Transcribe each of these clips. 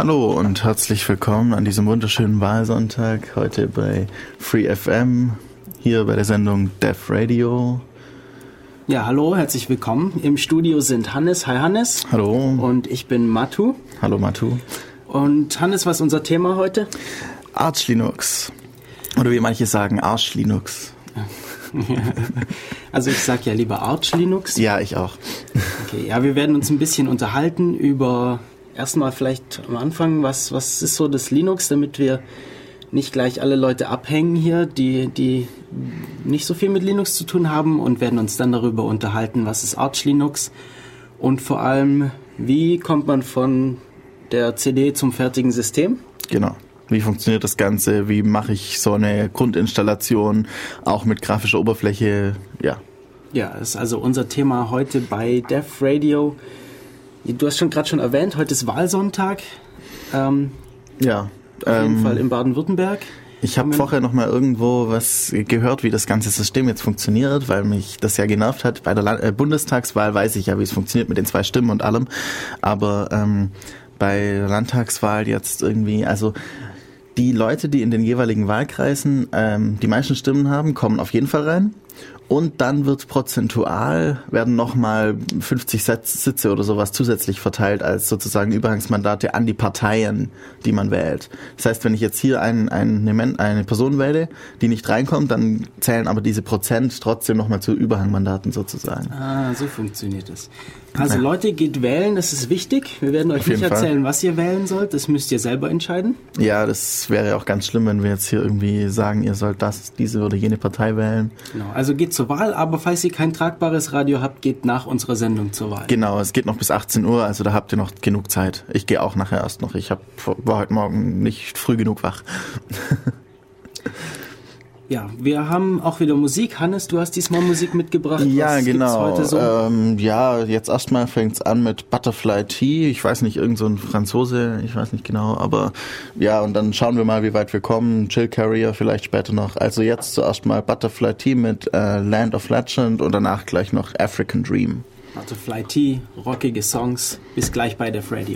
Hallo und herzlich willkommen an diesem wunderschönen Wahlsonntag, heute bei Free FM, hier bei der Sendung Deaf Radio. Ja, hallo, herzlich willkommen. Im Studio sind Hannes. Hi Hannes. Hallo. Und ich bin Matu. Hallo Matu. Und Hannes, was ist unser Thema heute? Arch Linux. Oder wie manche sagen, Arch Linux. Also ich sag ja lieber Arch Linux. Ja, ich auch. Okay, ja, wir werden uns ein bisschen unterhalten über, erstmal vielleicht am Anfang, was ist so das Linux, damit wir nicht gleich alle Leute abhängen hier, die nicht so viel mit Linux zu tun haben, und werden uns dann darüber unterhalten, was ist Arch Linux und vor allem, wie kommt man von der CD zum fertigen System? Genau. Wie funktioniert das Ganze? Wie mache ich so eine Grundinstallation, auch mit grafischer Oberfläche? Ja. Ja, das ist also unser Thema heute bei Deaf Radio. Du hast gerade schon erwähnt, heute ist Wahlsonntag. Ja. Auf jeden Fall in Baden-Württemberg. Ich habe vorher noch mal irgendwo was gehört, wie das ganze System jetzt funktioniert, weil mich das ja genervt hat. Bei der Bundestagswahl weiß ich ja, wie es funktioniert mit den 2 Stimmen und allem. Aber bei der Landtagswahl jetzt irgendwie, also die Leute, die in den jeweiligen Wahlkreisen die meisten Stimmen haben, kommen auf jeden Fall rein. Und dann wird prozentual, werden nochmal 50 Sitze oder sowas zusätzlich verteilt als sozusagen Überhangsmandate an die Parteien, die man wählt. Das heißt, wenn ich jetzt hier eine Person wähle, die nicht reinkommt, dann zählen aber diese Prozent trotzdem nochmal zu Überhangmandaten sozusagen. Ah, so funktioniert es. Also Leute, geht wählen, das ist wichtig. Wir werden euch nicht erzählen, was ihr wählen sollt. Das müsst ihr selber entscheiden. Ja, das wäre auch ganz schlimm, wenn wir jetzt hier irgendwie sagen, ihr sollt diese oder jene Partei wählen. Genau, also geht zur Wahl, aber falls ihr kein tragbares Radio habt, geht nach unserer Sendung zur Wahl. Genau, es geht noch bis 18 Uhr, also da habt ihr noch genug Zeit. Ich gehe auch nachher erst noch. Ich war heute Morgen nicht früh genug wach. Ja, wir haben auch wieder Musik. Hannes, du hast diesmal Musik mitgebracht. Ja, was genau. Gibt's heute so? Ja, jetzt erstmal fängt's an mit Butterfly Tea. Ich weiß nicht, irgend so ein Franzose, ich weiß nicht genau, aber ja, und dann schauen wir mal, wie weit wir kommen. Chill Carrier vielleicht später noch. Also jetzt zuerst mal Butterfly Tea mit Land of Legend und danach gleich noch African Dream. Butterfly Tea, rockige Songs. Bis gleich bei Deaf Radio.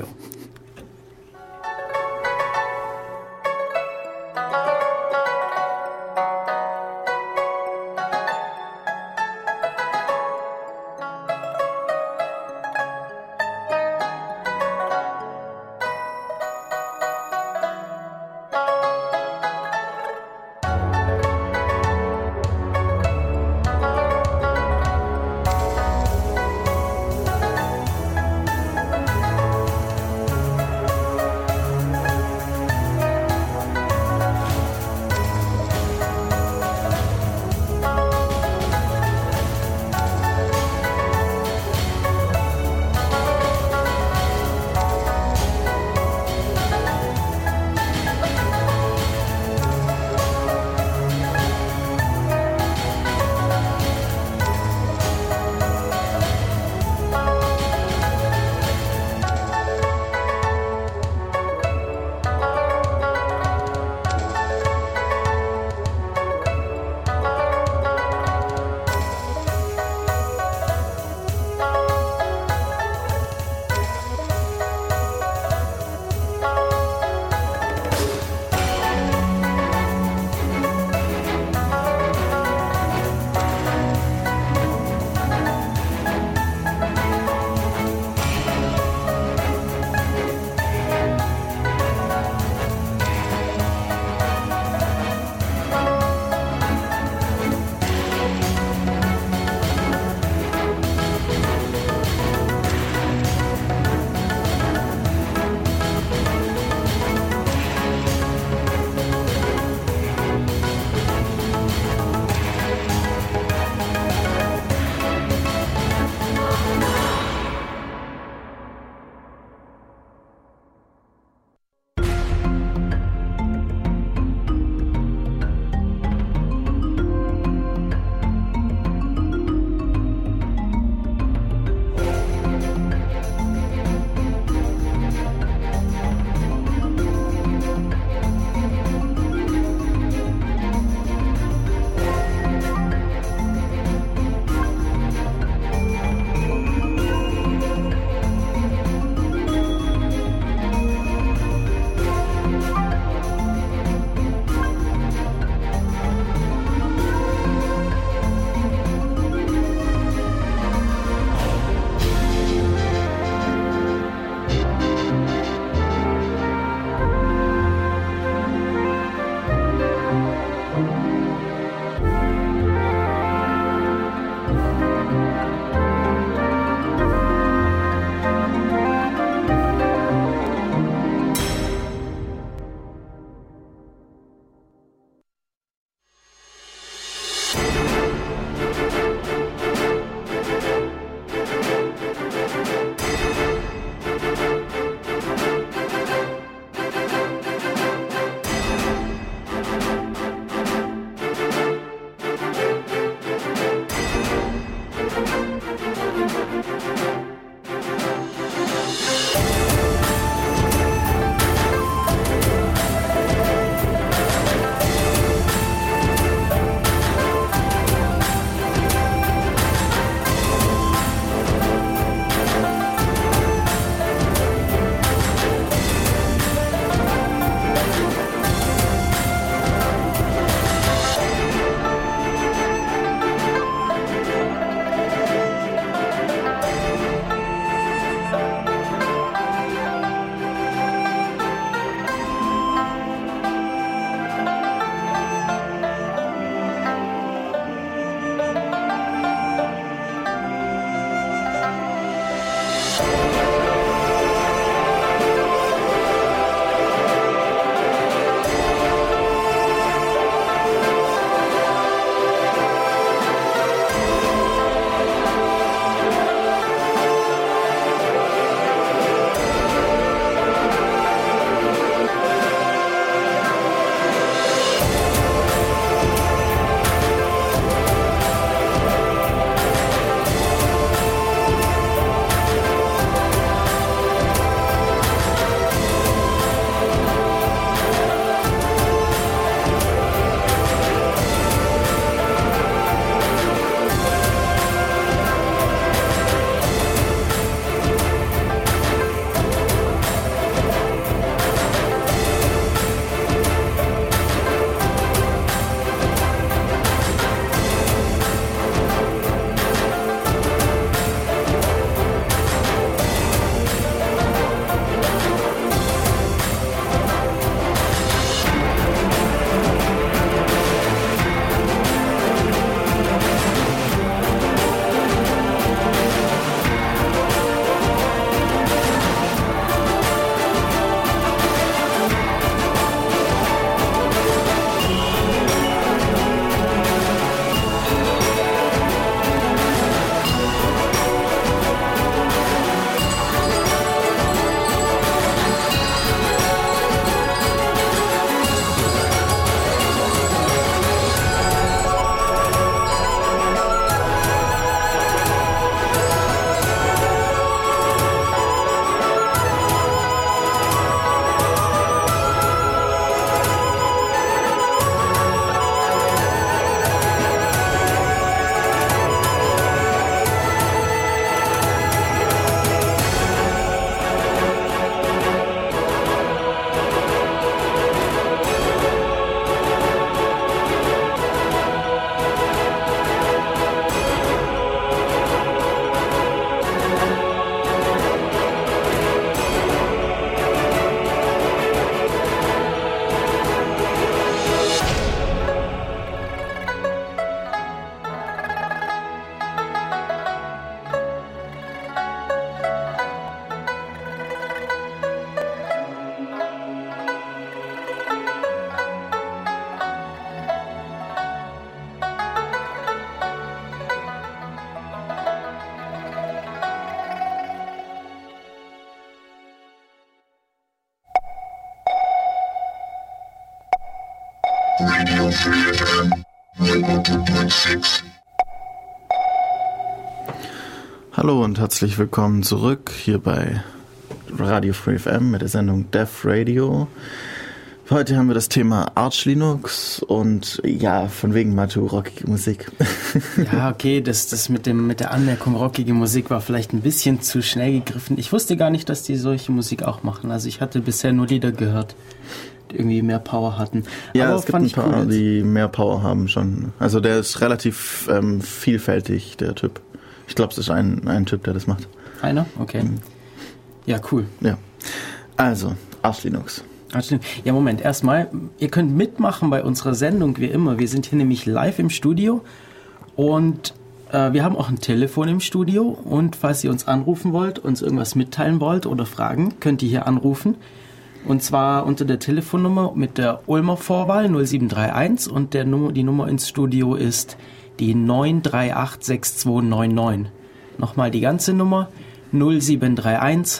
Hallo und herzlich willkommen zurück hier bei Radio Free FM mit der Sendung Def Radio. Heute haben wir das Thema Arch Linux und ja, von wegen Matu, rockige Musik. Ja, okay, das mit der Anmerkung rockige Musik war vielleicht ein bisschen zu schnell gegriffen. Ich wusste gar nicht, dass die solche Musik auch machen. Also ich hatte bisher nur Lieder gehört, die irgendwie mehr Power hatten. Ja, aber es gibt ein paar, die mehr Power haben schon. Also der ist relativ vielfältig, der Typ. Ich glaube, es ist ein Typ, der das macht. Einer? Okay. Ja, cool. Ja. Also, Arch Linux. Ja, Moment, erstmal, ihr könnt mitmachen bei unserer Sendung, wie immer. Wir sind hier nämlich live im Studio und wir haben auch ein Telefon im Studio und falls ihr uns anrufen wollt, uns irgendwas mitteilen wollt oder fragen, könnt ihr hier anrufen und zwar unter der Telefonnummer mit der Ulmer Vorwahl 0731 und die Nummer ins Studio ist die 9386299. Nochmal die ganze Nummer 0731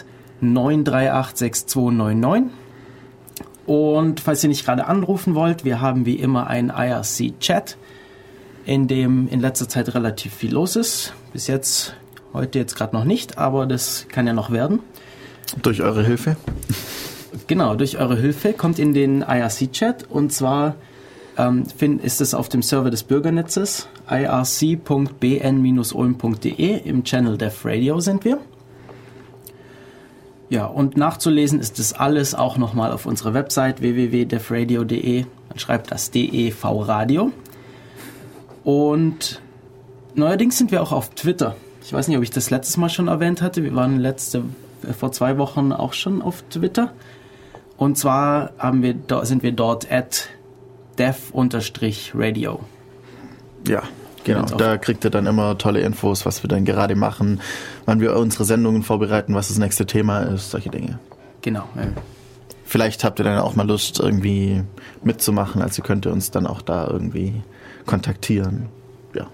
9386299. Und falls ihr nicht gerade anrufen wollt, wir haben wie immer einen IRC-Chat, in dem in letzter Zeit relativ viel los ist. Bis jetzt, heute jetzt gerade noch nicht, aber das kann ja noch werden. Durch eure Hilfe? Genau, durch eure Hilfe kommt in den IRC-Chat und zwar ist es auf dem Server des Bürgernetzes irc.bn-ulm.de, im Channel Def Radio sind wir. Ja, und nachzulesen ist das alles auch nochmal auf unserer Website www.defradio.de. Man schreibt das DEV Radio. Und neuerdings sind wir auch auf Twitter. Ich weiß nicht, ob ich das letztes Mal schon erwähnt hatte. Wir waren vor 2 Wochen auch schon auf Twitter. Und zwar sind wir dort @def_radio. Ja. Genau, da kriegt ihr dann immer tolle Infos, was wir dann gerade machen, wann wir unsere Sendungen vorbereiten, was das nächste Thema ist, solche Dinge. Genau. Ja. Vielleicht habt ihr dann auch mal Lust, irgendwie mitzumachen, also könnt ihr uns dann auch da irgendwie kontaktieren. Ja.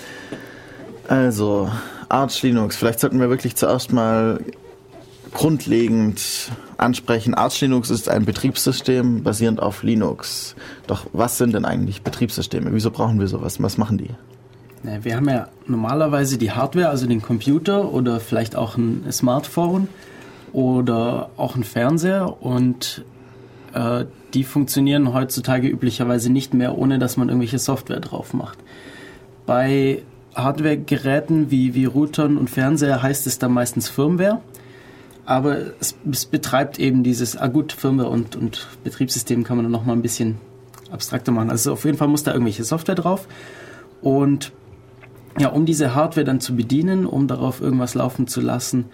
Also, Arch Linux, vielleicht sollten wir wirklich zuerst mal grundlegend ansprechen. Arch Linux ist ein Betriebssystem basierend auf Linux. Doch was sind denn eigentlich Betriebssysteme? Wieso brauchen wir sowas? Was machen die? Wir haben ja normalerweise die Hardware, also den Computer oder vielleicht auch ein Smartphone oder auch ein Fernseher und die funktionieren heutzutage üblicherweise nicht mehr, ohne dass man irgendwelche Software drauf macht. Bei Hardware-Geräten wie Routern und Fernseher heißt es dann meistens Firmware, aber es betreibt eben dieses, Firmware und Betriebssystem kann man dann nochmal ein bisschen abstrakter machen. Also auf jeden Fall muss da irgendwelche Software drauf und ja, um diese Hardware dann zu bedienen, um darauf irgendwas laufen zu lassen,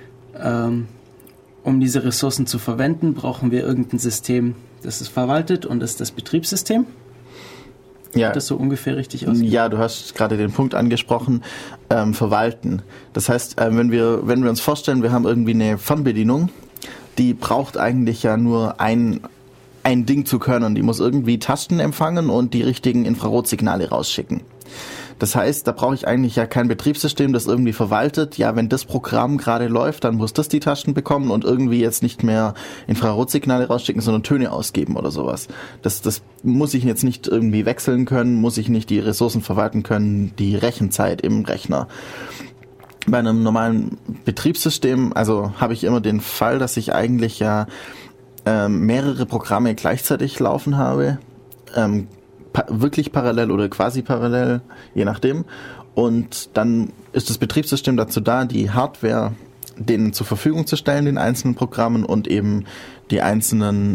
um diese Ressourcen zu verwenden, brauchen wir irgendein System, das es verwaltet und das ist das Betriebssystem. Ja. Sieht das so ungefähr richtig aus? Ja, du hast gerade den Punkt angesprochen, verwalten. Das heißt, wenn wir uns vorstellen, wir haben irgendwie eine Fernbedienung, die braucht eigentlich ja nur ein Ding zu können. Die muss irgendwie Tasten empfangen und die richtigen Infrarotsignale rausschicken. Das heißt, da brauche ich eigentlich ja kein Betriebssystem, das irgendwie verwaltet. Ja, wenn das Programm gerade läuft, dann muss das die Tasten bekommen und irgendwie jetzt nicht mehr Infrarotsignale rausschicken, sondern Töne ausgeben oder sowas. Das muss ich jetzt nicht irgendwie wechseln können, muss ich nicht die Ressourcen verwalten können, die Rechenzeit im Rechner. Bei einem normalen Betriebssystem, also habe ich immer den Fall, dass ich eigentlich ja mehrere Programme gleichzeitig laufen habe, wirklich parallel oder quasi parallel, je nachdem. Und dann ist das Betriebssystem dazu da, die Hardware denen zur Verfügung zu stellen, den einzelnen Programmen und eben die einzelnen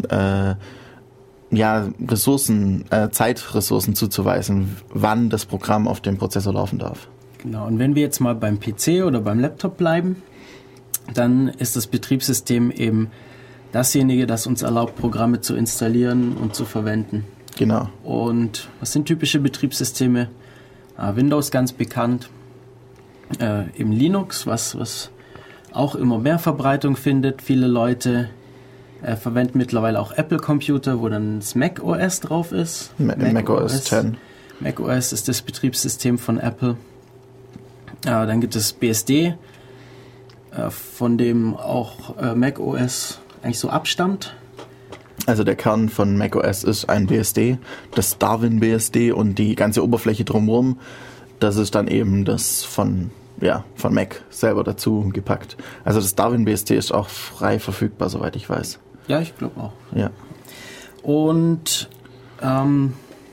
Ressourcen, Zeitressourcen zuzuweisen, wann das Programm auf dem Prozessor laufen darf. Genau, und wenn wir jetzt mal beim PC oder beim Laptop bleiben, dann ist das Betriebssystem eben dasjenige, das uns erlaubt, Programme zu installieren und zu verwenden. Genau. Und was sind typische Betriebssysteme? Windows ganz bekannt, eben Linux, was auch immer mehr Verbreitung findet. Viele Leute verwenden mittlerweile auch Apple-Computer, wo dann das Mac OS drauf ist. Mac OS 10. Mac OS ist das Betriebssystem von Apple. Dann gibt es BSD, von dem auch Mac OS eigentlich so abstammt. Also der Kern von macOS ist ein BSD, das Darwin BSD, und die ganze Oberfläche drumherum, das ist dann eben das von Mac selber dazu gepackt. Also das Darwin BSD ist auch frei verfügbar, soweit ich weiß. Ja, ich glaube auch. Ja. Und um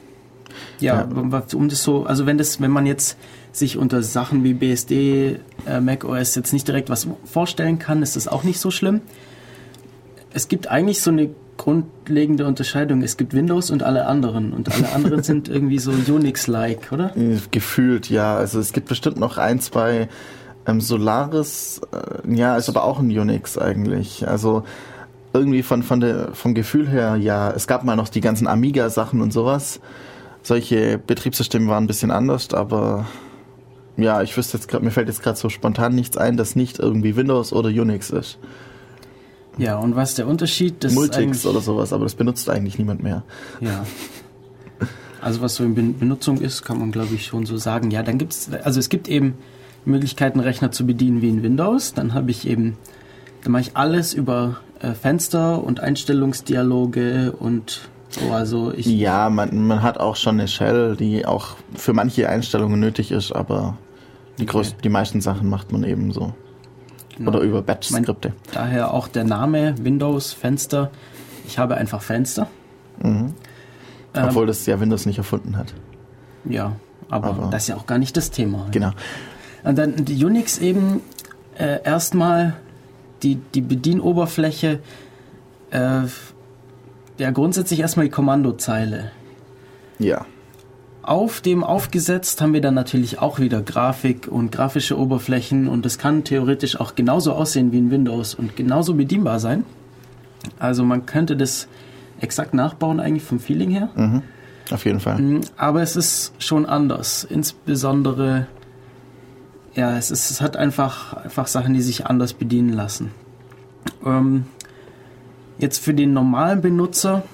das so, also wenn man jetzt sich unter Sachen wie BSD, macOS jetzt nicht direkt was vorstellen kann, ist das auch nicht so schlimm. Es gibt eigentlich so eine grundlegende Unterscheidung. Es gibt Windows und alle anderen. Und alle anderen sind irgendwie so Unix-like, oder? Gefühlt, ja. Also es gibt bestimmt noch ein, zwei Solaris, ist aber auch ein Unix eigentlich. Also irgendwie vom Gefühl her, ja. Es gab mal noch die ganzen Amiga-Sachen und sowas. Solche Betriebssysteme waren ein bisschen anders, aber ja, ich wüsste jetzt gerade, mir fällt jetzt gerade so spontan nichts ein, das nicht irgendwie Windows oder Unix ist. Ja, und was ist der Unterschied? Das Multics oder sowas, aber das benutzt eigentlich niemand mehr. Ja. Also was so in Benutzung ist, kann man glaube ich schon so sagen. Ja, dann es gibt eben Möglichkeiten, Rechner zu bedienen wie in Windows. Dann mache ich alles über Fenster und Einstellungsdialoge und so. Also man hat auch schon eine Shell, die auch für manche Einstellungen nötig ist, aber die meisten Sachen macht man eben so. Genau. Oder über Batch-Skripte. Daher auch der Name Windows Fenster. Ich habe einfach Fenster. Mhm. Obwohl das ja Windows nicht erfunden hat. Ja, aber das ist ja auch gar nicht das Thema. Genau. Und dann die Unix eben erstmal die Bedienoberfläche, grundsätzlich erstmal die Kommandozeile. Ja. Auf dem aufgesetzt haben wir dann natürlich auch wieder Grafik und grafische Oberflächen, und das kann theoretisch auch genauso aussehen wie in Windows und genauso bedienbar sein. Also man könnte das exakt nachbauen eigentlich vom Feeling her. Mhm, auf jeden Fall. Aber es ist schon anders. Insbesondere, es hat einfach Sachen, die sich anders bedienen lassen. Jetzt für den normalen Benutzer,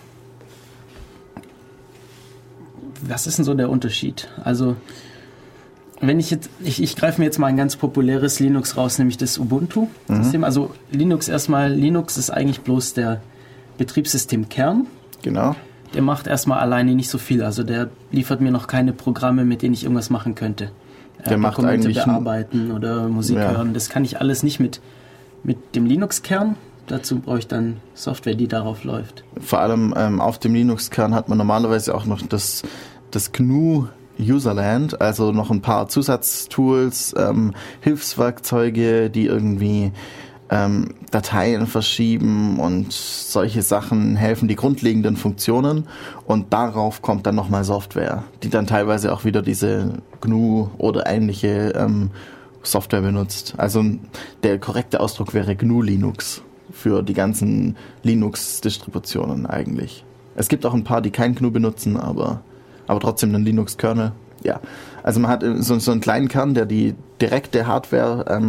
was ist denn so der Unterschied? Also, wenn ich greife mir jetzt mal ein ganz populäres Linux raus, nämlich das Ubuntu-System. Also Linux ist eigentlich bloß der Betriebssystemkern. Genau. Der macht erstmal alleine nicht so viel. Also der liefert mir noch keine Programme, mit denen ich irgendwas machen könnte. Der macht Dokumente eigentlich bearbeiten oder Musik hören. Das kann ich alles nicht mit dem Linux-Kern. Dazu brauche ich dann Software, die darauf läuft. Vor allem auf dem Linux-Kern hat man normalerweise auch noch das GNU Userland, also noch ein paar Zusatztools, Hilfswerkzeuge, die irgendwie Dateien verschieben und solche Sachen helfen, die grundlegenden Funktionen, und darauf kommt dann nochmal Software, die dann teilweise auch wieder diese GNU oder ähnliche Software benutzt. Also der korrekte Ausdruck wäre GNU Linux für die ganzen Linux-Distributionen eigentlich. Es gibt auch ein paar, die kein GNU benutzen, aber trotzdem einen Linux-Kernel. Ja, also man hat so einen kleinen Kern, der die direkte Hardware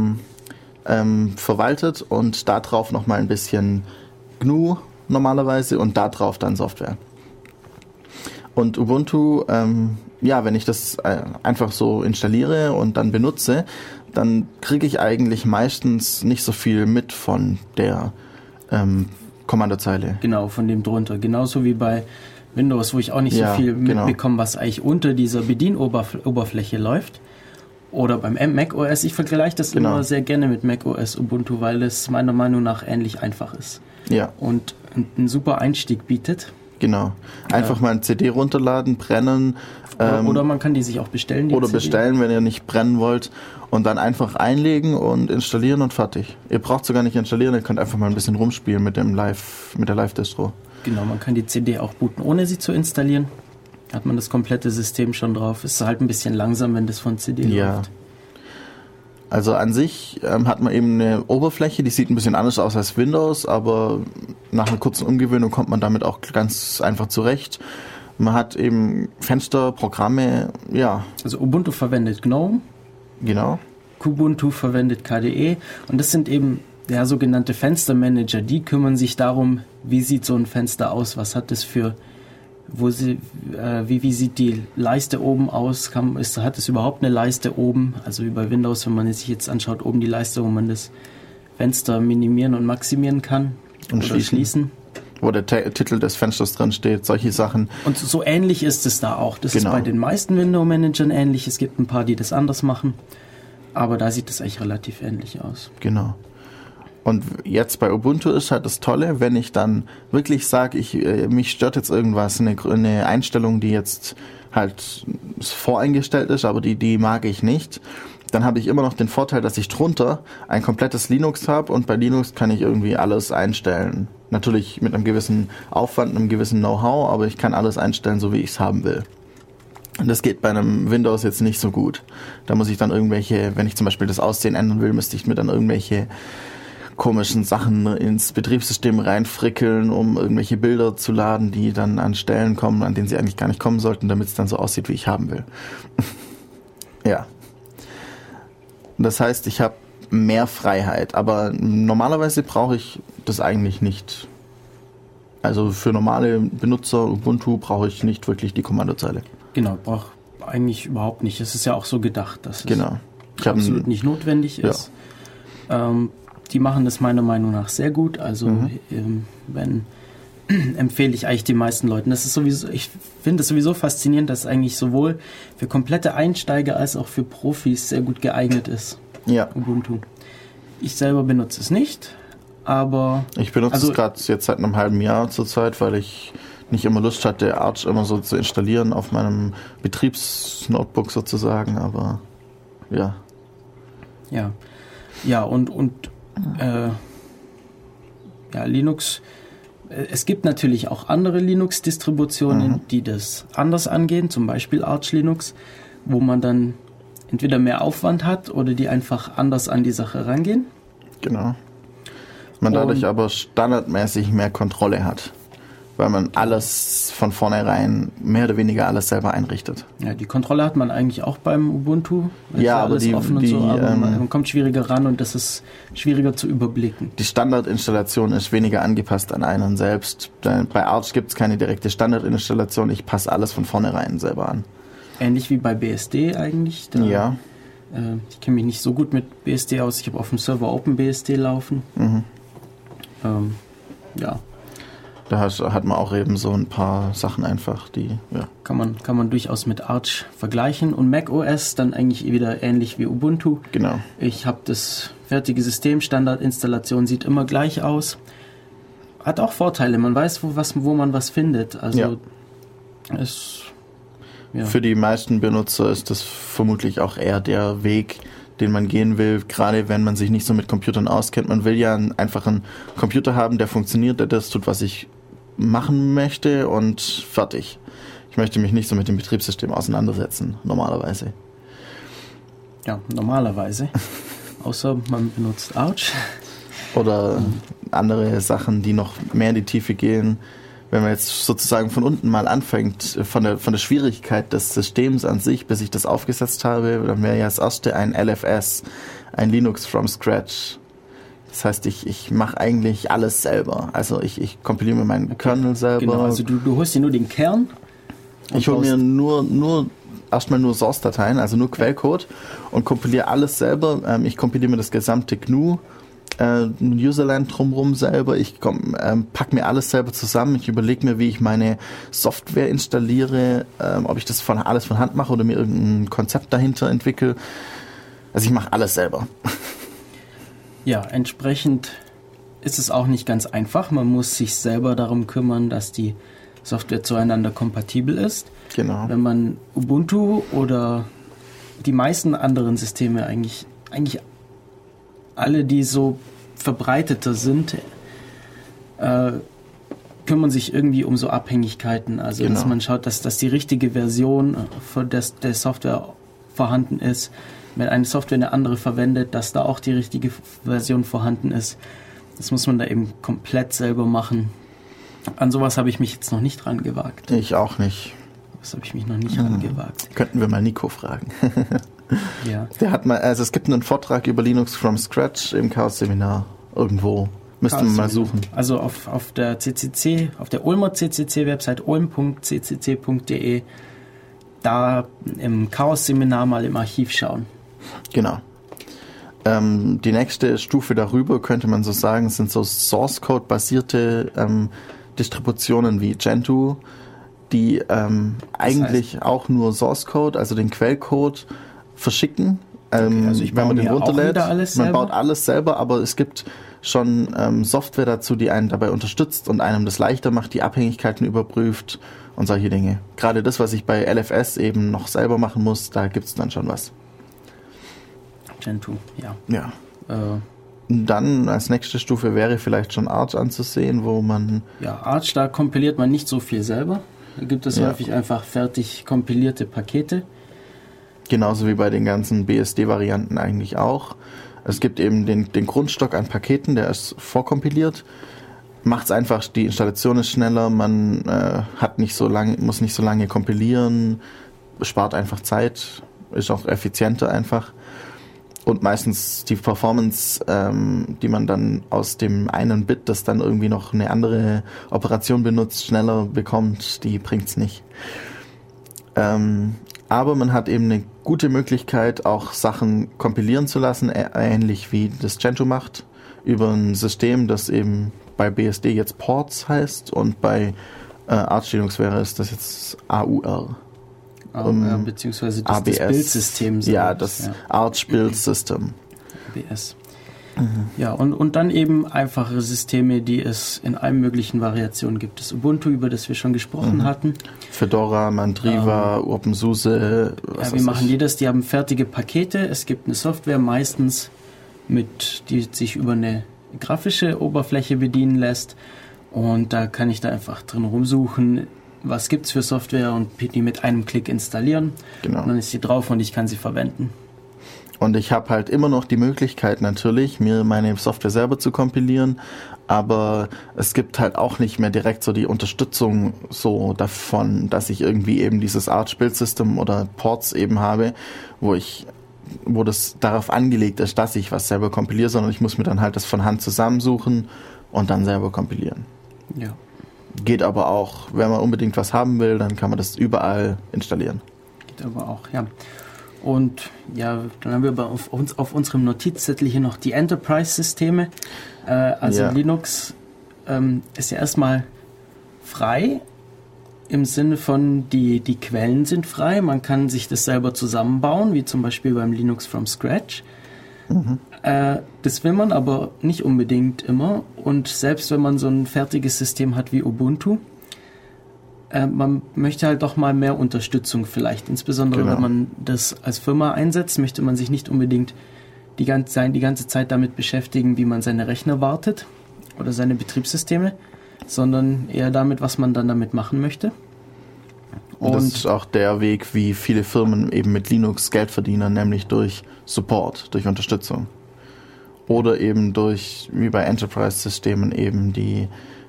verwaltet, und da drauf nochmal ein bisschen GNU normalerweise und da drauf dann Software. Und Ubuntu, wenn ich das einfach so installiere und dann benutze, dann kriege ich eigentlich meistens nicht so viel mit von der Kommandozeile. Genau, von dem drunter. Genauso wie bei Windows, wo ich auch nicht so viel mitbekomme, was eigentlich unter dieser Bedienoberfläche läuft. Oder beim macOS. Ich vergleiche das immer sehr gerne mit macOS Ubuntu, weil es meiner Meinung nach ähnlich einfach ist. Ja. Und einen super Einstieg bietet. Genau. Einfach mal ein CD runterladen, brennen. Oder man kann die sich auch bestellen. Oder CD bestellen, wenn ihr nicht brennen wollt. Und dann einfach einlegen und installieren und fertig. Ihr braucht sogar nicht installieren, ihr könnt einfach mal ein bisschen rumspielen mit der Live-Distro. Genau, man kann die CD auch booten, ohne sie zu installieren. Hat man das komplette System schon drauf. Ist halt ein bisschen langsam, wenn das von CD läuft. Also an sich hat man eben eine Oberfläche, die sieht ein bisschen anders aus als Windows, aber nach einer kurzen Umgewöhnung kommt man damit auch ganz einfach zurecht. Man hat eben Fenster, Programme, ja. Also Ubuntu verwendet GNOME. Genau. Kubuntu verwendet KDE. Und das sind eben sogenannte Fenstermanager. Die kümmern sich darum, wie sieht so ein Fenster aus, was hat es für... wie sieht die Leiste oben aus? Hat es überhaupt eine Leiste oben? Also wie bei Windows, wenn man sich jetzt anschaut, oben die Leiste, wo man das Fenster minimieren und maximieren kann und oder schließen. wo der Titel des Fensters drin steht, solche Sachen. Und so ähnlich ist es da auch. Das Genau. ist bei den meisten Window-Managern ähnlich. Es gibt ein paar, die das anders machen. Aber da sieht es eigentlich relativ ähnlich aus. Genau. Und jetzt bei Ubuntu ist halt das Tolle, wenn ich dann wirklich sage, mich stört jetzt irgendwas, eine Einstellung, die jetzt halt voreingestellt ist, aber die mag ich nicht, dann habe ich immer noch den Vorteil, dass ich drunter ein komplettes Linux habe und bei Linux kann ich irgendwie alles einstellen. Natürlich mit einem gewissen Aufwand, einem gewissen Know-how, aber ich kann alles einstellen, so wie ich es haben will. Und das geht bei einem Windows jetzt nicht so gut. Da muss ich dann wenn ich zum Beispiel das Aussehen ändern will, müsste ich mir dann irgendwelche komischen Sachen ins Betriebssystem reinfrickeln, um irgendwelche Bilder zu laden, die dann an Stellen kommen, an denen sie eigentlich gar nicht kommen sollten, damit es dann so aussieht, wie ich haben will. Ja. Das heißt, ich habe mehr Freiheit, aber normalerweise brauche ich das eigentlich nicht. Also für normale Benutzer Ubuntu brauche ich nicht wirklich die Kommandozeile. Genau, brauche eigentlich überhaupt nicht. Es ist ja auch so gedacht, dass es absolut nicht notwendig ist. Ja. Die machen das meiner Meinung nach sehr gut. Also empfehle ich eigentlich den meisten Leuten. Das ist sowieso, ich finde es sowieso faszinierend, dass es eigentlich sowohl für komplette Einsteiger als auch für Profis sehr gut geeignet ist. Ja. Ubuntu. Ich selber benutze es nicht, aber... Ich benutze es gerade jetzt seit einem halben Jahr zurzeit, weil ich nicht immer Lust hatte, Arch immer so zu installieren auf meinem Betriebsnotebook sozusagen, aber ja. Ja, und Linux, es gibt natürlich auch andere Linux-Distributionen, die das anders angehen, zum Beispiel Arch Linux, wo man dann entweder mehr Aufwand hat oder die einfach anders an die Sache rangehen. Genau. Man dadurch aber standardmäßig mehr Kontrolle hat, weil man alles von vornherein, mehr oder weniger alles selber einrichtet. Ja, die Kontrolle hat man eigentlich auch beim Ubuntu. Ja, aber alles offen und so, aber man kommt schwieriger ran und das ist schwieriger zu überblicken. Die Standardinstallation ist weniger angepasst an einen selbst. Bei Arch gibt es keine direkte Standardinstallation, ich passe alles von vornherein selber an. Ähnlich wie bei BSD eigentlich. Ja. Ich kenne mich nicht so gut mit BSD aus, ich habe auf dem Server OpenBSD laufen. Ja. Da hat man auch eben so ein paar Sachen einfach, die, ja. Kann man durchaus mit Arch vergleichen. Und macOS dann eigentlich wieder ähnlich wie Ubuntu. Genau. Ich habe das fertige System, Standardinstallation sieht immer gleich aus. Hat auch Vorteile, man weiß, wo man was findet. Also Für die meisten Benutzer ist das vermutlich auch eher der Weg, den man gehen will, gerade wenn man sich nicht so mit Computern auskennt. Man will ja einfach einen Computer haben, der funktioniert, der das tut, was ich machen möchte und fertig. Ich möchte mich nicht so mit dem Betriebssystem auseinandersetzen, normalerweise. Ja, normalerweise. Außer man benutzt Arch. Oder andere Sachen, die noch mehr in die Tiefe gehen. Wenn man jetzt sozusagen von unten mal anfängt, von der Schwierigkeit des Systems an sich, bis ich das aufgesetzt habe, dann wäre ja das erste ein LFS, ein Linux from Scratch. Das heißt, ich mache eigentlich alles selber. Also ich kompiliere mir meinen Kernel selber. Genau, also du holst dir nur den Kern. Ich hole mir erstmal nur Source-Dateien, also nur Quellcode und kompiliere alles selber. Ich kompiliere mir das gesamte GNU, Userland drumherum selber. Ich pack mir alles selber zusammen. Ich überlege mir, wie ich meine Software installiere, ob ich das alles von Hand mache oder mir irgendein Konzept dahinter entwickle. Also ich mache alles selber. Ja, entsprechend ist es auch nicht ganz einfach. Man muss sich selber darum kümmern, dass die Software zueinander kompatibel ist. Genau. Wenn man Ubuntu oder die meisten anderen Systeme, eigentlich alle, die so verbreiteter sind, kümmern sich irgendwie um so Abhängigkeiten. Also dass man schaut, dass die richtige Version der Software vorhanden ist. Wenn eine Software eine andere verwendet, dass da auch die richtige Version vorhanden ist. Das muss man da eben komplett selber machen. An sowas habe ich mich jetzt noch nicht dran gewagt. Ich auch nicht. Das habe ich mich noch nicht angewagt. Könnten wir mal Nico fragen. Ja. Der hat es gibt einen Vortrag über Linux from Scratch im Chaos-Seminar irgendwo. Müsste man mal suchen. Also auf der Ulmer CCC-Website ulm.ccc.de da im Chaos-Seminar mal im Archiv schauen. Genau. Die nächste Stufe darüber, könnte man so sagen, sind so Source-Code-basierte Distributionen wie Gentoo, die eigentlich auch nur Source Code, also den Quellcode, verschicken. Also wenn man den runterlädt, man baut alles selber, aber es gibt schon Software dazu, die einen dabei unterstützt und einem das leichter macht, die Abhängigkeiten überprüft und solche Dinge. Gerade das, was ich bei LFS eben noch selber machen muss, da gibt es dann schon was. Gentoo, ja. Ja. Dann als nächste Stufe wäre vielleicht schon Arch anzusehen, wo man... Ja, Arch, da kompiliert man nicht so viel selber. Da gibt es häufig einfach fertig kompilierte Pakete. Genauso wie bei den ganzen BSD-Varianten eigentlich auch. Es gibt eben den Grundstock an Paketen, der ist vorkompiliert. Macht es einfach, die Installation ist schneller, man muss nicht so lange kompilieren, spart einfach Zeit, ist auch effizienter einfach. Und meistens die Performance, die man dann aus dem einen Bit, das dann irgendwie noch eine andere Operation benutzt, schneller bekommt, die bringt's nicht. Aber man hat eben eine gute Möglichkeit, auch Sachen kompilieren zu lassen, ähnlich wie das Gentoo macht, über ein System, das eben bei BSD jetzt Ports heißt und bei Arch Linux wäre es das jetzt AUR. Beziehungsweise das Bildsystem. Ja, das Arch Build System. ABS. Ja, und dann eben einfache Systeme, die es in allen möglichen Variationen gibt. Das Ubuntu, über das wir schon gesprochen hatten. Fedora, Mandriva, OpenSUSE. Wie machen die das? Die haben fertige Pakete. Es gibt eine Software meistens, die sich über eine grafische Oberfläche bedienen lässt. Und da kann ich da einfach drin rumsuchen, was gibt es für Software und die mit einem Klick installieren. Genau. Und dann ist sie drauf und ich kann sie verwenden. Und ich habe halt immer noch die Möglichkeit natürlich, mir meine Software selber zu kompilieren, aber es gibt halt auch nicht mehr direkt so die Unterstützung so davon, dass ich irgendwie eben dieses Arch Build System oder Ports eben habe, wo das darauf angelegt ist, dass ich was selber kompiliere, sondern ich muss mir dann halt das von Hand zusammensuchen und dann selber kompilieren. Ja. Geht aber auch, wenn man unbedingt was haben will, dann kann man das überall installieren. Geht aber auch, ja. Und ja, dann haben wir auf unserem Notizzettel hier noch die Enterprise-Systeme. Linux ist ja erstmal frei, im Sinne von, die Quellen sind frei. Man kann sich das selber zusammenbauen, wie zum Beispiel beim Linux from Scratch. Das will man aber nicht unbedingt immer. Und selbst wenn man so ein fertiges System hat wie Ubuntu, man möchte halt doch mal mehr Unterstützung vielleicht. Insbesondere wenn man das als Firma einsetzt, möchte man sich nicht unbedingt die ganze Zeit damit beschäftigen, wie man seine Rechner wartet oder seine Betriebssysteme, sondern eher damit, was man dann damit machen möchte. Und das ist auch der Weg, wie viele Firmen eben mit Linux Geld verdienen, nämlich durch Support, durch Unterstützung. Oder eben durch, wie bei Enterprise-Systemen, eben die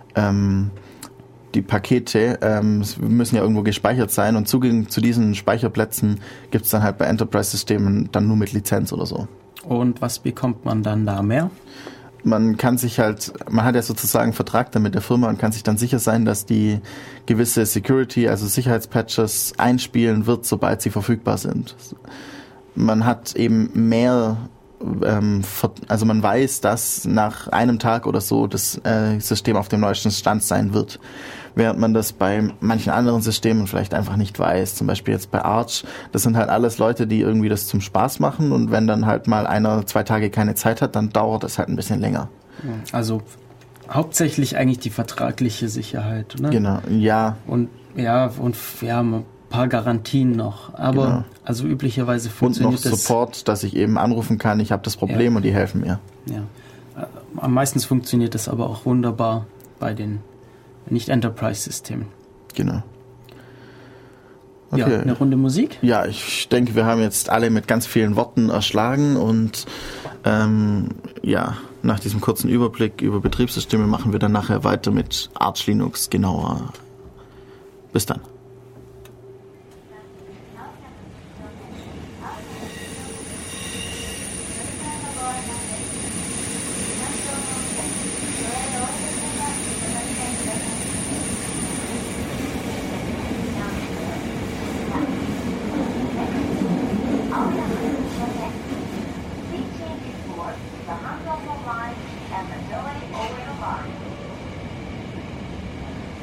Pakete müssen ja irgendwo gespeichert sein und Zugang zu diesen Speicherplätzen gibt es dann halt bei Enterprise-Systemen dann nur mit Lizenz oder so. Und was bekommt man dann da mehr? Man hat ja sozusagen einen Vertrag dann mit der Firma und kann sich dann sicher sein, dass die gewisse Security, also Sicherheitspatches einspielen wird, sobald sie verfügbar sind. Man hat eben mehr, also man weiß, dass nach einem Tag oder so das System auf dem neuesten Stand sein wird. Während man das bei manchen anderen Systemen vielleicht einfach nicht weiß. Zum Beispiel jetzt bei Arch. Das sind halt alles Leute, die irgendwie das zum Spaß machen und wenn dann halt mal 1 oder 2 Tage keine Zeit hat, dann dauert das halt ein bisschen länger. Also hauptsächlich eigentlich die vertragliche Sicherheit, oder? Genau, ja. Und ein paar Garantien noch. Aber also üblicherweise funktioniert das. Und noch Support, dass ich eben anrufen kann, ich habe das Problem und die helfen mir. Ja. Am meisten funktioniert das aber auch wunderbar bei den Nicht-Enterprise-Systemen. Genau. Okay. Ja, eine Runde Musik? Ja, ich denke, wir haben jetzt alle mit ganz vielen Worten erschlagen und nach diesem kurzen Überblick über Betriebssysteme machen wir dann nachher weiter mit Arch Linux genauer. Bis dann.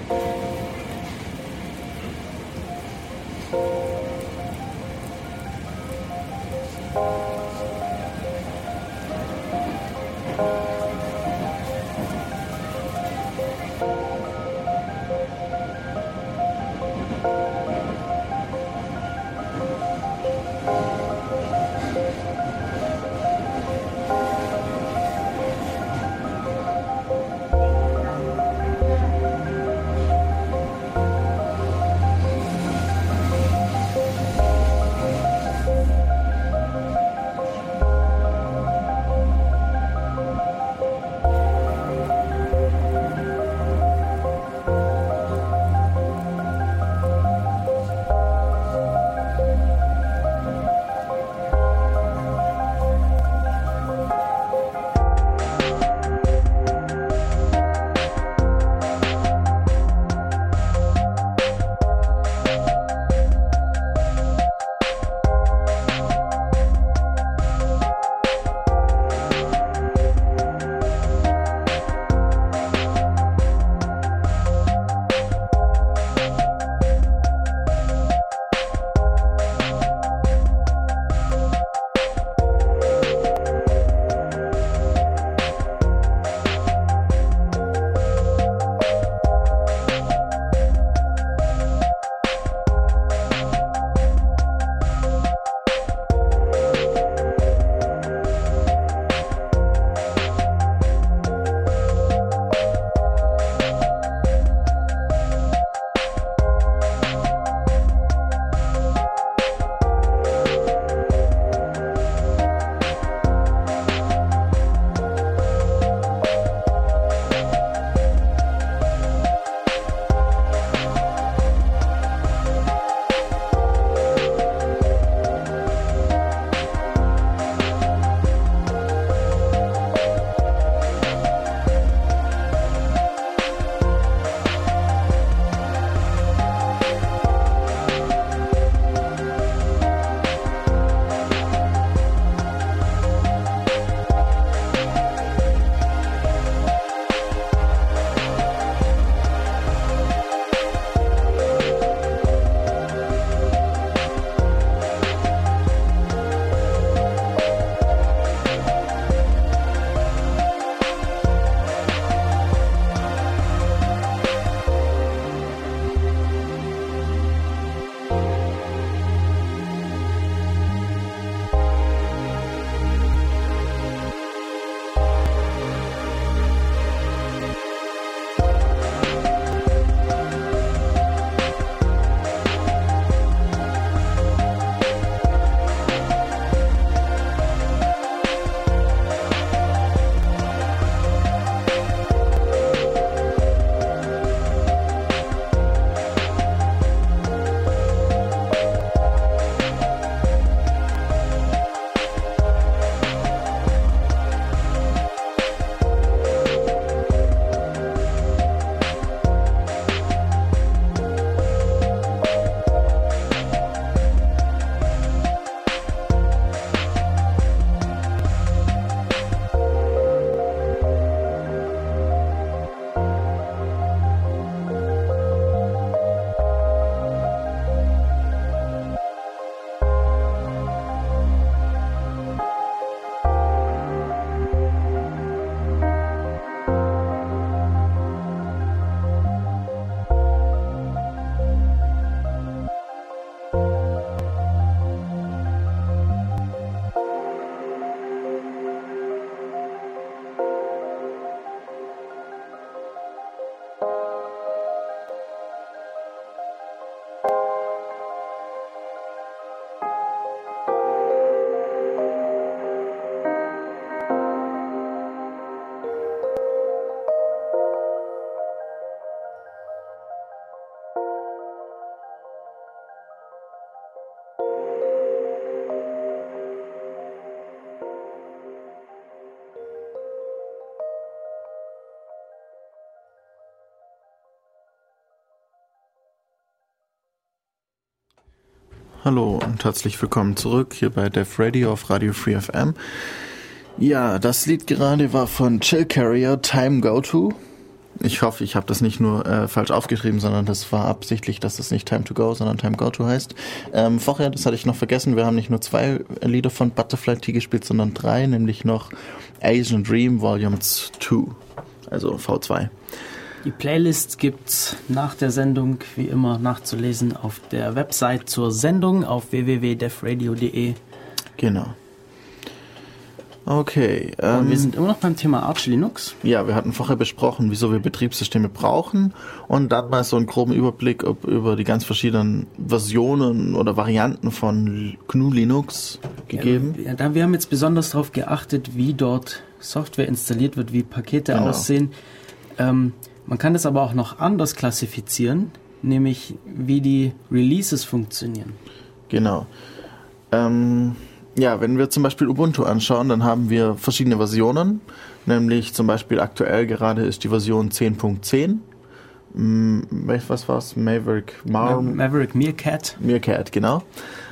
Hallo und herzlich willkommen zurück hier bei Def Radio auf Radio Free FM. Ja, das Lied gerade war von Chill Carrier, Time Go To. Ich hoffe, ich habe das nicht nur falsch aufgeschrieben, sondern das war absichtlich, dass das nicht Time to Go, sondern Time Go To heißt. Vorher, das hatte ich noch vergessen, wir haben nicht nur 2 Lieder von Butterfly Tea gespielt, sondern 3, nämlich noch Asian Dream Volume 2, also V2. Die Playlists gibt's nach der Sendung wie immer nachzulesen auf der Website zur Sendung auf www.defradio.de. Genau. Okay. Und wir sind immer noch beim Thema Arch Linux. Ja, wir hatten vorher besprochen, wieso wir Betriebssysteme brauchen und dann mal so einen groben Überblick über die ganz verschiedenen Versionen oder Varianten von GNU Linux gegeben. Ja, wir haben jetzt besonders darauf geachtet, wie dort Software installiert wird, wie Pakete aussehen. Man kann das aber auch noch anders klassifizieren, nämlich wie die Releases funktionieren. Genau. Ja, wenn wir zum Beispiel Ubuntu anschauen, dann haben wir verschiedene Versionen, nämlich zum Beispiel aktuell gerade ist die Version 10.10. Was war's? Maverick Meerkat. Meerkat, genau.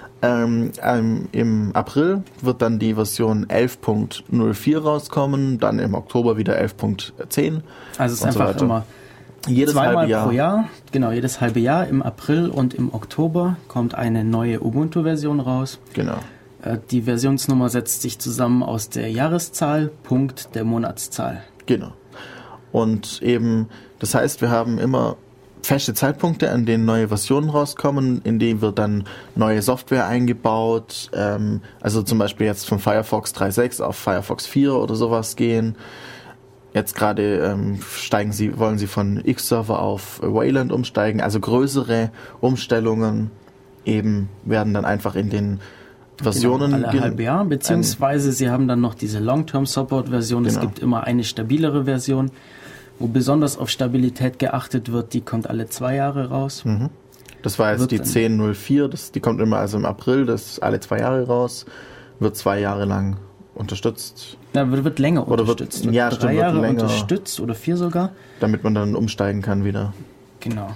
Im April wird dann die Version 11.04 rauskommen, dann im Oktober wieder 11.10. Also es ist einfach immer zweimal pro Jahr. Genau, jedes halbe Jahr im April und im Oktober kommt eine neue Ubuntu-Version raus. Genau. Die Versionsnummer setzt sich zusammen aus der Jahreszahl, Punkt der Monatszahl. Genau. Und eben, das heißt, wir haben immer feste Zeitpunkte, an denen neue Versionen rauskommen, in denen wird dann neue Software eingebaut, also zum Beispiel jetzt von Firefox 3.6 auf Firefox 4 oder sowas gehen. Jetzt gerade wollen sie von X-Server auf Wayland umsteigen, also größere Umstellungen eben werden dann einfach in den Versionen. Genau, alle halbe Jahr, beziehungsweise sie haben dann noch diese Long-Term-Support-Version, es gibt immer eine stabilere Version, wo besonders auf Stabilität geachtet wird, die kommt alle 2 Jahre raus. Mhm. Das war jetzt die 10.04, die kommt immer also im April, das ist alle 2 Jahre raus, wird 2 Jahre lang unterstützt. Ja, wird länger oder unterstützt. Wird 3 Jahre länger unterstützt oder 4 sogar. Damit man dann umsteigen kann wieder. Genau.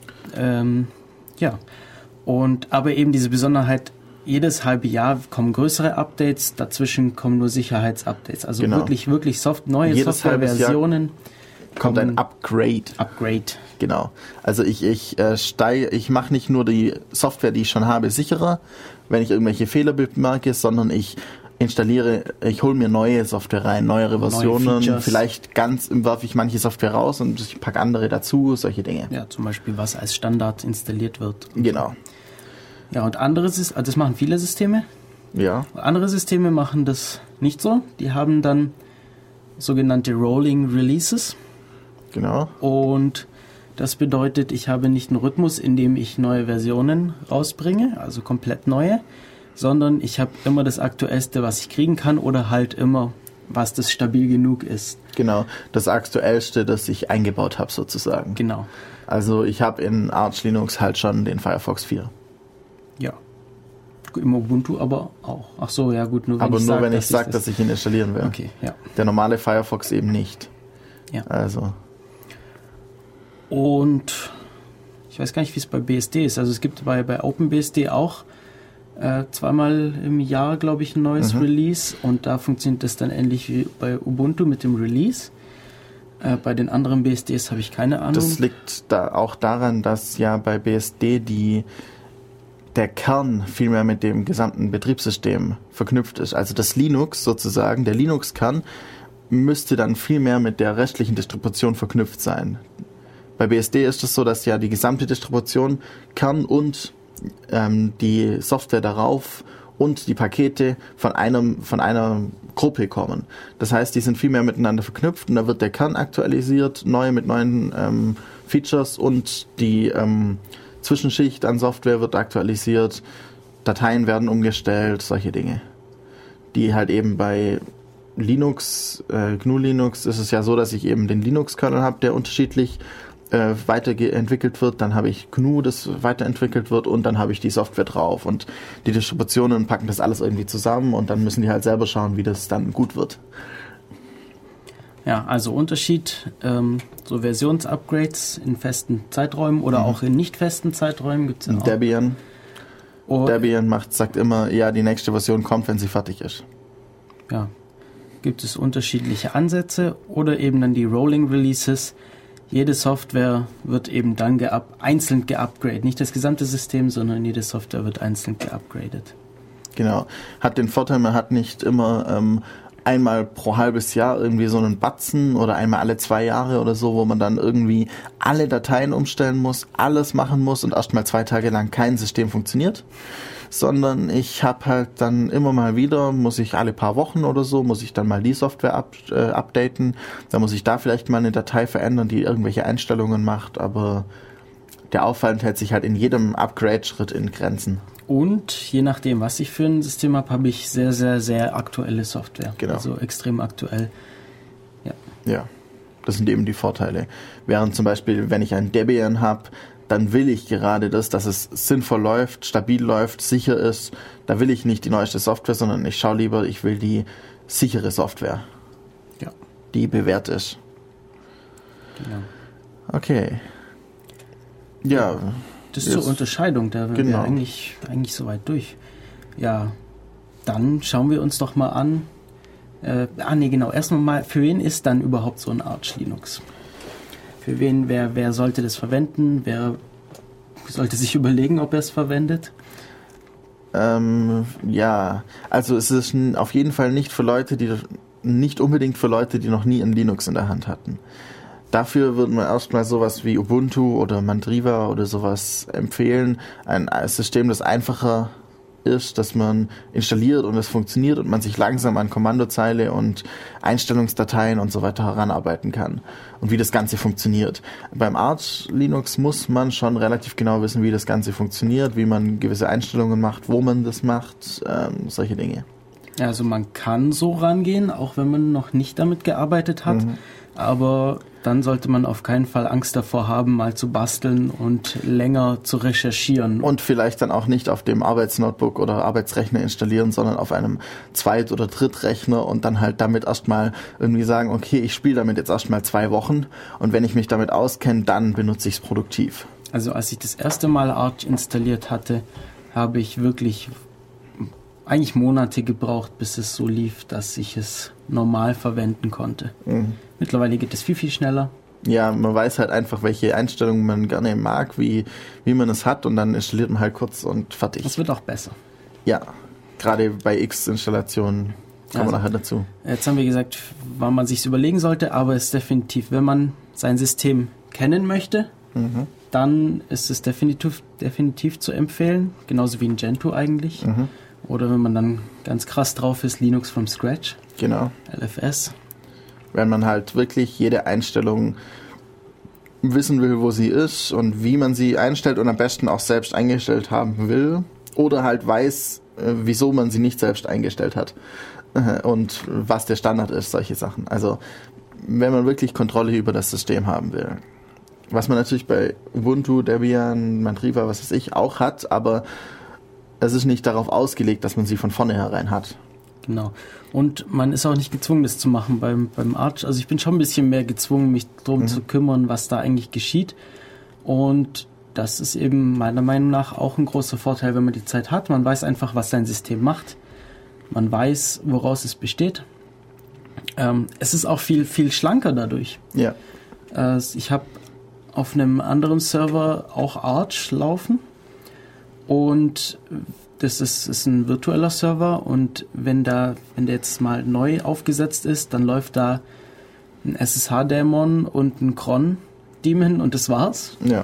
Ja. Aber eben diese Besonderheit, jedes halbe Jahr kommen größere Updates, dazwischen kommen nur Sicherheitsupdates. Also wirklich neue Softwareversionen. Kommt ein Upgrade. Genau. Also ich mache nicht nur die Software, die ich schon habe, sicherer, wenn ich irgendwelche Fehler bemerke, sondern ich hole mir neue Software rein, neuere Versionen, vielleicht werfe ich manche Software raus und ich packe andere dazu, solche Dinge. Ja, zum Beispiel was als Standard installiert wird. Genau. Ja, und das machen viele Systeme. Ja. Andere Systeme machen das nicht so. Die haben dann sogenannte Rolling Releases. Genau. Und das bedeutet, ich habe nicht einen Rhythmus, in dem ich neue Versionen rausbringe, also komplett neue, sondern ich habe immer das Aktuellste, was ich kriegen kann oder halt immer, was das stabil genug ist. Genau, das Aktuellste, das ich eingebaut habe sozusagen. Genau. Also ich habe in Arch Linux halt schon den Firefox 4. Ja. Im Ubuntu aber auch. Ach so, ja gut. Nur wenn ich sage, dass ich ihn installieren will. Okay, ja. Der normale Firefox eben nicht. Ja. Also. Und ich weiß gar nicht, wie es bei BSD ist. Also es gibt bei OpenBSD auch zweimal im Jahr, glaube ich, ein neues Release. Und da funktioniert das dann ähnlich wie bei Ubuntu mit dem Release. Bei den anderen BSDs habe ich keine Ahnung. Das liegt da auch daran, dass ja bei BSD der Kern viel mehr mit dem gesamten Betriebssystem verknüpft ist. Also das Linux sozusagen, der Linux-Kern müsste dann viel mehr mit der restlichen Distribution verknüpft sein. Bei BSD ist es so, dass ja die gesamte Distribution, Kern und die Software darauf und die Pakete von einer Gruppe kommen. Das heißt, die sind viel mehr miteinander verknüpft und da wird der Kern aktualisiert, mit neuen Features und die Zwischenschicht an Software wird aktualisiert, Dateien werden umgestellt, solche Dinge. Die halt eben bei Linux, GNU Linux ist es ja so, dass ich eben den Linux-Kernel habe, der unterschiedlich weiterentwickelt wird, dann habe ich GNU, das weiterentwickelt wird und dann habe ich die Software drauf und die Distributionen packen das alles irgendwie zusammen und dann müssen die halt selber schauen, wie das dann gut wird. Ja, also Unterschied, so Versionsupgrades in festen Zeiträumen oder auch in nicht festen Zeiträumen gibt es ja auch. Debian sagt immer, ja, die nächste Version kommt, wenn sie fertig ist. Ja, gibt es unterschiedliche Ansätze oder eben dann die Rolling Releases, jede Software wird eben dann einzeln geupgradet. Nicht das gesamte System, sondern jede Software wird einzeln geupgradet. Genau. Hat den Vorteil, man hat nicht immer einmal pro halbes Jahr irgendwie so einen Batzen oder einmal alle 2 Jahre oder so, wo man dann irgendwie alle Dateien umstellen muss, alles machen muss und erst mal 2 Tage lang kein System funktioniert. Sondern ich habe halt dann immer mal wieder, muss ich alle paar Wochen oder so, muss ich dann mal die Software updaten. Da muss ich da vielleicht mal eine Datei verändern, die irgendwelche Einstellungen macht, aber der Aufwand hält sich halt in jedem Upgrade-Schritt in Grenzen. Und je nachdem, was ich für ein System habe ich sehr, sehr, sehr aktuelle Software. Genau. Also extrem aktuell. Ja, das sind eben die Vorteile. Während zum Beispiel, wenn ich ein Debian habe, dann will ich gerade das, dass es sinnvoll läuft, stabil läuft, sicher ist. Da will ich nicht die neueste Software, sondern ich schaue lieber, ich will die sichere Software, die bewährt ist. Genau. Okay. Ja. Das ist zur Unterscheidung, da sind wir eigentlich soweit durch. Ja, dann schauen wir uns doch mal an. Erstmal mal, für wen ist dann überhaupt so ein Arch Linux? Für wen, wer sollte das verwenden? Wer sollte sich überlegen, ob er es verwendet? Ja, also es ist auf jeden Fall nicht unbedingt für Leute, die noch nie ein Linux in der Hand hatten. Dafür würde man erstmal sowas wie Ubuntu oder Mandriva oder sowas empfehlen. Ein System, das einfacher ist, dass man installiert und es funktioniert und man sich langsam an Kommandozeile und Einstellungsdateien und so weiter heranarbeiten kann und wie das Ganze funktioniert. Beim Arch Linux muss man schon relativ genau wissen, wie das Ganze funktioniert, wie man gewisse Einstellungen macht, wo man das macht, solche Dinge. Also man kann so rangehen, auch wenn man noch nicht damit gearbeitet hat, aber dann sollte man auf keinen Fall Angst davor haben, mal zu basteln und länger zu recherchieren. Und vielleicht dann auch nicht auf dem Arbeitsnotebook oder Arbeitsrechner installieren, sondern auf einem Zweit- oder Drittrechner und dann halt damit erstmal irgendwie sagen, okay, ich spiele damit jetzt erstmal 2 Wochen und wenn ich mich damit auskenne, dann benutze ich es produktiv. Also als ich das erste Mal Arch installiert hatte, habe ich wirklich eigentlich Monate gebraucht, bis es so lief, dass ich es normal verwenden konnte. Mittlerweile geht es viel, viel schneller. Ja, man weiß halt einfach, welche Einstellungen man gerne mag, wie man es hat und dann installiert man halt kurz und fertig. Das wird auch besser. Ja, gerade bei X-Installationen kommen wir nachher dazu. Jetzt haben wir gesagt, wann man sich überlegen sollte, aber es ist definitiv, wenn man sein System kennen möchte, dann ist es definitiv zu empfehlen, genauso wie ein Gentoo eigentlich. Oder wenn man dann ganz krass drauf ist, Linux from Scratch. Genau. LFS. Wenn man halt wirklich jede Einstellung wissen will, wo sie ist und wie man sie einstellt und am besten auch selbst eingestellt haben will. Oder halt weiß, wieso man sie nicht selbst eingestellt hat. Und was der Standard ist, solche Sachen. Also, wenn man wirklich Kontrolle über das System haben will. Was man natürlich bei Ubuntu, Debian, Mandriva, was weiß ich, auch hat, aber es ist nicht darauf ausgelegt, dass man sie von vornherein hat. Genau. Und man ist auch nicht gezwungen, das zu machen beim Arch. Also ich bin schon ein bisschen mehr gezwungen, mich darum zu kümmern, was da eigentlich geschieht. Und das ist eben meiner Meinung nach auch ein großer Vorteil, wenn man die Zeit hat. Man weiß einfach, was sein System macht. Man weiß, woraus es besteht. Es ist auch viel, viel schlanker dadurch. Ja. Ich habe auf einem anderen Server auch Arch laufen. Und das ist ein virtueller Server und wenn der jetzt mal neu aufgesetzt ist, dann läuft da ein SSH-Dämon und ein Cron-Daemon und das war's. Ja.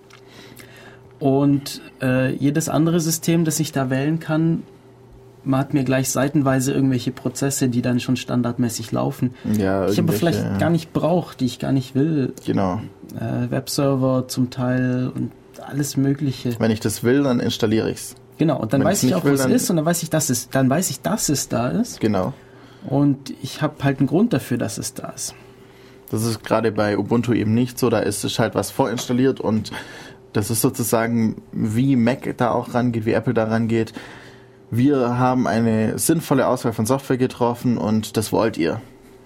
Und jedes andere System, das ich da wählen kann, hat mir gleich seitenweise irgendwelche Prozesse, die dann schon standardmäßig laufen. Ja, ich aber vielleicht gar nicht brauche, die ich gar nicht will. Genau. Webserver zum Teil und alles Mögliche. Wenn ich das will, dann installiere ich es. Genau, und dann weiß ich auch, wo es ist und dann weiß ich, dass es da ist. Genau. Und ich habe halt einen Grund dafür, dass es da ist. Das ist gerade bei Ubuntu eben nicht so, da ist es halt was vorinstalliert und das ist sozusagen, wie Mac da auch rangeht, wie Apple da rangeht. Wir haben eine sinnvolle Auswahl von Software getroffen und das wollt ihr.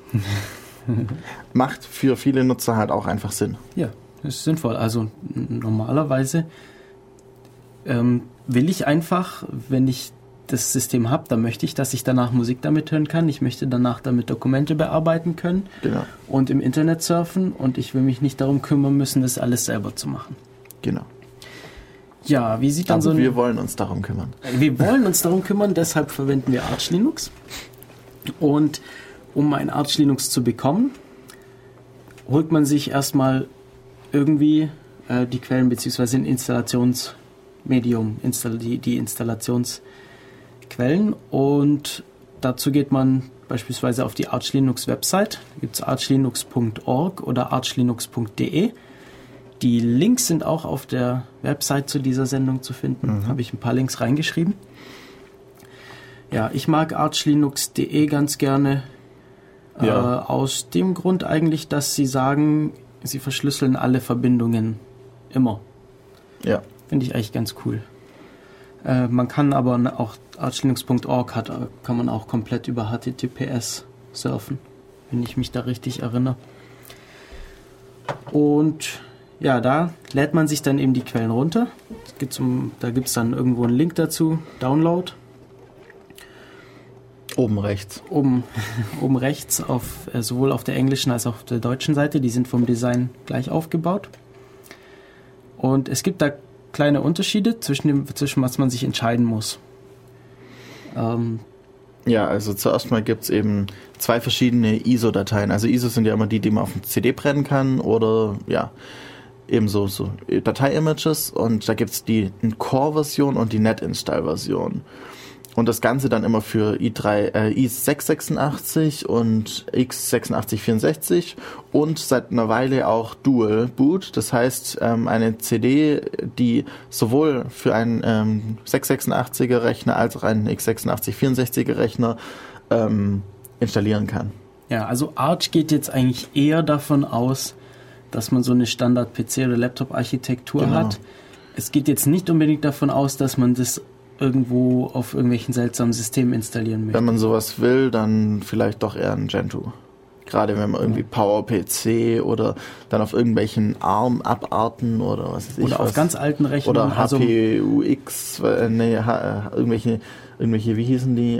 Macht für viele Nutzer halt auch einfach Sinn. Ja, das ist sinnvoll. Also normalerweise will ich einfach, wenn ich das System habe, dann möchte ich, dass ich danach Musik damit hören kann. Ich möchte danach damit Dokumente bearbeiten können und im Internet surfen und ich will mich nicht darum kümmern müssen, das alles selber zu machen. Genau. Ja, wie sieht dann so wir wollen uns darum kümmern. Wir wollen uns darum kümmern, deshalb verwenden wir Arch Linux. Und um ein Arch Linux zu bekommen, holt man sich erstmal irgendwie die Quellen bzw. ein Installationsmedium, die Installationsquellen, und dazu geht man beispielsweise auf die Arch Linux Website, da gibt es archlinux.org oder archlinux.de. Die Links sind auch auf der Website zu dieser Sendung zu finden, habe ich ein paar Links reingeschrieben. Ja, ich mag archlinux.de ganz gerne, aus dem Grund eigentlich, dass sie sagen, sie verschlüsseln alle Verbindungen immer. Ja. Finde ich eigentlich ganz cool. Man kann aber auch archlinux.org kann man auch komplett über HTTPS surfen, wenn ich mich da richtig erinnere. Und ja, da lädt man sich dann eben die Quellen runter. Da gibt es dann irgendwo einen Link dazu, Download. Oben rechts. Oben rechts, sowohl auf der englischen als auch auf der deutschen Seite. Die sind vom Design gleich aufgebaut. Und es gibt da kleine Unterschiede zwischen was man sich entscheiden muss. Ja, also zuerst mal gibt es eben 2 verschiedene ISO-Dateien. Also ISO sind ja immer die man auf eine CD brennen kann oder eben so Datei-Images, und da gibt es die Core-Version und die Net-Install-Version. Und das Ganze dann immer für i686 und x8664 und seit einer Weile auch Dual Boot. Das heißt, eine CD, die sowohl für einen 686er Rechner als auch einen x8664er Rechner installieren kann. Ja, also Arch geht jetzt eigentlich eher davon aus, dass man so eine Standard-PC- oder Laptop-Architektur hat. Es geht jetzt nicht unbedingt davon aus, dass man das irgendwo auf irgendwelchen seltsamen Systemen installieren möchte. Wenn man sowas will, dann vielleicht doch eher ein Gentoo. Gerade wenn man irgendwie PowerPC oder dann auf irgendwelchen ARM-Abarten oder was weiß ich. Oder auf ganz alten Rechnern. Oder HPUX, irgendwelche, wie hießen die?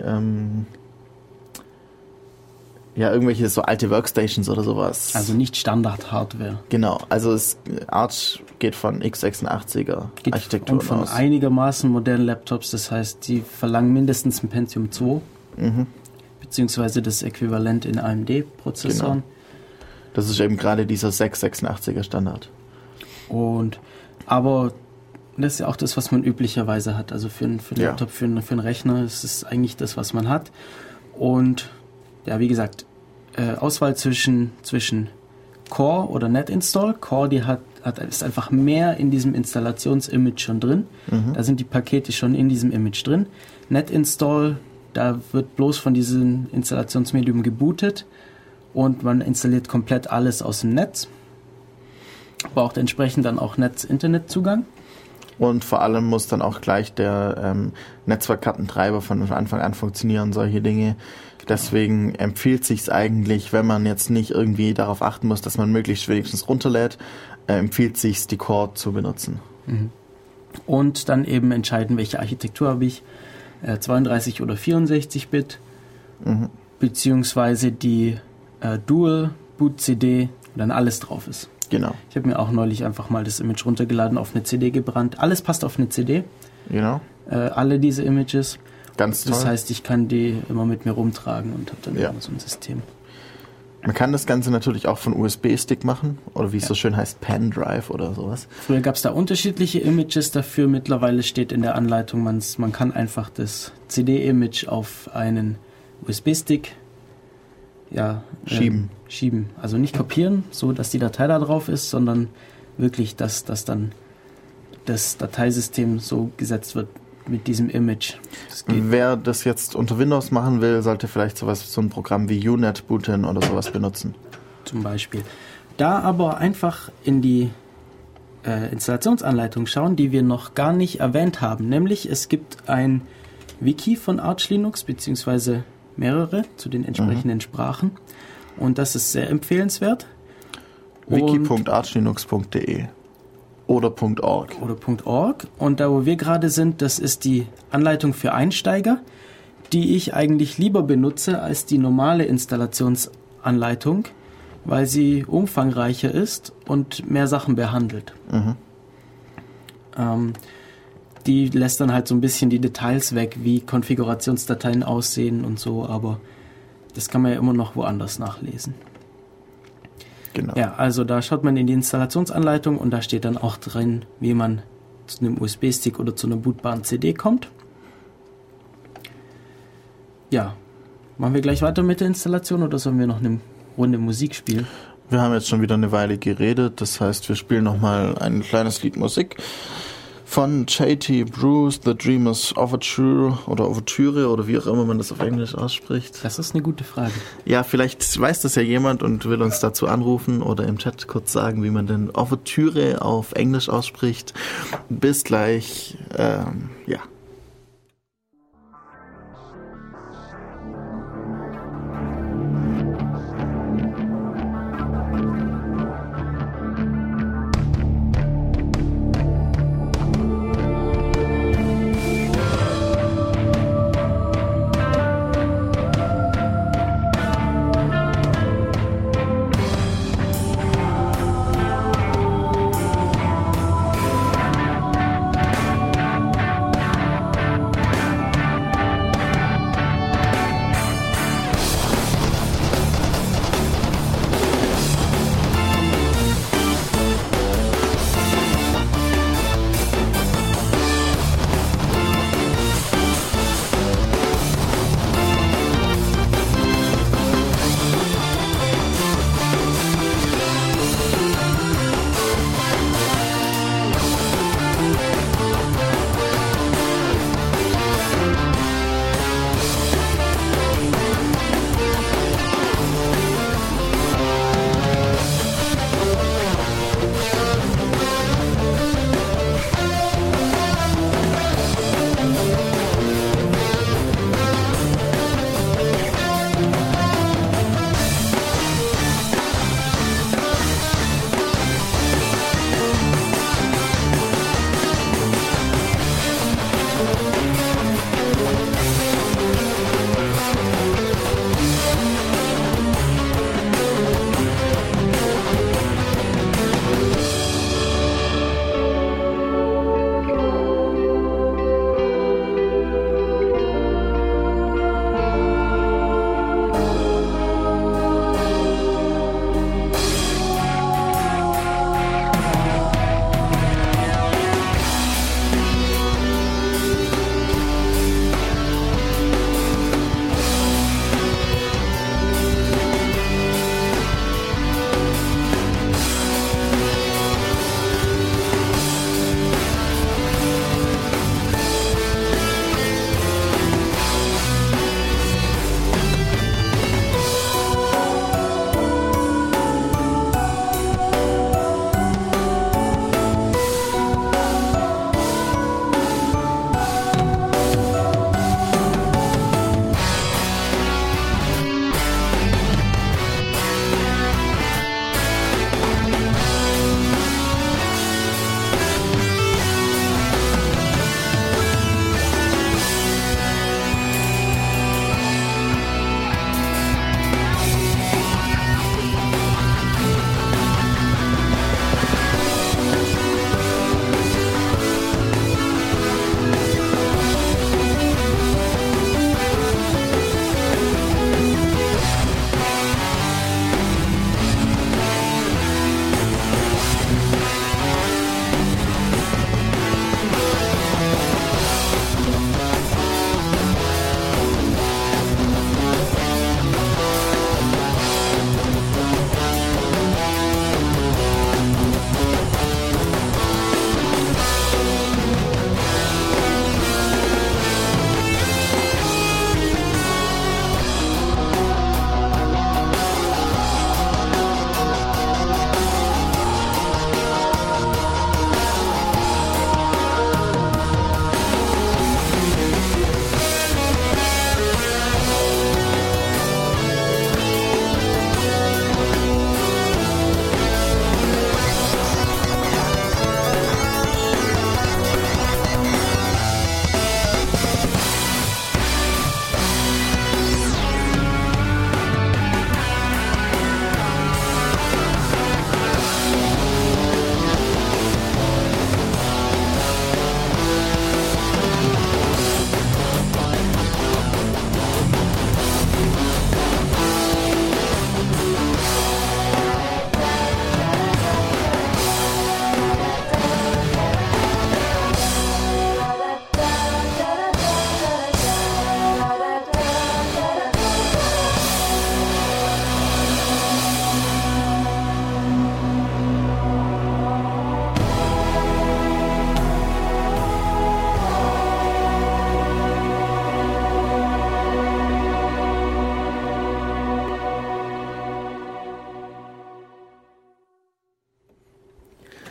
Irgendwelche so alte Workstations oder sowas. Also nicht Standard-Hardware. Genau, also Arch geht von x86er Architekturen aus. Und von einigermaßen modernen Laptops, das heißt, die verlangen mindestens ein Pentium 2, beziehungsweise das Äquivalent in AMD-Prozessoren. Genau. Das ist eben gerade dieser 686er Standard. Aber das ist ja auch das, was man üblicherweise hat. Also für einen Laptop, für einen Rechner ist es eigentlich das, was man hat. Und ja, wie gesagt, Auswahl zwischen Core oder NetInstall. Core, ist einfach mehr in diesem Installationsimage schon drin. Da sind die Pakete schon in diesem Image drin. NetInstall, da wird bloß von diesem Installationsmedium gebootet und man installiert komplett alles aus dem Netz. Braucht entsprechend dann auch Netz-Internet-Zugang. Und vor allem muss dann auch gleich der Netzwerkkartentreiber von Anfang an funktionieren, solche Dinge. Deswegen empfiehlt sich's eigentlich, wenn man jetzt nicht irgendwie darauf achten muss, dass man möglichst wenigstens runterlädt, empfiehlt sich's, die Core zu benutzen. Und dann eben entscheiden, welche Architektur habe ich, 32 oder 64-Bit, beziehungsweise die Dual Boot CD, wo dann alles drauf ist. Genau. Ich habe mir auch neulich einfach mal das Image runtergeladen, auf eine CD gebrannt. Alles passt auf eine CD. Genau. Alle diese Images. Ganz toll. Das heißt, ich kann die immer mit mir rumtragen und habe dann immer so ein System. Man kann das Ganze natürlich auch von USB-Stick machen oder wie es so schön heißt, Pendrive oder sowas. Früher gab es da unterschiedliche Images dafür. Mittlerweile steht in der Anleitung, man kann einfach das CD-Image auf einen USB-Stick schieben. Also nicht kopieren, so dass die Datei da drauf ist, sondern wirklich, dass dann das Dateisystem so gesetzt wird mit diesem Image. Wer das jetzt unter Windows machen will, sollte vielleicht so ein Programm wie UNet booten oder sowas benutzen. Zum Beispiel. Da aber einfach in die Installationsanleitung schauen, die wir noch gar nicht erwähnt haben. Nämlich es gibt ein Wiki von Arch Linux, beziehungsweise mehrere zu den entsprechenden Sprachen. Und das ist sehr empfehlenswert. wiki.archlinux.de. Oder .org. Oder .org. Und da, wo wir gerade sind, das ist die Anleitung für Einsteiger, die ich eigentlich lieber benutze als die normale Installationsanleitung, weil sie umfangreicher ist und mehr Sachen behandelt. Die lässt dann halt so ein bisschen die Details weg, wie Konfigurationsdateien aussehen und so, aber das kann man ja immer noch woanders nachlesen. Genau. Ja, also da schaut man in die Installationsanleitung und da steht dann auch drin, wie man zu einem USB-Stick oder zu einer bootbaren CD kommt. Ja, machen wir gleich weiter mit der Installation oder sollen wir noch eine Runde Musik spielen? Wir haben jetzt schon wieder eine Weile geredet, das heißt, wir spielen nochmal ein kleines Lied Musik von J.T. Bruce, The Dreamers Overture oder wie auch immer man das auf Englisch ausspricht. Das ist eine gute Frage. Ja, vielleicht weiß das ja jemand und will uns dazu anrufen oder im Chat kurz sagen, wie man denn Overture auf Englisch ausspricht. Bis gleich, ja.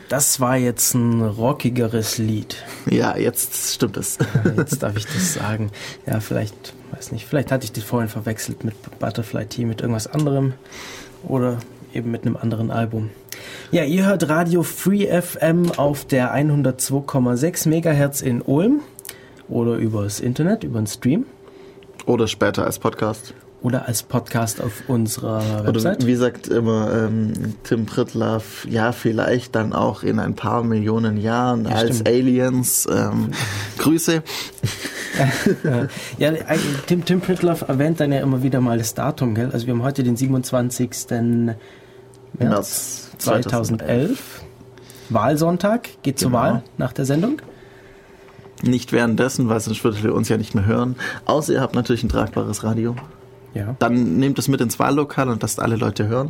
Das war jetzt ein rockigeres Lied. Ja, jetzt stimmt es. Jetzt darf ich das sagen. Ja, vielleicht, weiß nicht, vielleicht hatte ich das vorhin verwechselt mit Butterfly Tea, mit irgendwas anderem oder eben mit einem anderen Album. Ja, ihr hört Radio Free FM auf der 102,6 MHz in Ulm oder übers Internet, über den Stream. Oder später als Podcast. Oder als Podcast auf unserer Website. Oder wie sagt immer Tim Pritlove, ja, vielleicht dann auch in ein paar Millionen Jahren ja, als stimmt. Aliens. Grüße. Ja, Tim Pritlove erwähnt dann ja immer wieder mal das Datum, gell? Also wir haben heute den 27. März 2011. Wahlsonntag, geht zur Wahl nach der Sendung. Nicht währenddessen, weil sonst würdet ihr uns ja nicht mehr hören. Außer ihr habt natürlich ein tragbares Radio. Ja. Dann nehmt es mit ins Wahllokal und lasst alle Leute hören.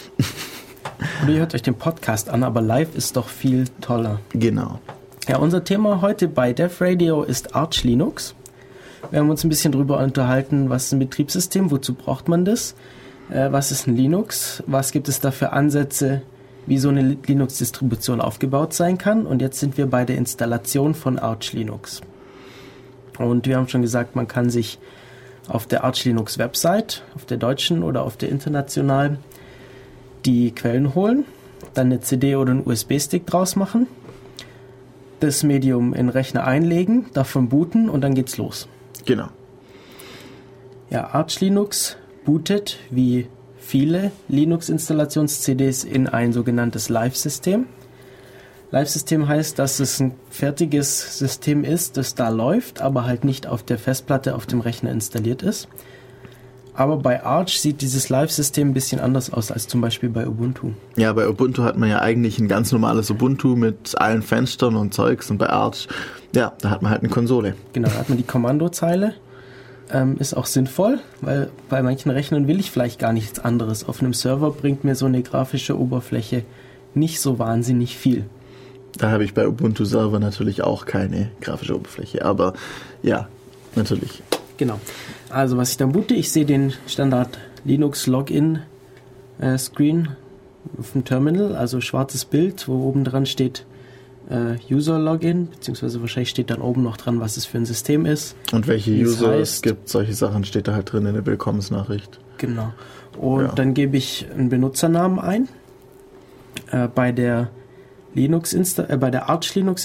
Oder ihr hört euch den Podcast an, aber live ist doch viel toller. Genau. Ja, unser Thema heute bei Def Radio ist Arch Linux. Wir haben uns ein bisschen darüber unterhalten, was ist ein Betriebssystem, wozu braucht man das, was ist ein Linux, was gibt es da für Ansätze, wie so eine Linux-Distribution aufgebaut sein kann. Und jetzt sind wir bei der Installation von Arch Linux. Und wir haben schon gesagt, man kann sich auf der Arch Linux Website, auf der deutschen oder auf der internationalen, die Quellen holen, dann eine CD oder einen USB-Stick draus machen, das Medium in den Rechner einlegen, davon booten und dann geht's los. Genau. Ja, Arch Linux bootet wie viele Linux-Installations-CDs in ein sogenanntes Live-System. Live-System heißt, dass es ein fertiges System ist, das da läuft, aber halt nicht auf der Festplatte auf dem Rechner installiert ist. Aber bei Arch sieht dieses Live-System ein bisschen anders aus als zum Beispiel bei Ubuntu. Ja, bei Ubuntu hat man ja eigentlich ein ganz normales Ubuntu mit allen Fenstern und Zeugs und bei Arch, ja, da hat man halt eine Konsole. Genau, da hat man die Kommandozeile. Ist auch sinnvoll, weil bei manchen Rechnern will ich vielleicht gar nichts anderes. Auf einem Server bringt mir so eine grafische Oberfläche nicht so wahnsinnig viel. Da habe ich bei Ubuntu Server natürlich auch keine grafische Oberfläche, aber ja, natürlich. Genau. Also was ich dann boote, ich sehe den Standard Linux Login Screen auf dem Terminal, also schwarzes Bild, wo oben dran steht User Login, beziehungsweise wahrscheinlich steht dann oben noch dran, was es für ein System ist. Und welche User es gibt, solche Sachen steht da halt drin in der Willkommensnachricht. Genau. Und dann gebe ich einen Benutzernamen ein. Bei der bei der Arch Linux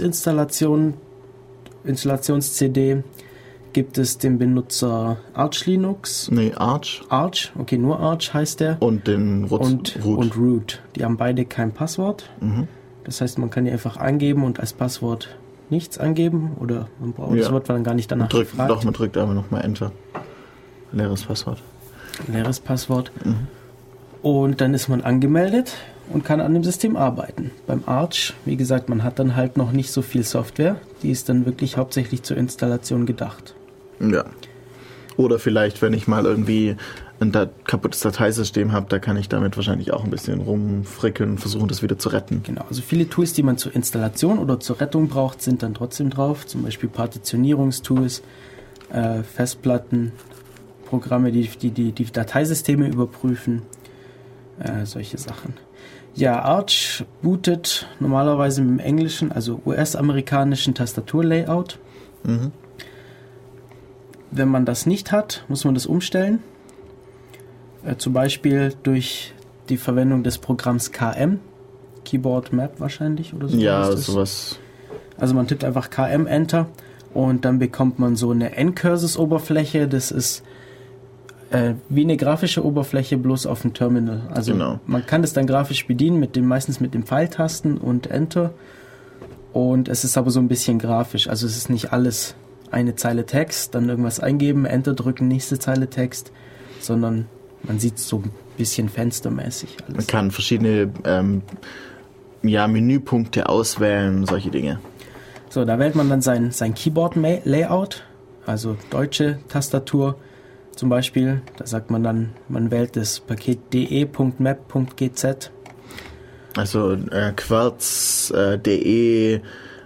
Installations-CD gibt es den Benutzer Arch Linux. Nee, Arch. Arch, okay, nur Arch heißt der. Und den Root. Und Root. Die haben beide kein Passwort. Mhm. Das heißt, man kann die einfach angeben und als Passwort nichts angeben. Oder man braucht das Wort, weil dann gar nicht danach gefragt. Doch, man drückt aber nochmal Enter. Leeres Passwort. Leeres Passwort. Mhm. Und dann ist man angemeldet und kann an dem System arbeiten. Beim Arch, wie gesagt, man hat dann halt noch nicht so viel Software. Die ist dann wirklich hauptsächlich zur Installation gedacht. Ja. Oder vielleicht, wenn ich mal irgendwie ein kaputtes Dateisystem habe, da kann ich damit wahrscheinlich auch ein bisschen rumfrickeln und versuchen, das wieder zu retten. Genau, also viele Tools, die man zur Installation oder zur Rettung braucht, sind dann trotzdem drauf. Zum Beispiel Partitionierungstools, Festplatten, Programme, die Dateisysteme überprüfen, solche Sachen. Ja, Arch bootet normalerweise mit dem englischen, also US-amerikanischen Tastaturlayout. Mhm. Wenn man das nicht hat, muss man das umstellen. Zum Beispiel durch die Verwendung des Programms KM, Keyboard Map wahrscheinlich oder so. Ja, sowas. Also man tippt einfach KM Enter und dann bekommt man so eine N-Curses-Oberfläche. Das ist wie eine grafische Oberfläche, bloß auf dem Terminal. Also man kann das dann grafisch bedienen, meistens mit den Pfeiltasten und Enter. Und es ist aber so ein bisschen grafisch. Also es ist nicht alles eine Zeile Text, dann irgendwas eingeben, Enter drücken, nächste Zeile Text, sondern man sieht so ein bisschen fenstermäßig alles. Man kann verschiedene Menüpunkte auswählen, solche Dinge. So, da wählt man dann sein Keyboard-Layout, also deutsche Tastatur zum Beispiel. Da sagt man dann, man wählt das Paket de.map.gz. Also Quartz, de,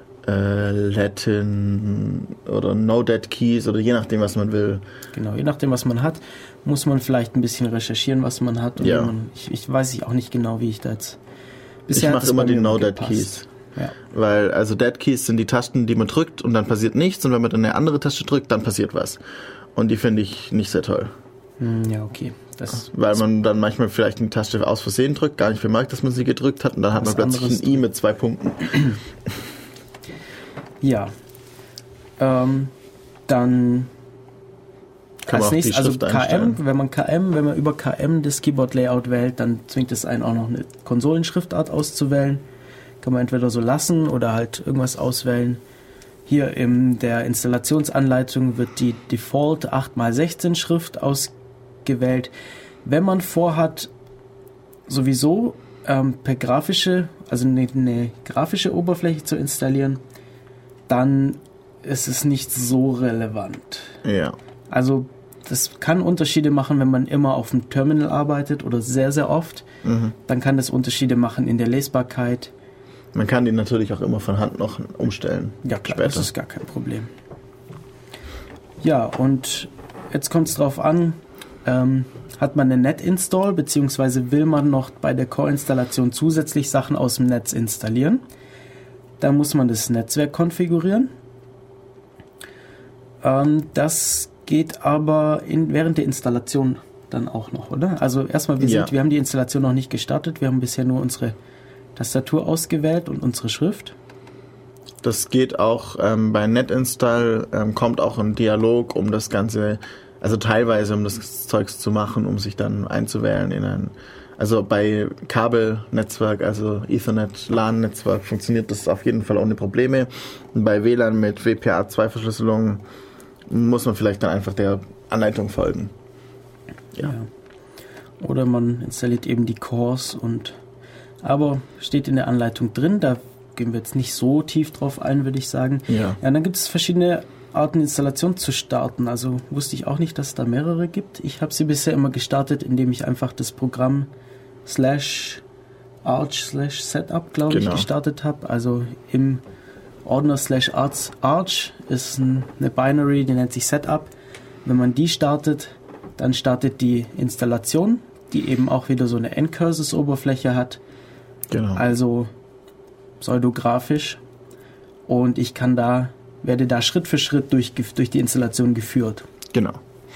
Latin oder No-Dat-Keys oder je nachdem, was man will. Genau, je nachdem, was man hat, muss man vielleicht ein bisschen recherchieren, was man hat. Und ich weiß auch nicht genau, wie ich da jetzt... Bisher ich mache immer die No-Dat-Keys. Ja. Weil, also Dead Keys sind die Tasten, die man drückt und dann passiert nichts und wenn man dann eine andere Taste drückt, dann passiert was. Und die finde ich nicht sehr toll. Ja, okay. Weil man dann manchmal vielleicht eine Taste aus Versehen drückt, gar nicht bemerkt, dass man sie gedrückt hat und dann hat man plötzlich ein I mit 2 Punkten. Ja. Dann als nächstes, also KM, wenn man über KM das Keyboard-Layout wählt, dann zwingt es einen auch noch eine Konsolenschriftart auszuwählen. Kann man entweder so lassen oder halt irgendwas auswählen. Hier in der Installationsanleitung wird die Default 8x16 Schrift ausgewählt. Wenn man vorhat, sowieso per grafische, also eine grafische Oberfläche zu installieren, dann ist es nicht so relevant. Ja. Also das kann Unterschiede machen, wenn man immer auf dem Terminal arbeitet oder sehr, sehr oft. Dann kann das Unterschiede machen in der Lesbarkeit. Man kann die natürlich auch immer von Hand noch umstellen. Ja klar, das ist gar kein Problem. Ja, und jetzt kommt es drauf an, hat man eine Net-Install, beziehungsweise will man noch bei der Core-Installation zusätzlich Sachen aus dem Netz installieren. Dann muss man das Netzwerk konfigurieren. Das geht aber während der Installation dann auch noch, oder? Also erstmal, wir haben die Installation noch nicht gestartet, wir haben bisher nur unsere Tastatur ausgewählt und unsere Schrift. Das geht auch bei NetInstall, kommt auch ein Dialog, um das Ganze, also teilweise um das Zeugs zu machen, um sich dann einzuwählen in ein, also bei Kabelnetzwerk, also Ethernet, LAN-Netzwerk funktioniert das auf jeden Fall ohne Probleme. Und bei WLAN mit WPA2-Verschlüsselung muss man vielleicht dann einfach der Anleitung folgen. Ja. Oder man installiert eben die Cores aber steht in der Anleitung drin, da gehen wir jetzt nicht so tief drauf ein, würde ich sagen. Ja, dann gibt es verschiedene Arten, Installation zu starten. Also wusste ich auch nicht, dass es da mehrere gibt. Ich habe sie bisher immer gestartet, indem ich einfach das Programm /arch/setup, glaube ich, gestartet habe. Also im Ordner /arch ist eine Binary, die nennt sich Setup. Wenn man die startet, dann startet die Installation, die eben auch wieder so eine N-Curses-Oberfläche hat. Genau. Also pseudografisch. Und ich werde da Schritt für Schritt durch die Installation geführt. Genau.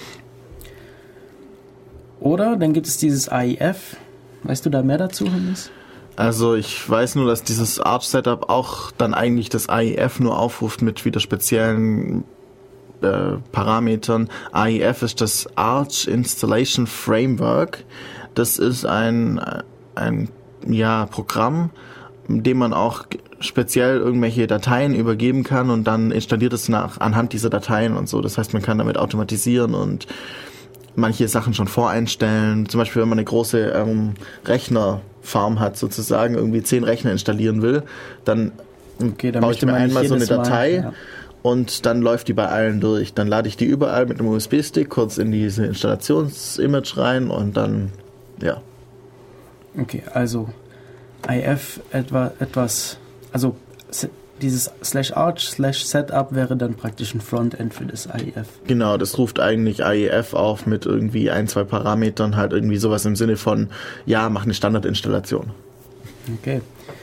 Oder dann gibt es dieses AIF. Weißt du da mehr dazu, Hannes? Also ich weiß nur, dass dieses Arch-Setup auch dann eigentlich das AIF nur aufruft mit wieder speziellen Parametern. AIF ist das Arch Installation Framework. Das ist ein Programm, in dem man auch speziell irgendwelche Dateien übergeben kann und dann installiert es anhand dieser Dateien und so. Das heißt, man kann damit automatisieren und manche Sachen schon voreinstellen. Zum Beispiel, wenn man eine große Rechnerfarm hat, sozusagen irgendwie 10 Rechner installieren will, dann baue ich mir einmal so eine Datei und dann läuft die bei allen durch. Dann lade ich die überall mit einem USB-Stick kurz in diese Installations-Image rein und dann, ja. Okay, also IF also dieses /arch/setup wäre dann praktisch ein Frontend für das AIF. Genau, das ruft eigentlich AIF auf mit irgendwie 1-2 Parametern, halt irgendwie sowas im Sinne von, ja, mach eine Standardinstallation. Okay.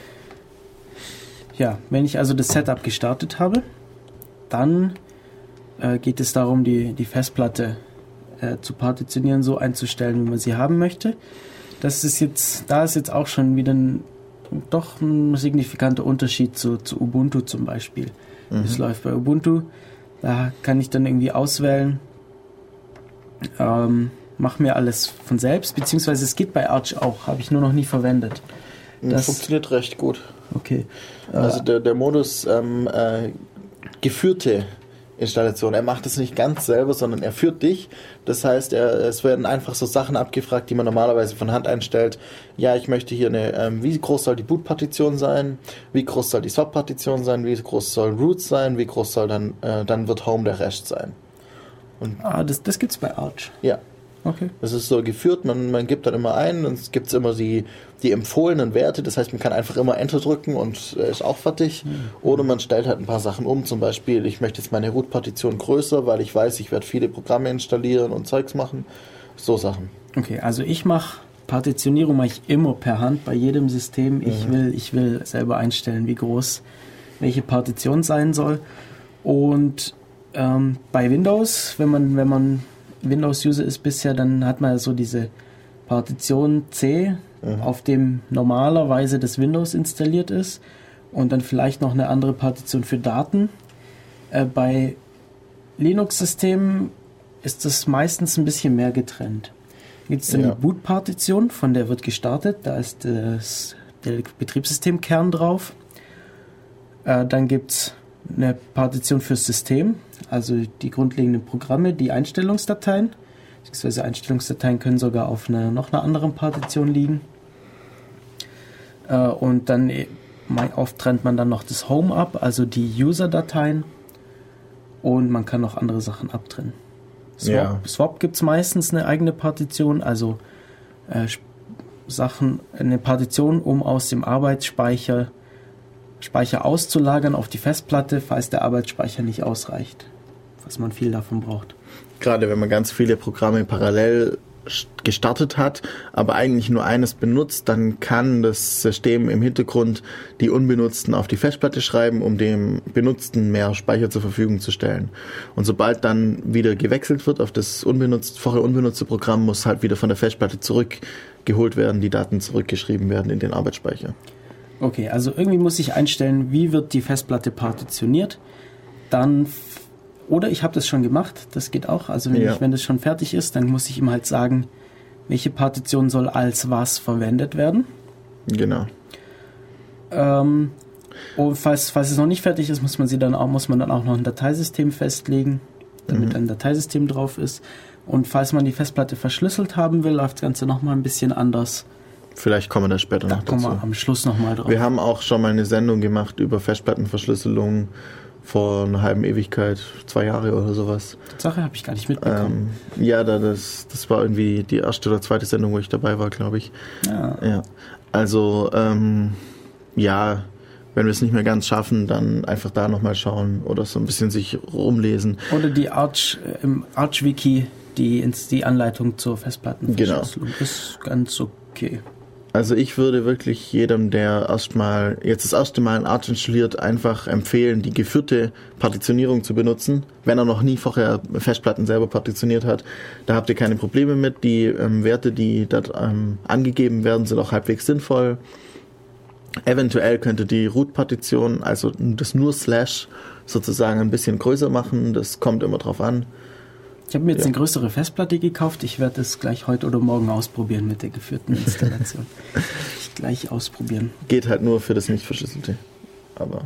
Ja, wenn ich also das Setup gestartet habe, dann geht es darum, die Festplatte zu partitionieren, so einzustellen, wie man sie haben möchte. Da ist jetzt auch schon wieder ein signifikanter Unterschied zu Ubuntu zum Beispiel. Das läuft bei Ubuntu. Da kann ich dann irgendwie auswählen, mache mir alles von selbst, beziehungsweise es geht bei Arch auch, habe ich nur noch nie verwendet. Das funktioniert recht gut. Okay. Also der Modus geführte Installation. Er macht es nicht ganz selber, sondern er führt dich. Das heißt, es werden einfach so Sachen abgefragt, die man normalerweise von Hand einstellt. Ja, ich möchte hier wie groß soll die Boot-Partition sein? Wie groß soll die Swap-Partition sein? Wie groß soll Root sein? Wie groß soll dann wird Home der Rest sein? Und das gibt's bei Arch. Ja. Okay. Das ist so geführt, man gibt dann immer ein und es gibt immer die empfohlenen Werte, das heißt, man kann einfach immer Enter drücken und ist auch fertig. Oder man stellt halt ein paar Sachen um, zum Beispiel, ich möchte jetzt meine Root-Partition größer, weil ich weiß, ich werde viele Programme installieren und Zeugs machen. So Sachen. Okay, also ich mache Partitionierung mache ich immer per Hand bei jedem System. Ich will selber einstellen, wie groß welche Partition sein soll. Und bei Windows, wenn man Windows-User ist bisher, dann hat man so diese Partition C, auf dem normalerweise das Windows installiert ist, und dann vielleicht noch eine andere Partition für Daten. Bei Linux-Systemen ist das meistens ein bisschen mehr getrennt. Da gibt es dann die Boot-Partition, von der wird gestartet, da ist der Betriebssystemkern drauf. Dann gibt es eine Partition fürs System, also die grundlegenden Programme, die Einstellungsdateien, beziehungsweise Einstellungsdateien können sogar auf noch einer anderen Partition liegen. Und dann oft trennt man dann noch das Home ab, also die User-Dateien, und man kann noch andere Sachen abtrennen. Swap gibt es meistens eine eigene Partition, also eine Partition, um aus dem Arbeitsspeicher auszulagern auf die Festplatte, falls der Arbeitsspeicher nicht ausreicht, falls man viel davon braucht. Gerade wenn man ganz viele Programme parallel gestartet hat, aber eigentlich nur eines benutzt, dann kann das System im Hintergrund die unbenutzten auf die Festplatte schreiben, um dem Benutzten mehr Speicher zur Verfügung zu stellen. Und sobald dann wieder gewechselt wird auf das vorher unbenutzte Programm, muss halt wieder von der Festplatte zurückgeholt werden, die Daten zurückgeschrieben werden in den Arbeitsspeicher. Okay, also irgendwie muss ich einstellen, wie wird die Festplatte partitioniert. Oder ich habe das schon gemacht, das geht auch. Also wenn das schon fertig ist, dann muss ich ihm halt sagen, welche Partition soll als was verwendet werden. Genau. Und falls es noch nicht fertig ist, muss man dann auch noch ein Dateisystem festlegen, damit ein Dateisystem drauf ist. Und falls man die Festplatte verschlüsselt haben will, läuft das Ganze nochmal ein bisschen anders. Vielleicht kommen wir da später noch dazu. Da kommen wir am Schluss nochmal drauf. Wir haben auch schon mal eine Sendung gemacht über Festplattenverschlüsselung vor einer halben Ewigkeit, 2 Jahre oder sowas. Tatsache habe ich gar nicht mitbekommen. Das war irgendwie die erste oder zweite Sendung, wo ich dabei war, glaube ich. Ja. Also, wenn wir es nicht mehr ganz schaffen, dann einfach da nochmal schauen oder so ein bisschen sich rumlesen. Oder im Arch-Wiki die Anleitung zur Festplattenverschlüsselung. Genau. Ist ganz okay. Also ich würde wirklich jedem, der das erste Mal ein Arch installiert, einfach empfehlen, die geführte Partitionierung zu benutzen, wenn er noch nie vorher Festplatten selber partitioniert hat. Da habt ihr keine Probleme mit. Die Werte, die dort angegeben werden, sind auch halbwegs sinnvoll. Eventuell könnte die Root-Partition, also das nur Slash, sozusagen ein bisschen größer machen. Das kommt immer drauf an. Ich habe mir jetzt eine größere Festplatte gekauft. Ich werde das gleich heute oder morgen ausprobieren mit der geführten Installation. Gleich ausprobieren. Geht halt nur für das nicht verschlüsselte. Aber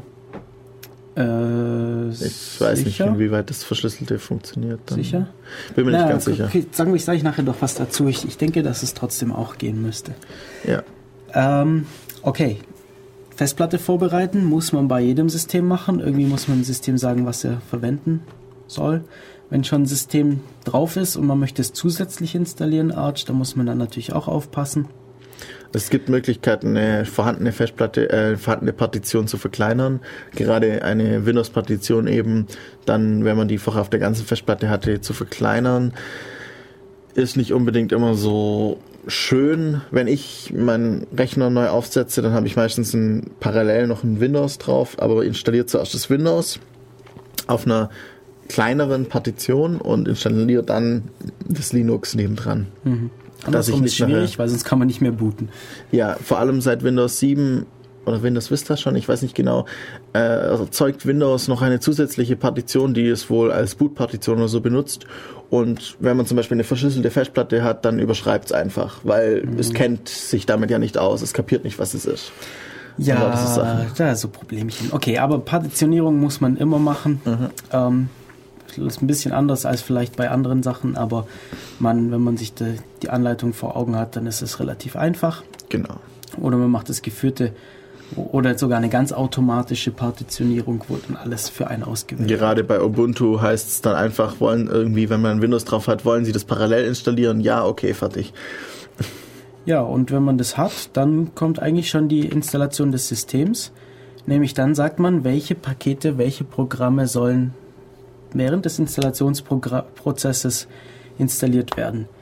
ich weiß nicht, inwieweit das Verschlüsselte funktioniert. Dann sicher? Bin mir nicht ganz sicher. Okay, sage ich nachher doch was dazu. Ich denke, dass es trotzdem auch gehen müsste. Ja. Okay. Festplatte vorbereiten muss man bei jedem System machen. Irgendwie muss man dem System sagen, was er verwenden soll. Wenn schon ein System drauf ist und man möchte es zusätzlich installieren, Arch, da muss man dann natürlich auch aufpassen. Es gibt Möglichkeiten, eine vorhandene vorhandene Partition zu verkleinern. Gerade eine Windows-Partition eben, dann, wenn man die vorher auf der ganzen Festplatte hatte, zu verkleinern, ist nicht unbedingt immer so schön. Wenn ich meinen Rechner neu aufsetze, dann habe ich meistens parallel noch ein Windows drauf, aber installiert zuerst das Windows auf einer kleineren Partition und installiere dann das Linux nebendran. Andersrum ist schwierig, weil sonst kann man nicht mehr booten. Ja, vor allem seit Windows 7 oder Windows Vista schon, ich weiß nicht genau, erzeugt Windows noch eine zusätzliche Partition, die es wohl als Boot-Partition oder so benutzt. Und wenn man zum Beispiel eine verschlüsselte Festplatte hat, dann überschreibt es einfach, weil es kennt sich damit ja nicht aus, es kapiert nicht, was es ist. Ja, da ist so Problemchen. Okay, aber Partitionierung muss man immer machen. Das ist ein bisschen anders als vielleicht bei anderen Sachen, aber wenn man sich die Anleitung vor Augen hat, dann ist es relativ einfach. Genau. Oder man macht das geführte oder sogar eine ganz automatische Partitionierung, wo dann alles für einen ausgewählt wird. Gerade bei Ubuntu heißt es dann einfach, wenn man Windows drauf hat, wollen Sie das parallel installieren? Ja, okay, fertig. Ja, und wenn man das hat, dann kommt eigentlich schon die Installation des Systems. Nämlich dann sagt man, welche Pakete, welche Programme sollen während des Installationsprozesses installiert werden.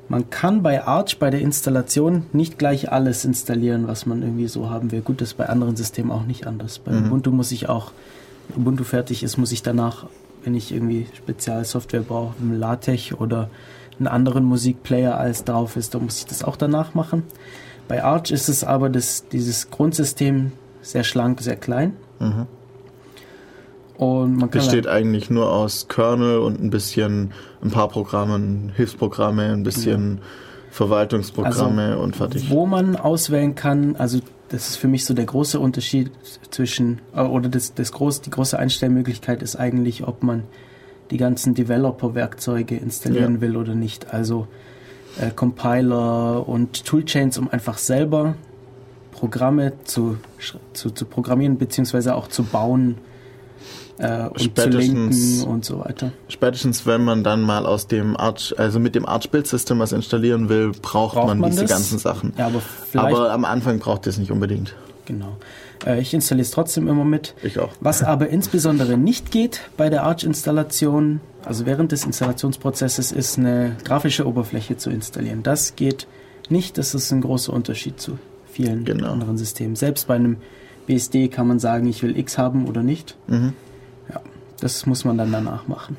Man kann bei Arch, bei der Installation, nicht gleich alles installieren, was man irgendwie so haben will. Gut, das ist bei anderen Systemen auch nicht anders. Bei Ubuntu muss ich auch, wenn Ubuntu fertig ist, muss ich danach, wenn ich irgendwie Spezialsoftware brauche, einen LaTeX oder einen anderen Musikplayer als drauf ist, dann muss ich das auch danach machen. Bei Arch ist es aber dieses Grundsystem sehr schlank, sehr klein. Mhm. Und man kann besteht eigentlich nur aus Kernel und ein paar Programmen, Hilfsprogramme, ein bisschen Verwaltungsprogramme und fertig. Wo man auswählen kann, also das ist für mich so der große Unterschied zwischen, oder die große Einstellmöglichkeit ist eigentlich, ob man die ganzen Developer-Werkzeuge installieren will oder nicht. Also Compiler und Toolchains, um einfach selber Programme zu programmieren beziehungsweise auch zu bauen und zu linken und so weiter. Spätestens, wenn man dann mal aus dem Arch, also mit dem Arch-Build-System was installieren will, braucht man diese ganzen Sachen. Ja, aber am Anfang braucht es nicht unbedingt. Genau. Ich installiere es trotzdem immer mit. Ich auch. Was aber insbesondere nicht geht bei der Arch-Installation, also während des Installationsprozesses, ist eine grafische Oberfläche zu installieren. Das geht nicht. Das ist ein großer Unterschied zu vielen anderen Systemen. Selbst bei einem BSD kann man sagen, ich will X haben oder nicht. Mhm. Ja, das muss man dann danach machen.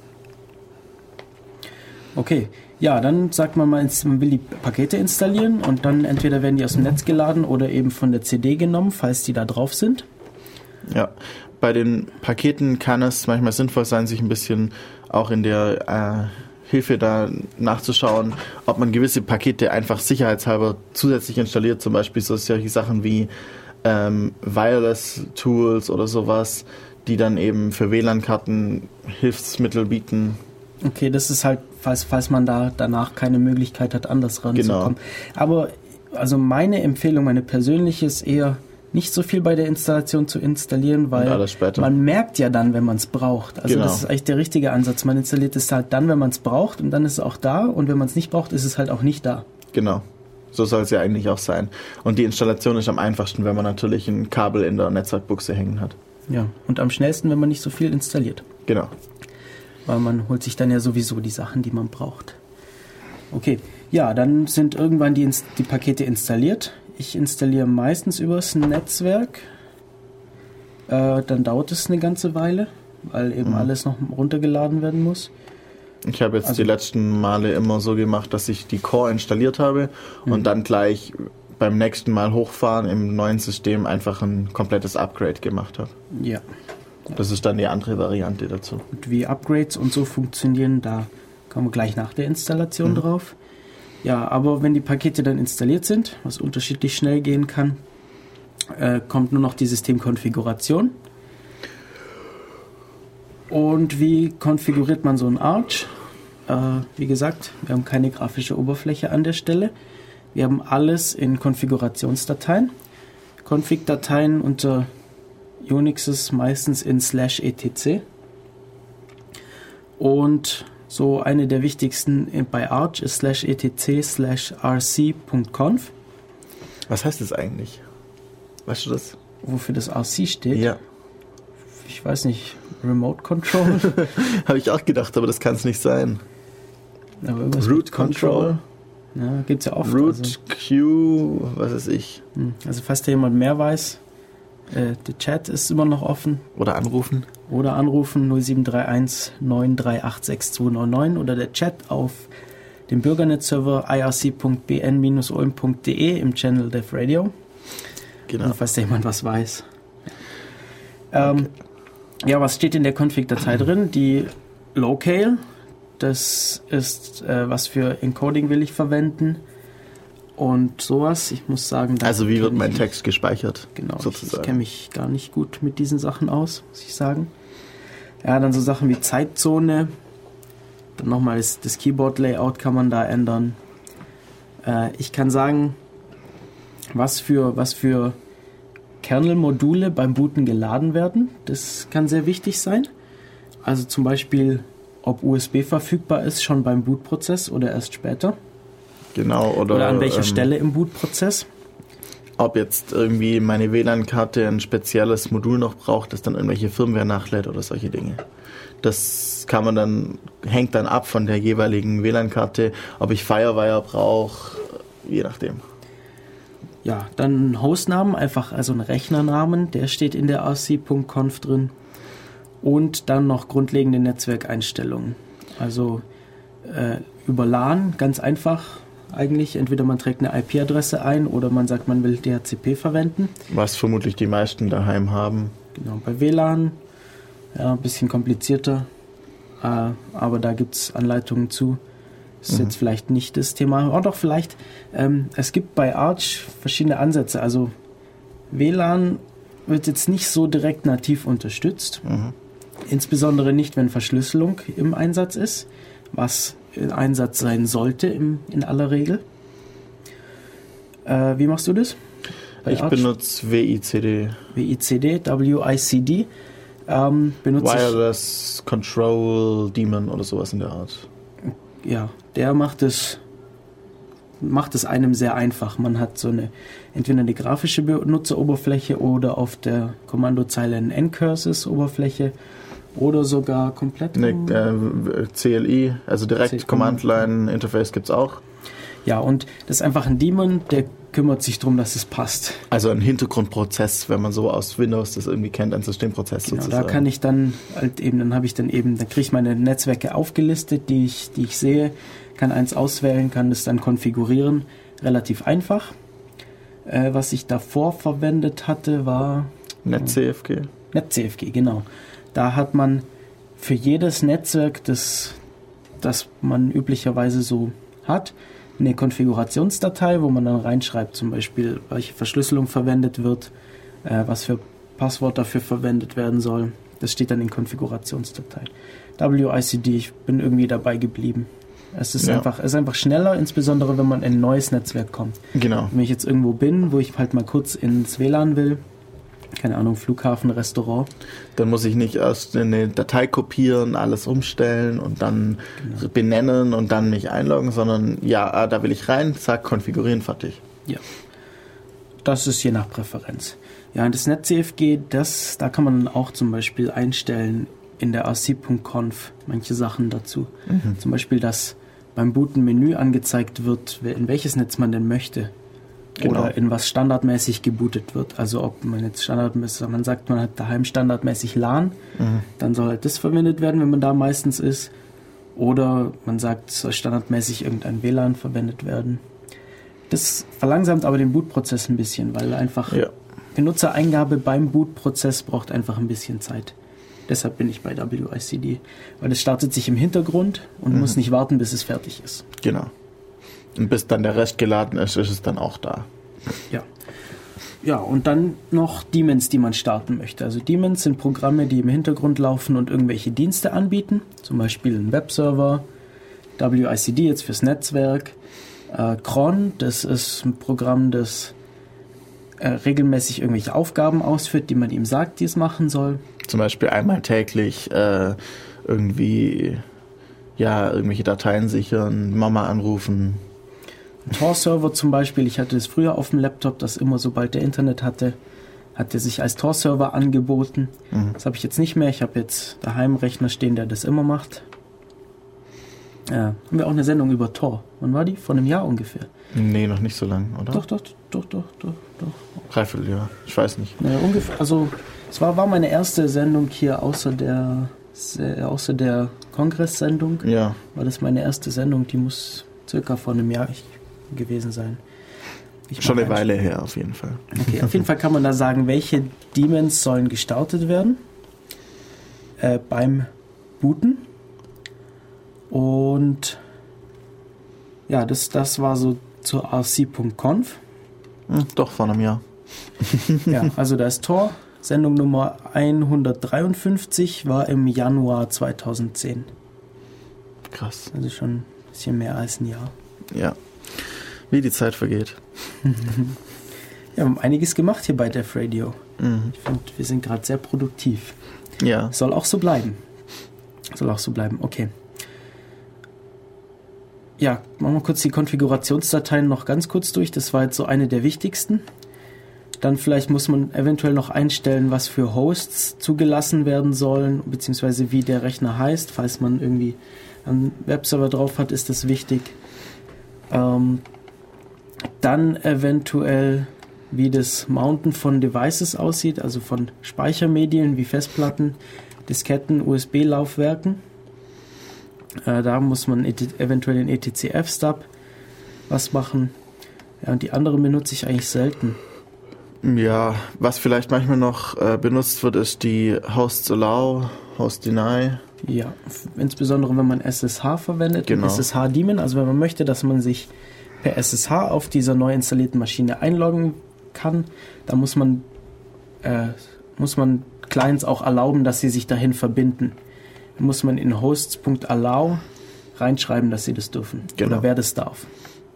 Okay, ja, dann sagt man mal, man will die Pakete installieren und dann entweder werden die aus dem Netz geladen oder eben von der CD genommen, falls die da drauf sind. Ja, bei den Paketen kann es manchmal sinnvoll sein, sich ein bisschen auch in der Hilfe da nachzuschauen, ob man gewisse Pakete einfach sicherheitshalber zusätzlich installiert, zum Beispiel solche Sachen wie Wireless-Tools oder sowas, die dann eben für WLAN-Karten Hilfsmittel bieten. Okay, das ist halt, falls man da danach keine Möglichkeit hat, anders ranzukommen. Genau. Aber also meine Empfehlung, meine persönliche, ist eher nicht so viel bei der Installation zu installieren, weil man merkt ja dann, wenn man es braucht. Also das ist eigentlich der richtige Ansatz. Man installiert es halt dann, wenn man es braucht und dann ist es auch da und wenn man es nicht braucht, ist es halt auch nicht da. Genau. So soll es ja eigentlich auch sein. Und die Installation ist am einfachsten, wenn man natürlich ein Kabel in der Netzwerkbuchse hängen hat. Ja, und am schnellsten, wenn man nicht so viel installiert. Genau. Weil man holt sich dann ja sowieso die Sachen, die man braucht. Okay, ja, dann sind irgendwann die Pakete installiert. Ich installiere meistens übers Netzwerk. Dann dauert es eine ganze Weile, weil eben alles noch runtergeladen werden muss. Ich habe jetzt die letzten Male immer so gemacht, dass ich die Core installiert habe und dann gleich beim nächsten Mal hochfahren im neuen System einfach ein komplettes Upgrade gemacht habe. Ja. Das ist dann die andere Variante dazu. Und wie Upgrades und so funktionieren, da kommen wir gleich nach der Installation drauf. Ja, aber wenn die Pakete dann installiert sind, was unterschiedlich schnell gehen kann, kommt nur noch die Systemkonfiguration. Und wie konfiguriert man so ein Arch? Wie gesagt, wir haben keine grafische Oberfläche an der Stelle. Wir haben alles in Konfigurationsdateien. Config-Dateien unter Unix ist meistens in /etc. Und so eine der wichtigsten bei Arch ist /etc/rc.conf. Was heißt das eigentlich? Weißt du das? Wofür das RC steht? Ja. Ich weiß nicht, Remote Control? Habe ich auch gedacht, aber das kann es nicht sein. Root Control? Ja, gibt es ja oft. Root, Q, was weiß ich. Also falls da jemand mehr weiß, der Chat ist immer noch offen. Oder anrufen. 0731 938 6299 oder der Chat auf dem Bürgernet-Server irc.bn-ulm.de im Channel Dev Radio. Genau. Also falls da jemand was weiß. Okay. Ja, was steht in der Config-Datei drin? Die Locale, das ist, was für Encoding will ich verwenden und sowas. Ich muss sagen... Also wie wird mein Text gespeichert? Genau, sozusagen. Ich kenne mich gar nicht gut mit diesen Sachen aus, muss ich sagen. Ja, dann so Sachen wie Zeitzone. Dann nochmal das Keyboard-Layout kann man da ändern. Ich kann sagen, was für Kernel-Module beim Booten geladen werden. Das kann sehr wichtig sein. Also zum Beispiel, ob USB verfügbar ist, schon beim Bootprozess oder erst später. Genau. Oder an welcher Stelle im Bootprozess. ob jetzt irgendwie meine WLAN-Karte ein spezielles Modul noch braucht, das dann irgendwelche Firmware nachlädt oder solche Dinge. Das kann man dann, hängt dann ab von der jeweiligen WLAN-Karte, ob ich Firewire brauche, je nachdem. Ja, dann ein Hostnamen, einfach also ein Rechnernamen, der steht in der rc.conf drin. Und dann noch grundlegende Netzwerkeinstellungen. Also über LAN, ganz einfach eigentlich. Entweder man trägt eine IP-Adresse ein oder man sagt, man will DHCP verwenden. Was vermutlich die meisten daheim haben. Genau, bei WLAN, ja, ein bisschen komplizierter. Aber da gibt es Anleitungen zu. Ist jetzt vielleicht nicht das Thema. Oder doch vielleicht, es gibt bei Arch verschiedene Ansätze. Also WLAN wird jetzt nicht so direkt nativ unterstützt. Insbesondere nicht, wenn Verschlüsselung im Einsatz ist, was im Einsatz sein sollte in aller Regel. Wie machst du das? Ich benutze WICD. WICD. Benutze Wireless Control Daemon oder sowas in der Art. Ja, der macht es einem sehr einfach. Man hat entweder eine grafische Benutzeroberfläche oder auf der Kommandozeile eine N-Curses-Oberfläche oder sogar komplett CLI, also direkt Command-Line-Interface gibt es auch. Ja, und das ist einfach ein Daemon, der kümmert sich darum, dass es passt. Also ein Hintergrundprozess, wenn man so aus Windows das irgendwie kennt, ein Systemprozess genau, sozusagen. Da kann ich dann halt eben, dann kriege ich meine Netzwerke aufgelistet, die ich sehe, kann eins auswählen, kann das dann konfigurieren. Relativ einfach. Was ich davor verwendet hatte, war NetCFG. NetCFG, genau. Da hat man für jedes Netzwerk, das man üblicherweise so hat, eine Konfigurationsdatei, wo man dann reinschreibt, zum Beispiel, welche Verschlüsselung verwendet wird, was für Passwort dafür verwendet werden soll. Das steht dann in Konfigurationsdatei. WICD, ich bin irgendwie dabei geblieben. Es ist einfach schneller, insbesondere wenn man in ein neues Netzwerk kommt. Genau. Wenn ich jetzt irgendwo bin, wo ich halt mal kurz ins WLAN will, keine Ahnung, Flughafen, Restaurant. Dann muss ich nicht erst eine Datei kopieren, alles umstellen und dann benennen und dann mich einloggen, sondern da will ich rein, zack, konfigurieren, fertig. Ja, das ist je nach Präferenz. Ja, und das NetCFG, da kann man auch zum Beispiel einstellen in der rc.conf manche Sachen dazu. Zum Beispiel, dass beim Booten Menü angezeigt wird, in welches Netz man denn möchte. Genau. Oder in was standardmäßig gebootet wird. Also ob man jetzt man sagt, man hat daheim standardmäßig LAN, dann soll halt das verwendet werden, wenn man da meistens ist. Oder man sagt, es soll standardmäßig irgendein WLAN verwendet werden. Das verlangsamt aber den Bootprozess ein bisschen, weil einfach Benutzereingabe beim Bootprozess braucht einfach ein bisschen Zeit. Deshalb bin ich bei WICD, weil es startet sich im Hintergrund und muss nicht warten, bis es fertig ist. Genau. Und bis dann der Rest geladen ist, ist es dann auch da. Ja. Ja, und dann noch Daemons, die man starten möchte. Also Daemons sind Programme, die im Hintergrund laufen und irgendwelche Dienste anbieten. Zum Beispiel ein Webserver, WICD jetzt fürs Netzwerk. Cron, das ist ein Programm, das regelmäßig irgendwelche Aufgaben ausführt, die man ihm sagt, die es machen soll. Zum Beispiel einmal täglich irgendwelche Dateien sichern, Mama anrufen. Tor-Server zum Beispiel, ich hatte es früher auf dem Laptop, das immer sobald der Internet hatte, hat er sich als Tor-Server angeboten. Das habe ich jetzt nicht mehr, ich habe jetzt daheim einen Rechner stehen, der das immer macht. Haben wir auch eine Sendung über Tor. Wann war die? Vor einem Jahr ungefähr. Nee, noch nicht so lang, oder? Doch. Dreivierteljahr, ich weiß nicht. Naja, ungefähr, also es war meine erste Sendung hier außer der Kongresssendung. Ja. War das meine erste Sendung, die muss circa vor einem Jahr gewesen sein. Schon eine Weile her, auf jeden Fall. Okay, auf jeden Fall kann man da sagen, welche Daemons sollen gestartet werden beim Booten. Und ja, das war so zur rc.conf. Doch, vor einem Jahr. Ja, also da ist Tor. Sendung Nummer 153 war im Januar 2010. Krass. Also schon ein bisschen mehr als ein Jahr. Ja, wie die Zeit vergeht. Ja, wir haben einiges gemacht hier bei Def Radio. Ich finde, wir sind gerade sehr produktiv. Ja. Soll auch so bleiben. Okay. Ja, machen wir kurz die Konfigurationsdateien noch ganz kurz durch. Das war jetzt so eine der wichtigsten. Dann vielleicht muss man eventuell noch einstellen, was für Hosts zugelassen werden sollen, beziehungsweise wie der Rechner heißt. Falls man irgendwie einen Webserver drauf hat, ist das wichtig. Dann eventuell, wie das Mounten von Devices aussieht, also von Speichermedien wie Festplatten, Disketten, USB-Laufwerken. Da muss man eventuell in etcf-stub was machen. Ja, und die anderen benutze ich eigentlich selten. Ja, was vielleicht manchmal noch benutzt wird, ist die Hosts Allow, Host Deny. Ja, insbesondere wenn man SSH verwendet, genau. SSH-Daemon, also wenn man möchte, dass man sich per SSH auf dieser neu installierten Maschine einloggen kann, da muss man Clients auch erlauben, dass sie sich dahin verbinden. Da muss man in hosts.allow reinschreiben, dass sie das dürfen. Genau. Oder wer das darf.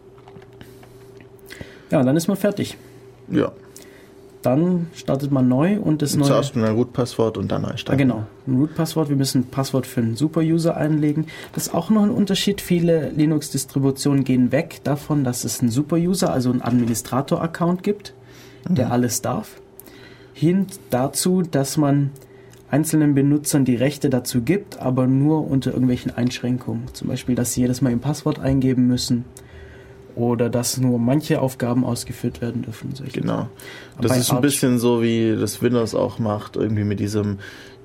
Ja, dann ist man fertig. Ja. Dann startet man neu und das neue... Zuerst ein Root-Passwort und dann neu starten. Genau, ein Root-Passwort. Wir müssen ein Passwort für einen Super-User einlegen. Das ist auch noch ein Unterschied. Viele Linux-Distributionen gehen weg davon, dass es einen Super-User, also einen Administrator-Account gibt, der alles darf. Hin dazu, dass man einzelnen Benutzern die Rechte dazu gibt, aber nur unter irgendwelchen Einschränkungen. Zum Beispiel, dass sie jedes Mal ein Passwort eingeben müssen. Oder dass nur manche Aufgaben ausgeführt werden dürfen. Genau. Das ist ein bisschen so, wie das Windows auch macht, irgendwie mit diesem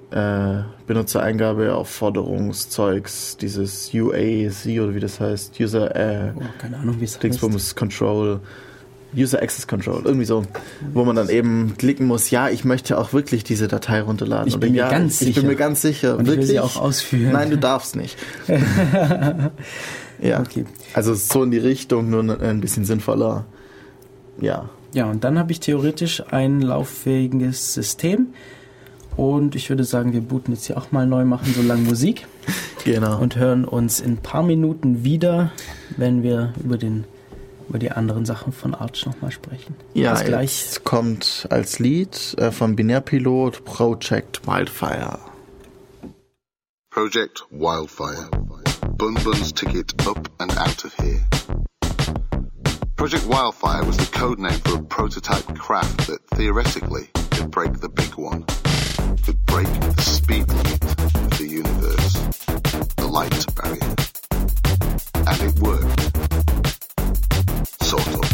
Benutzereingabeaufforderungszeugs, dieses UAC oder wie das heißt, keine Ahnung, wie es heißt. Control, User Access Control, irgendwie so, wo man dann eben klicken muss, ja, ich möchte auch wirklich diese Datei runterladen. Ich bin mir ganz sicher. Und ich will wirklich? Sie auch ausführen. Nein, du darfst nicht. Ja, okay. Also so in die Richtung, nur ein bisschen sinnvoller. Ja. Ja, und dann habe ich theoretisch ein lauffähiges System. Und ich würde sagen, wir booten jetzt hier auch mal neu, machen so lange Musik. Genau. Und hören uns in ein paar Minuten wieder, wenn wir über die anderen Sachen von Arch nochmal sprechen. Ja, jetzt kommt als Lied von Binärpilot Project Wildfire. Project Wildfire. Bun Bun's ticket up and out of here. Project Wildfire was the code name for a prototype craft that theoretically could break the big one. Could break the speed limit of the universe. The light barrier. And it worked. Sort of.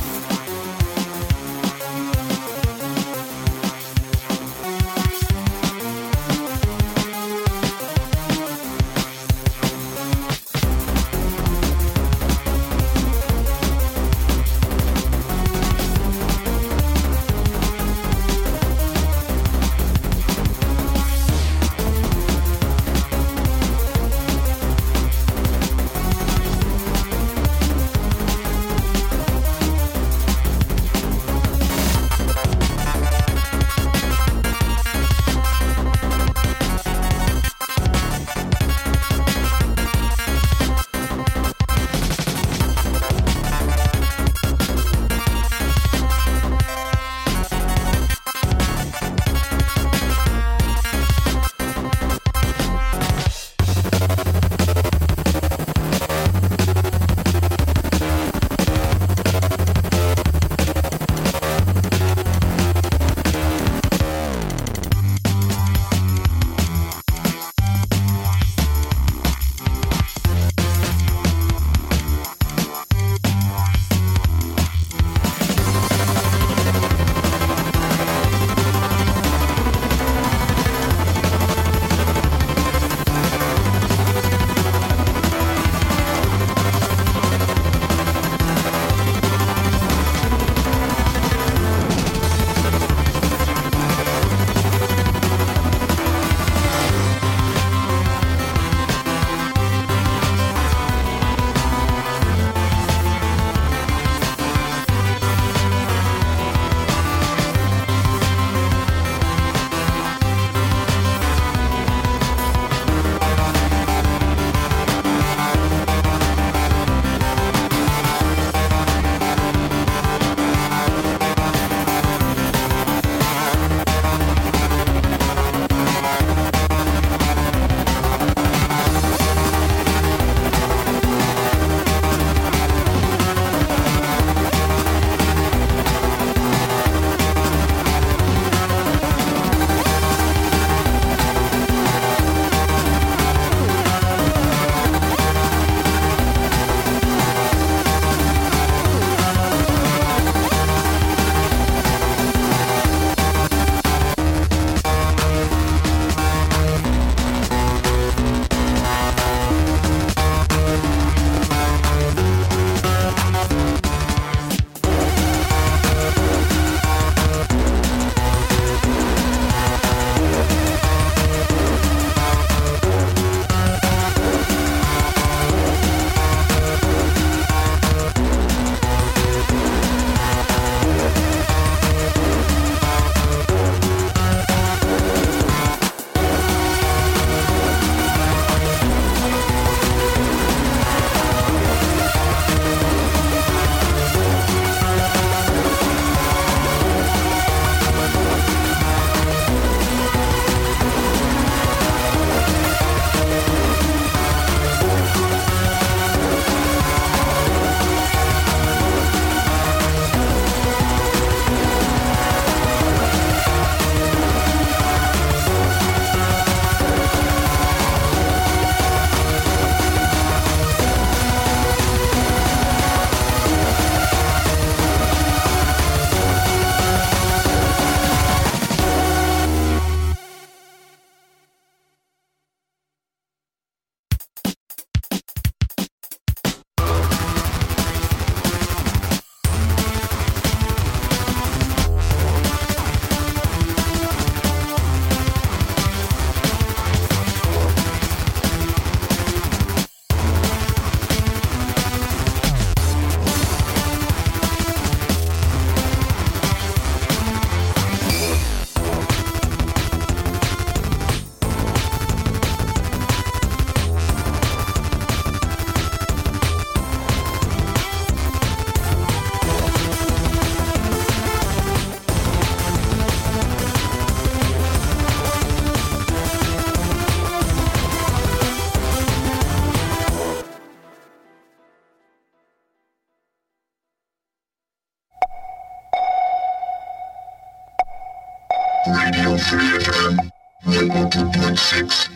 Radio Free FM 102.6.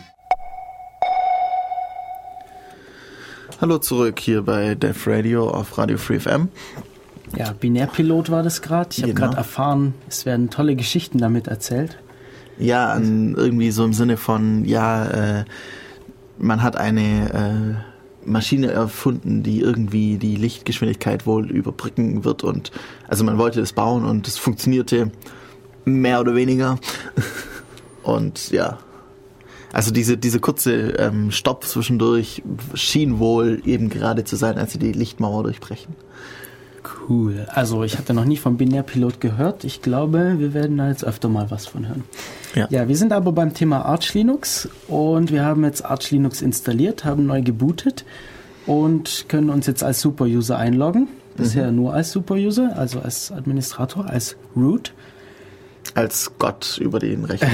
Hallo zurück hier bei Def Radio auf Radio Free FM. Ja, Binärpilot war das gerade. Ich habe gerade erfahren, es werden tolle Geschichten damit erzählt. Ja, irgendwie so im Sinne von, man hat eine Maschine erfunden, die irgendwie die Lichtgeschwindigkeit wohl überbrücken wird und also man wollte das bauen und es funktionierte mehr oder weniger und ja, also diese kurze Stopp zwischendurch schien wohl eben gerade zu sein, als sie die Lichtmauer durchbrechen. Cool, also ich hatte noch nie vom Binärpilot gehört, ich glaube, wir werden da jetzt öfter mal was von hören. Ja, wir sind aber beim Thema Arch Linux und wir haben jetzt Arch Linux installiert, haben neu gebootet und können uns jetzt als Superuser einloggen. Bisher nur als Superuser, also als Administrator, als Root. Als Gott über den Rechner.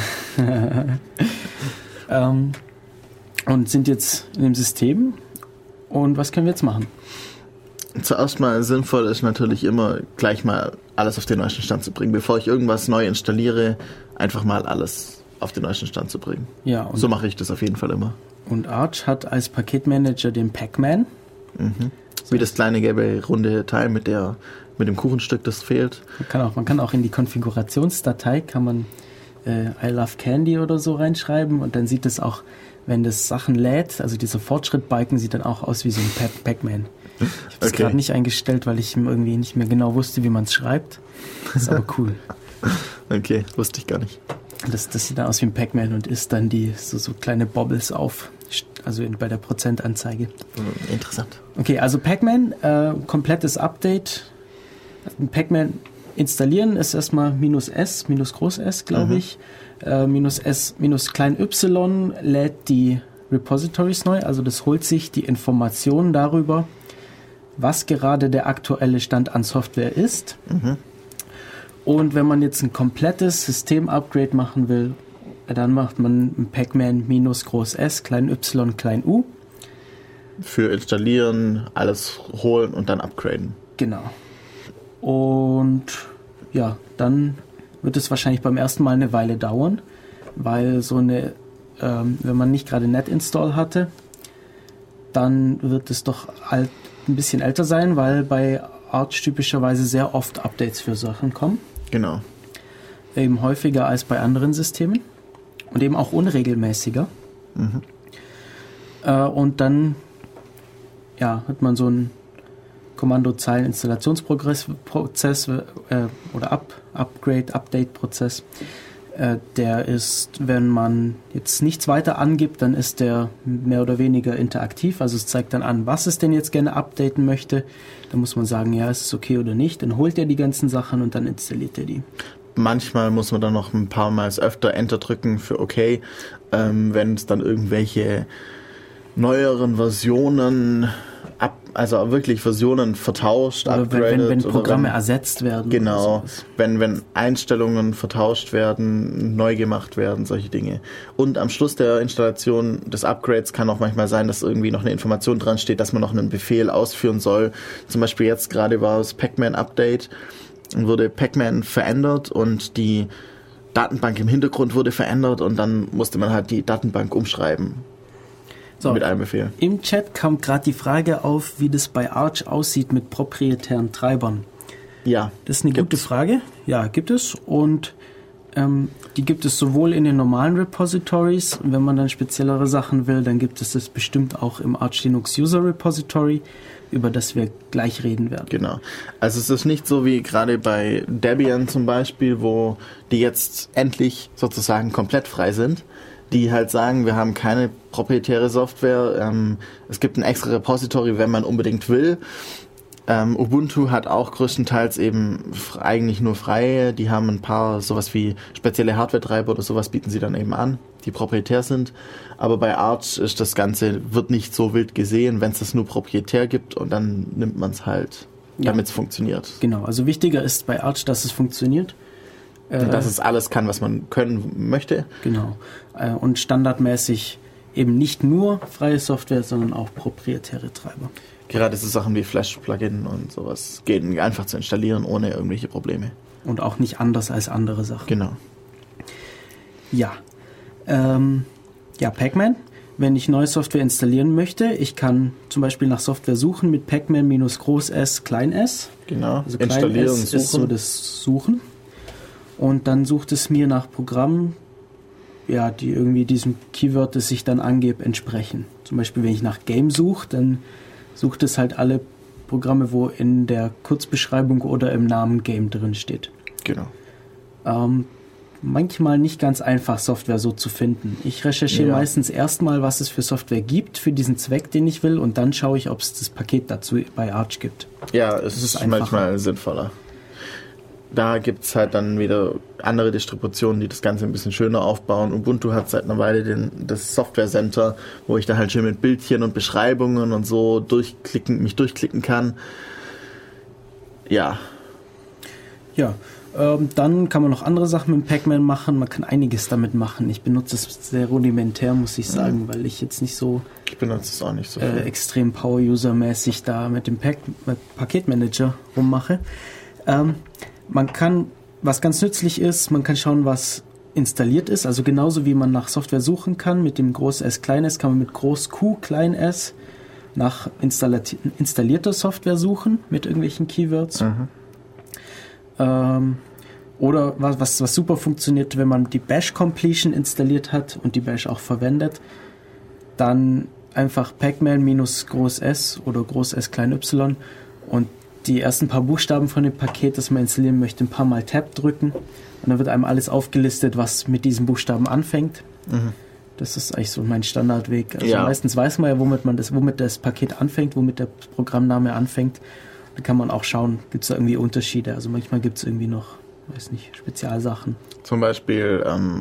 Und sind jetzt in dem System. Und was können wir jetzt machen? Zuerst mal sinnvoll ist natürlich immer gleich mal alles auf den neuesten Stand zu bringen. Bevor ich irgendwas neu installiere, einfach mal alles auf den neuesten Stand zu bringen. Ja, und so mache ich das auf jeden Fall immer. Und Arch hat als Paketmanager den Pacman. Wie das kleine gelbe runde Teil mit dem Kuchenstück, das fehlt. Man kann auch in die Konfigurationsdatei I love Candy oder so reinschreiben und dann sieht es auch, wenn das Sachen lädt, also dieser Fortschritt-Balken sieht dann auch aus wie so ein Pac-Man. Ich habe es gerade nicht eingestellt, weil ich irgendwie nicht mehr genau wusste, wie man es schreibt. Das ist aber cool. Okay, wusste ich gar nicht. Das sieht dann aus wie ein Pac-Man und ist dann so kleine Bobbles bei der Prozentanzeige. Interessant. Okay, also Pac-Man, komplettes Update. Pac-Man installieren ist erstmal -S, Groß S, glaube ich. -S, klein y lädt die Repositories neu, also das holt sich die Informationen darüber, was gerade der aktuelle Stand an Software ist. Und wenn man jetzt ein komplettes System-Upgrade machen will, dann macht man ein Pac-Man Groß S, klein y, klein u. Für installieren, alles holen und dann upgraden. Genau. Und ja, dann wird es wahrscheinlich beim ersten Mal eine Weile dauern, weil wenn man nicht gerade Net-Install hatte, dann wird es doch ein bisschen älter sein, weil bei Arch typischerweise sehr oft Updates für Sachen kommen. Genau. Eben häufiger als bei anderen Systemen und eben auch unregelmäßiger. Und dann hat man so einen Kommandozeilen-Installationsprozess oder Upgrade-Update-Prozess. Der ist, wenn man jetzt nichts weiter angibt, dann ist der mehr oder weniger interaktiv. Also es zeigt dann an, was es denn jetzt gerne updaten möchte. Da muss man sagen, ja, ist es okay oder nicht. Dann holt er die ganzen Sachen und dann installiert er die. Manchmal muss man dann noch ein paar Mal öfter Enter drücken für okay, wenn es dann irgendwelche neueren Versionen also wirklich Versionen vertauscht, oder upgradet. Wenn Programme ersetzt werden. Genau, wenn Einstellungen vertauscht werden, neu gemacht werden, solche Dinge. Und am Schluss der Installation des Upgrades kann auch manchmal sein, dass irgendwie noch eine Information dran steht, dass man noch einen Befehl ausführen soll. Zum Beispiel jetzt gerade war das Pac-Man-Update und wurde Pac-Man verändert und die Datenbank im Hintergrund wurde verändert und dann musste man halt die Datenbank umschreiben. So, mit einem Befehl. Im Chat kam gerade die Frage auf, wie das bei Arch aussieht mit proprietären Treibern. Ja. Das ist eine gute Frage. Ja, gibt es. Und die gibt es sowohl in den normalen Repositories, und wenn man dann speziellere Sachen will, dann gibt es das bestimmt auch im Arch Linux User Repository, über das wir gleich reden werden. Genau. Also es ist nicht so wie gerade bei Debian zum Beispiel, wo die jetzt endlich sozusagen komplett frei sind, die halt sagen, wir haben keine proprietäre Software, es gibt ein extra Repository, wenn man unbedingt will. Ubuntu hat auch größtenteils eben eigentlich nur freie, die haben ein paar sowas wie spezielle Hardware-Treiber oder sowas bieten sie dann eben an, die proprietär sind. Aber bei Arch ist das Ganze, wird nicht so wild gesehen, wenn es das nur proprietär gibt und dann nimmt man es halt, damit es funktioniert. Genau, also wichtiger ist bei Arch, dass es funktioniert. Dass es alles kann, was man können möchte. Genau. Und standardmäßig eben nicht nur freie Software, sondern auch proprietäre Treiber. Gerade so Sachen wie Flash-Plugin und sowas gehen einfach zu installieren, ohne irgendwelche Probleme. Und auch nicht anders als andere Sachen. Genau. Ja. Pacman. Wenn ich neue Software installieren möchte, ich kann zum Beispiel nach Software suchen mit Pacman Groß S, Klein s. Genau, Also Klein installieren, S ist so das Suchen. Und dann sucht es mir nach Programmen, ja, die irgendwie diesem Keyword, das ich dann angebe, entsprechen. Zum Beispiel, wenn ich nach Game suche, dann sucht es halt alle Programme, wo in der Kurzbeschreibung oder im Namen Game drin steht. Genau. Manchmal nicht ganz einfach, Software so zu finden. Ich recherchiere meistens erstmal, was es für Software gibt, für diesen Zweck, den ich will, und dann schaue ich, ob es das Paket dazu bei Arch gibt. Ja, es ist manchmal sinnvoller. Da gibt es halt dann wieder andere Distributionen, die das Ganze ein bisschen schöner aufbauen. Ubuntu hat seit einer Weile das Software Center, wo ich da halt schön mit Bildchen und Beschreibungen und so mich durchklicken kann. Ja. Ja, dann kann man noch andere Sachen mit Pacman machen. Man kann einiges damit machen. Ich benutze es sehr rudimentär, muss ich sagen, weil ich jetzt nicht so... Ich benutze es auch nicht so viel. Extrem Power-User-mäßig da mit dem Paketmanager rummache. Man kann, was ganz nützlich ist, man kann schauen, was installiert ist. Also genauso wie man nach Software suchen kann, mit dem Groß S, Klein s, kann man mit Groß Q, Klein s nach installierter Software suchen mit irgendwelchen Keywords. Oder was super funktioniert, wenn man die Bash Completion installiert hat und die Bash auch verwendet, dann einfach Pacman Groß S oder Groß S, Klein y und die ersten paar Buchstaben von dem Paket, das man installieren möchte, ein paar Mal Tab drücken und dann wird einem alles aufgelistet, was mit diesen Buchstaben anfängt. Das ist eigentlich so mein Standardweg. Also meistens weiß man ja, womit das Paket anfängt, womit der Programmname anfängt. Dann kann man auch schauen, gibt es da irgendwie Unterschiede. Also manchmal gibt es irgendwie noch, weiß nicht, Spezialsachen. Zum Beispiel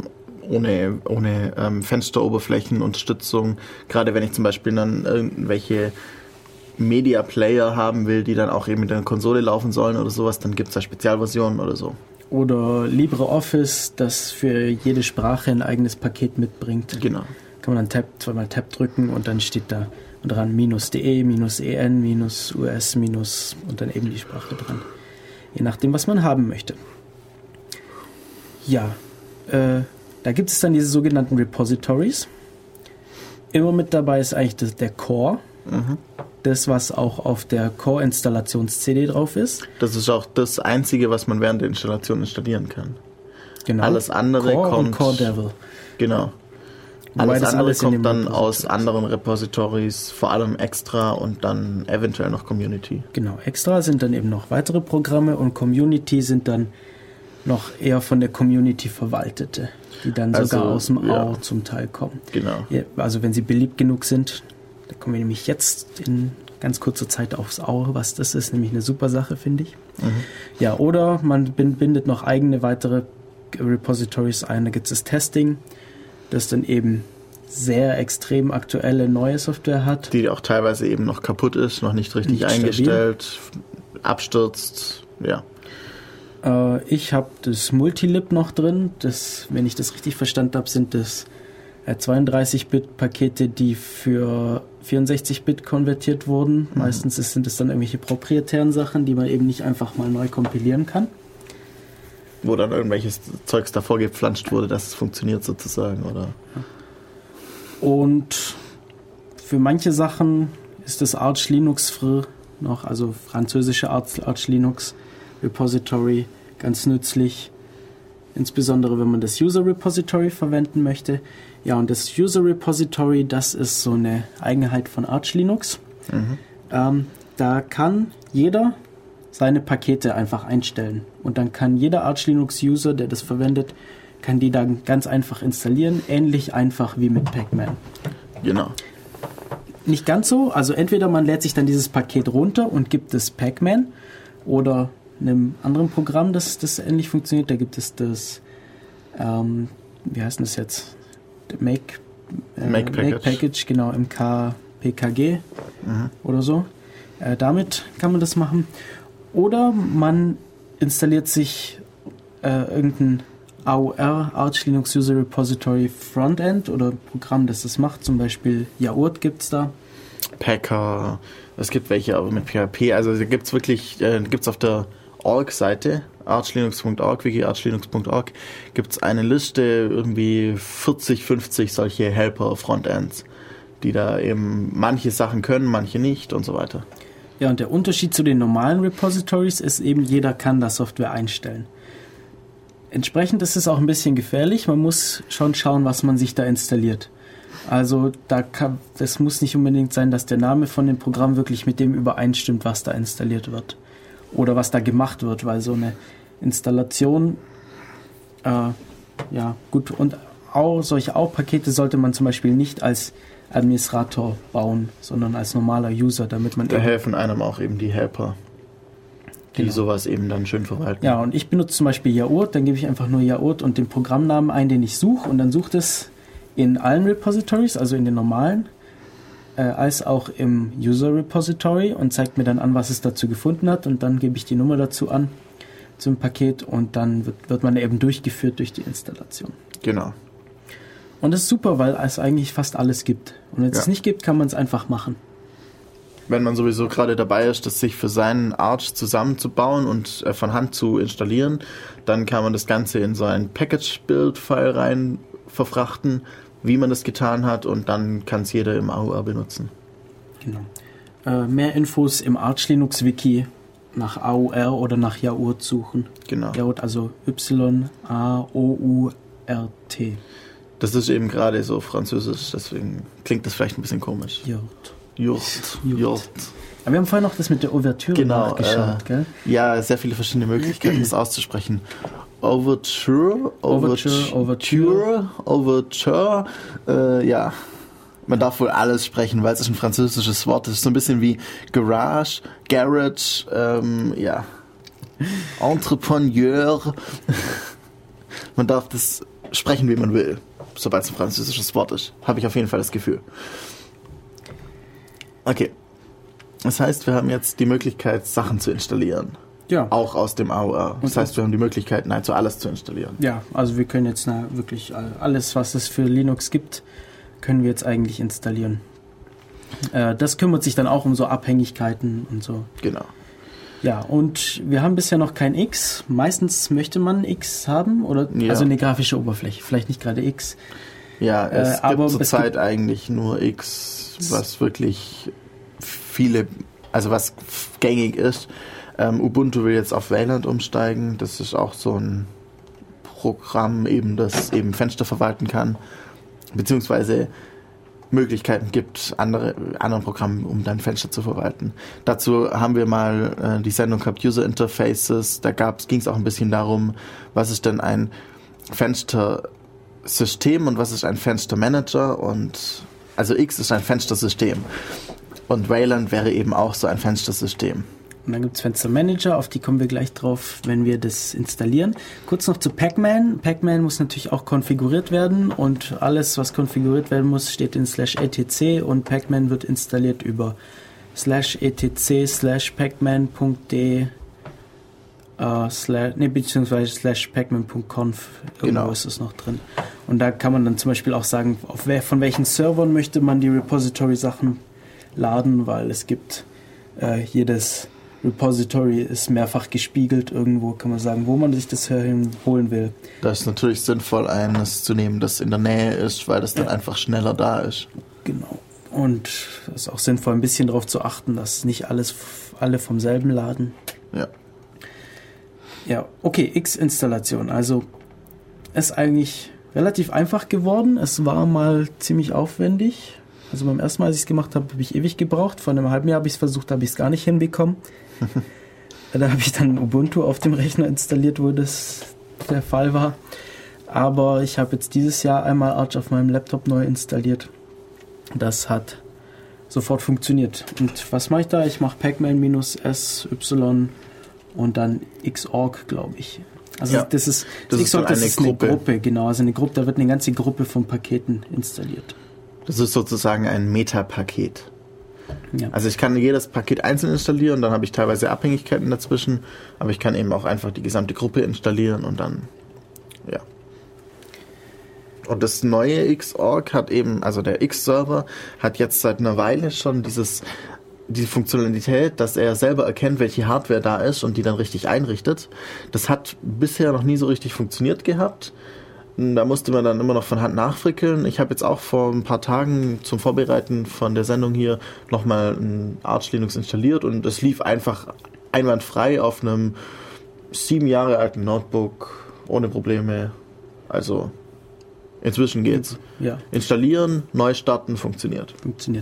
ohne Fensteroberflächenunterstützung. Gerade wenn ich zum Beispiel dann irgendwelche Media Player haben will, die dann auch eben mit der Konsole laufen sollen oder sowas, dann gibt es da Spezialversionen oder so. Oder LibreOffice, das für jede Sprache ein eigenes Paket mitbringt. Genau. Kann man dann zweimal Tab drücken und dann steht da dran -de, -en, -us, und dann eben die Sprache dran. Je nachdem, was man haben möchte. Ja, da gibt es dann diese sogenannten Repositories. Immer mit dabei ist eigentlich der Core. Das, was auch auf der Core-Installations-CD drauf ist. Das ist auch das Einzige, was man während der Installation installieren kann. Genau. Alles andere Core kommt... und Core Devil. Genau. Alles andere kommt dann aus anderen Repositories, vor allem Extra und dann eventuell noch Community. Genau, Extra sind dann eben noch weitere Programme und Community sind dann noch eher von der Community verwaltete, die dann sogar aus dem AUR zum Teil kommen. Genau. Ja, also wenn sie beliebt genug sind, da kommen wir nämlich jetzt in ganz kurzer Zeit aufs AUR, was das ist, nämlich eine super Sache, finde ich. Ja, oder man bindet noch eigene weitere Repositories ein, da gibt es das Testing, das dann eben sehr extrem aktuelle neue Software hat. Die auch teilweise eben noch kaputt ist, noch nicht richtig nicht eingestellt, abstürzt, ja. Ich habe das Multilib noch drin, das, wenn ich das richtig verstanden habe, sind das 32-Bit-Pakete, die für 64-Bit konvertiert wurden. Meistens sind es dann irgendwelche proprietären Sachen, die man eben nicht einfach mal neu kompilieren kann. Wo dann irgendwelches Zeugs davor gepflanscht wurde, dass es funktioniert sozusagen, oder? Und für manche Sachen ist das Arch Linux Free noch, also französische Arch Linux Repository, ganz nützlich. Insbesondere, wenn man das User Repository verwenden möchte. Ja, und das User Repository, das ist so eine Eigenheit von Arch Linux. Da kann jeder seine Pakete einfach einstellen. Und dann kann jeder Arch Linux User, der das verwendet, kann die dann ganz einfach installieren. Ähnlich einfach wie mit Pacman. Genau. Nicht ganz so. Also entweder man lädt sich dann dieses Paket runter und gibt es Pacman oder einem anderen Programm, das ähnlich funktioniert. Da gibt es das, wie heißt das jetzt? Make Package, genau, MKPKG oder so. Damit kann man das machen. Oder man installiert sich irgendein AUR, Arch Linux User Repository Frontend oder Programm, das das macht. Zum Beispiel Yaourt gibt es da. Packer, es gibt welche aber mit PHP. Also gibt es wirklich, gibt's auf der Org-Seite, archlinux.org, wiki-archlinux.org, gibt es eine Liste, irgendwie 40, 50 solche Helper-Frontends, die da eben manche Sachen können, manche nicht und so weiter. Ja, und der Unterschied zu den normalen Repositories ist eben, jeder kann da Software einstellen. Entsprechend ist es auch ein bisschen gefährlich, man muss schon schauen, was man sich da installiert. Also das muss nicht unbedingt sein, dass der Name von dem Programm wirklich mit dem übereinstimmt, was da installiert wird oder was da gemacht wird, weil so eine Installation, ja gut, und auch solche AUG-Pakete sollte man zum Beispiel nicht als Administrator bauen, sondern als normaler User, damit man... Da helfen einem auch eben die Helper, die sowas eben dann schön verwalten. Ja, und ich benutze zum Beispiel Yaourt, dann gebe ich einfach nur Yaourt und den Programmnamen ein, den ich suche, und dann sucht es in allen Repositories, also in den normalen, als auch im User Repository und zeigt mir dann an, was es dazu gefunden hat, und dann gebe ich die Nummer dazu an zum Paket und dann wird man eben durchgeführt durch die Installation. Genau. Und das ist super, weil es eigentlich fast alles gibt. Und wenn es nicht gibt, kann man es einfach machen. Wenn man sowieso gerade dabei ist, das sich für seinen Arch zusammenzubauen und von Hand zu installieren, dann kann man das Ganze in so ein Package-Build-File rein verfrachten, wie man das getan hat, und dann kann es jeder im AUR benutzen. Genau. Mehr Infos im Arch Linux Wiki nach AUR oder nach Yaourt suchen. Genau. Yaourt, also Y-A-O-U-R-T. Das ist eben gerade so französisch, deswegen klingt das vielleicht ein bisschen komisch. Yaourt. Aber wir haben vorhin noch das mit der Ouvertüre nachgeschaut, gell? Ja, sehr viele verschiedene Möglichkeiten, das auszusprechen. Overture, ja. Man darf wohl alles sprechen, weil es ist ein französisches Wort. Das ist so ein bisschen wie Garage, ja. Entrepreneur. Man darf das sprechen, wie man will, sobald es ein französisches Wort ist. Habe ich auf jeden Fall das Gefühl. Okay. Das heißt, wir haben jetzt die Möglichkeit, Sachen zu installieren. Ja. Auch aus dem AUR. Das heißt, wir haben die Möglichkeit, nahezu alles zu installieren. Ja, also wir können jetzt wirklich alles, was es für Linux gibt, können wir jetzt eigentlich installieren. Das kümmert sich dann auch um so Abhängigkeiten und so. Genau. Ja, und wir haben bisher noch kein X. Meistens möchte man X haben, oder also eine grafische Oberfläche, vielleicht nicht gerade X. Ja, es gibt zurzeit eigentlich nur X, was wirklich viele, also was gängig ist. Ubuntu will jetzt auf Wayland umsteigen. Das ist auch so ein Programm, eben, das eben Fenster verwalten kann, beziehungsweise Möglichkeiten gibt, anderen Programmen, um dein Fenster zu verwalten. Dazu haben wir mal die Sendung gehabt, User Interfaces. Da ging es auch ein bisschen darum, was ist denn ein Fenstersystem und was ist ein Fenstermanager. Und also X ist ein Fenstersystem und Wayland wäre eben auch so ein Fenstersystem. Und dann gibt es Fenstermanager, auf die kommen wir gleich drauf, wenn wir das installieren. Kurz noch zu Pacman. Pacman muss natürlich auch konfiguriert werden, und alles, was konfiguriert werden muss, steht in /etc, und Pacman wird installiert über /etc/pacman.de beziehungsweise /pacman.conf. Irgendwo ist es noch drin. Und da kann man dann zum Beispiel auch sagen, von welchen Servern möchte man die Repository-Sachen laden, weil es gibt jedes Repository ist mehrfach gespiegelt. Irgendwo kann man sagen, wo man sich das holen will. Da ist natürlich sinnvoll, eines zu nehmen, das in der Nähe ist, weil das dann einfach schneller da ist. Genau. Und es ist auch sinnvoll, ein bisschen darauf zu achten, dass nicht alle vom selben laden. Ja. Ja, okay, X-Installation. Also ist eigentlich relativ einfach geworden. Es war mal ziemlich aufwendig. Also beim ersten Mal, als ich es gemacht habe, habe ich ewig gebraucht. Vor einem halben Jahr habe ich es versucht, habe ich es gar nicht hinbekommen. Da habe ich dann Ubuntu auf dem Rechner installiert, wo das der Fall war. Aber ich habe jetzt dieses Jahr einmal Arch auf meinem Laptop neu installiert. Das hat sofort funktioniert. Und was mache ich da? Ich mache pacman-sy und dann xorg, glaube ich. Also ja, das ist eine Gruppe, genau. Also eine Gruppe, da wird eine ganze Gruppe von Paketen installiert. Das ist sozusagen ein Meta-Paket. Ja. Also ich kann jedes Paket einzeln installieren, dann habe ich teilweise Abhängigkeiten dazwischen, aber ich kann eben auch einfach die gesamte Gruppe installieren und dann, ja. Und das neue Xorg hat eben, also der X-Server hat jetzt seit einer Weile schon dieses die Funktionalität, dass er selber erkennt, welche Hardware da ist und die dann richtig einrichtet. Das hat bisher noch nie so richtig funktioniert gehabt. Da musste man dann immer noch von Hand nachfrickeln. Ich habe jetzt auch vor ein paar Tagen zum Vorbereiten von der Sendung hier nochmal ein Arch Linux installiert und es lief einfach einwandfrei auf einem 7 Jahre alten Notebook ohne Probleme. Also inzwischen geht's. Ja. Installieren, neu starten, funktioniert.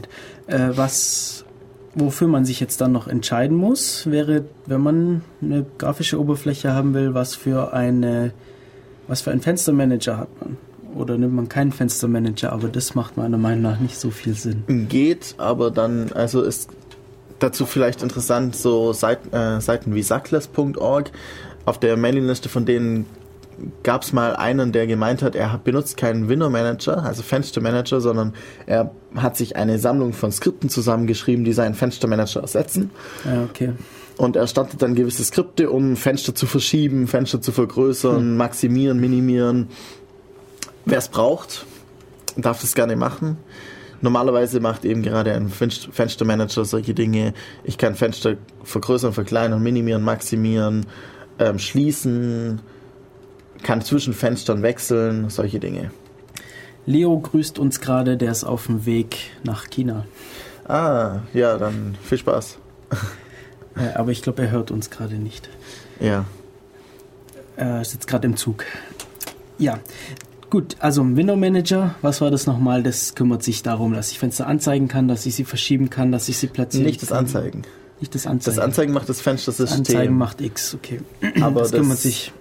Wofür man sich jetzt dann noch entscheiden muss, wäre, wenn man eine grafische Oberfläche haben will, was für einen Fenstermanager hat man. Oder nimmt man keinen Fenstermanager, aber das macht meiner Meinung nach nicht so viel Sinn. Geht, aber dann, also ist dazu vielleicht interessant, so Seiten wie suckless.org. Auf der Mailingliste von denen gab es mal einen, der gemeint hat, er benutzt keinen Window Manager, also Fenstermanager, sondern er hat sich eine Sammlung von Skripten zusammengeschrieben, die seinen Fenstermanager ersetzen. Ja, okay. Und er startet dann gewisse Skripte, um Fenster zu verschieben, Fenster zu vergrößern, maximieren, minimieren. Wer es braucht, darf das gerne machen. Normalerweise macht eben gerade ein Fenstermanager solche Dinge. Ich kann Fenster vergrößern, verkleinern, minimieren, maximieren, schließen, kann zwischen Fenstern wechseln, solche Dinge. Leo grüßt uns gerade, der ist auf dem Weg nach China. Ah, ja, dann viel Spaß. Aber ich glaube, er hört uns gerade nicht. Ja. Er sitzt gerade im Zug. Ja, gut, also Window Manager, was war das nochmal? Das kümmert sich darum, dass ich Fenster anzeigen kann, dass ich sie verschieben kann, dass ich sie platzieren kann. Nicht das Anzeigen. Nicht das Anzeigen. Das Anzeigen macht das Fenstersystem. Das Anzeigen macht X, okay. Aber das kümmert sich...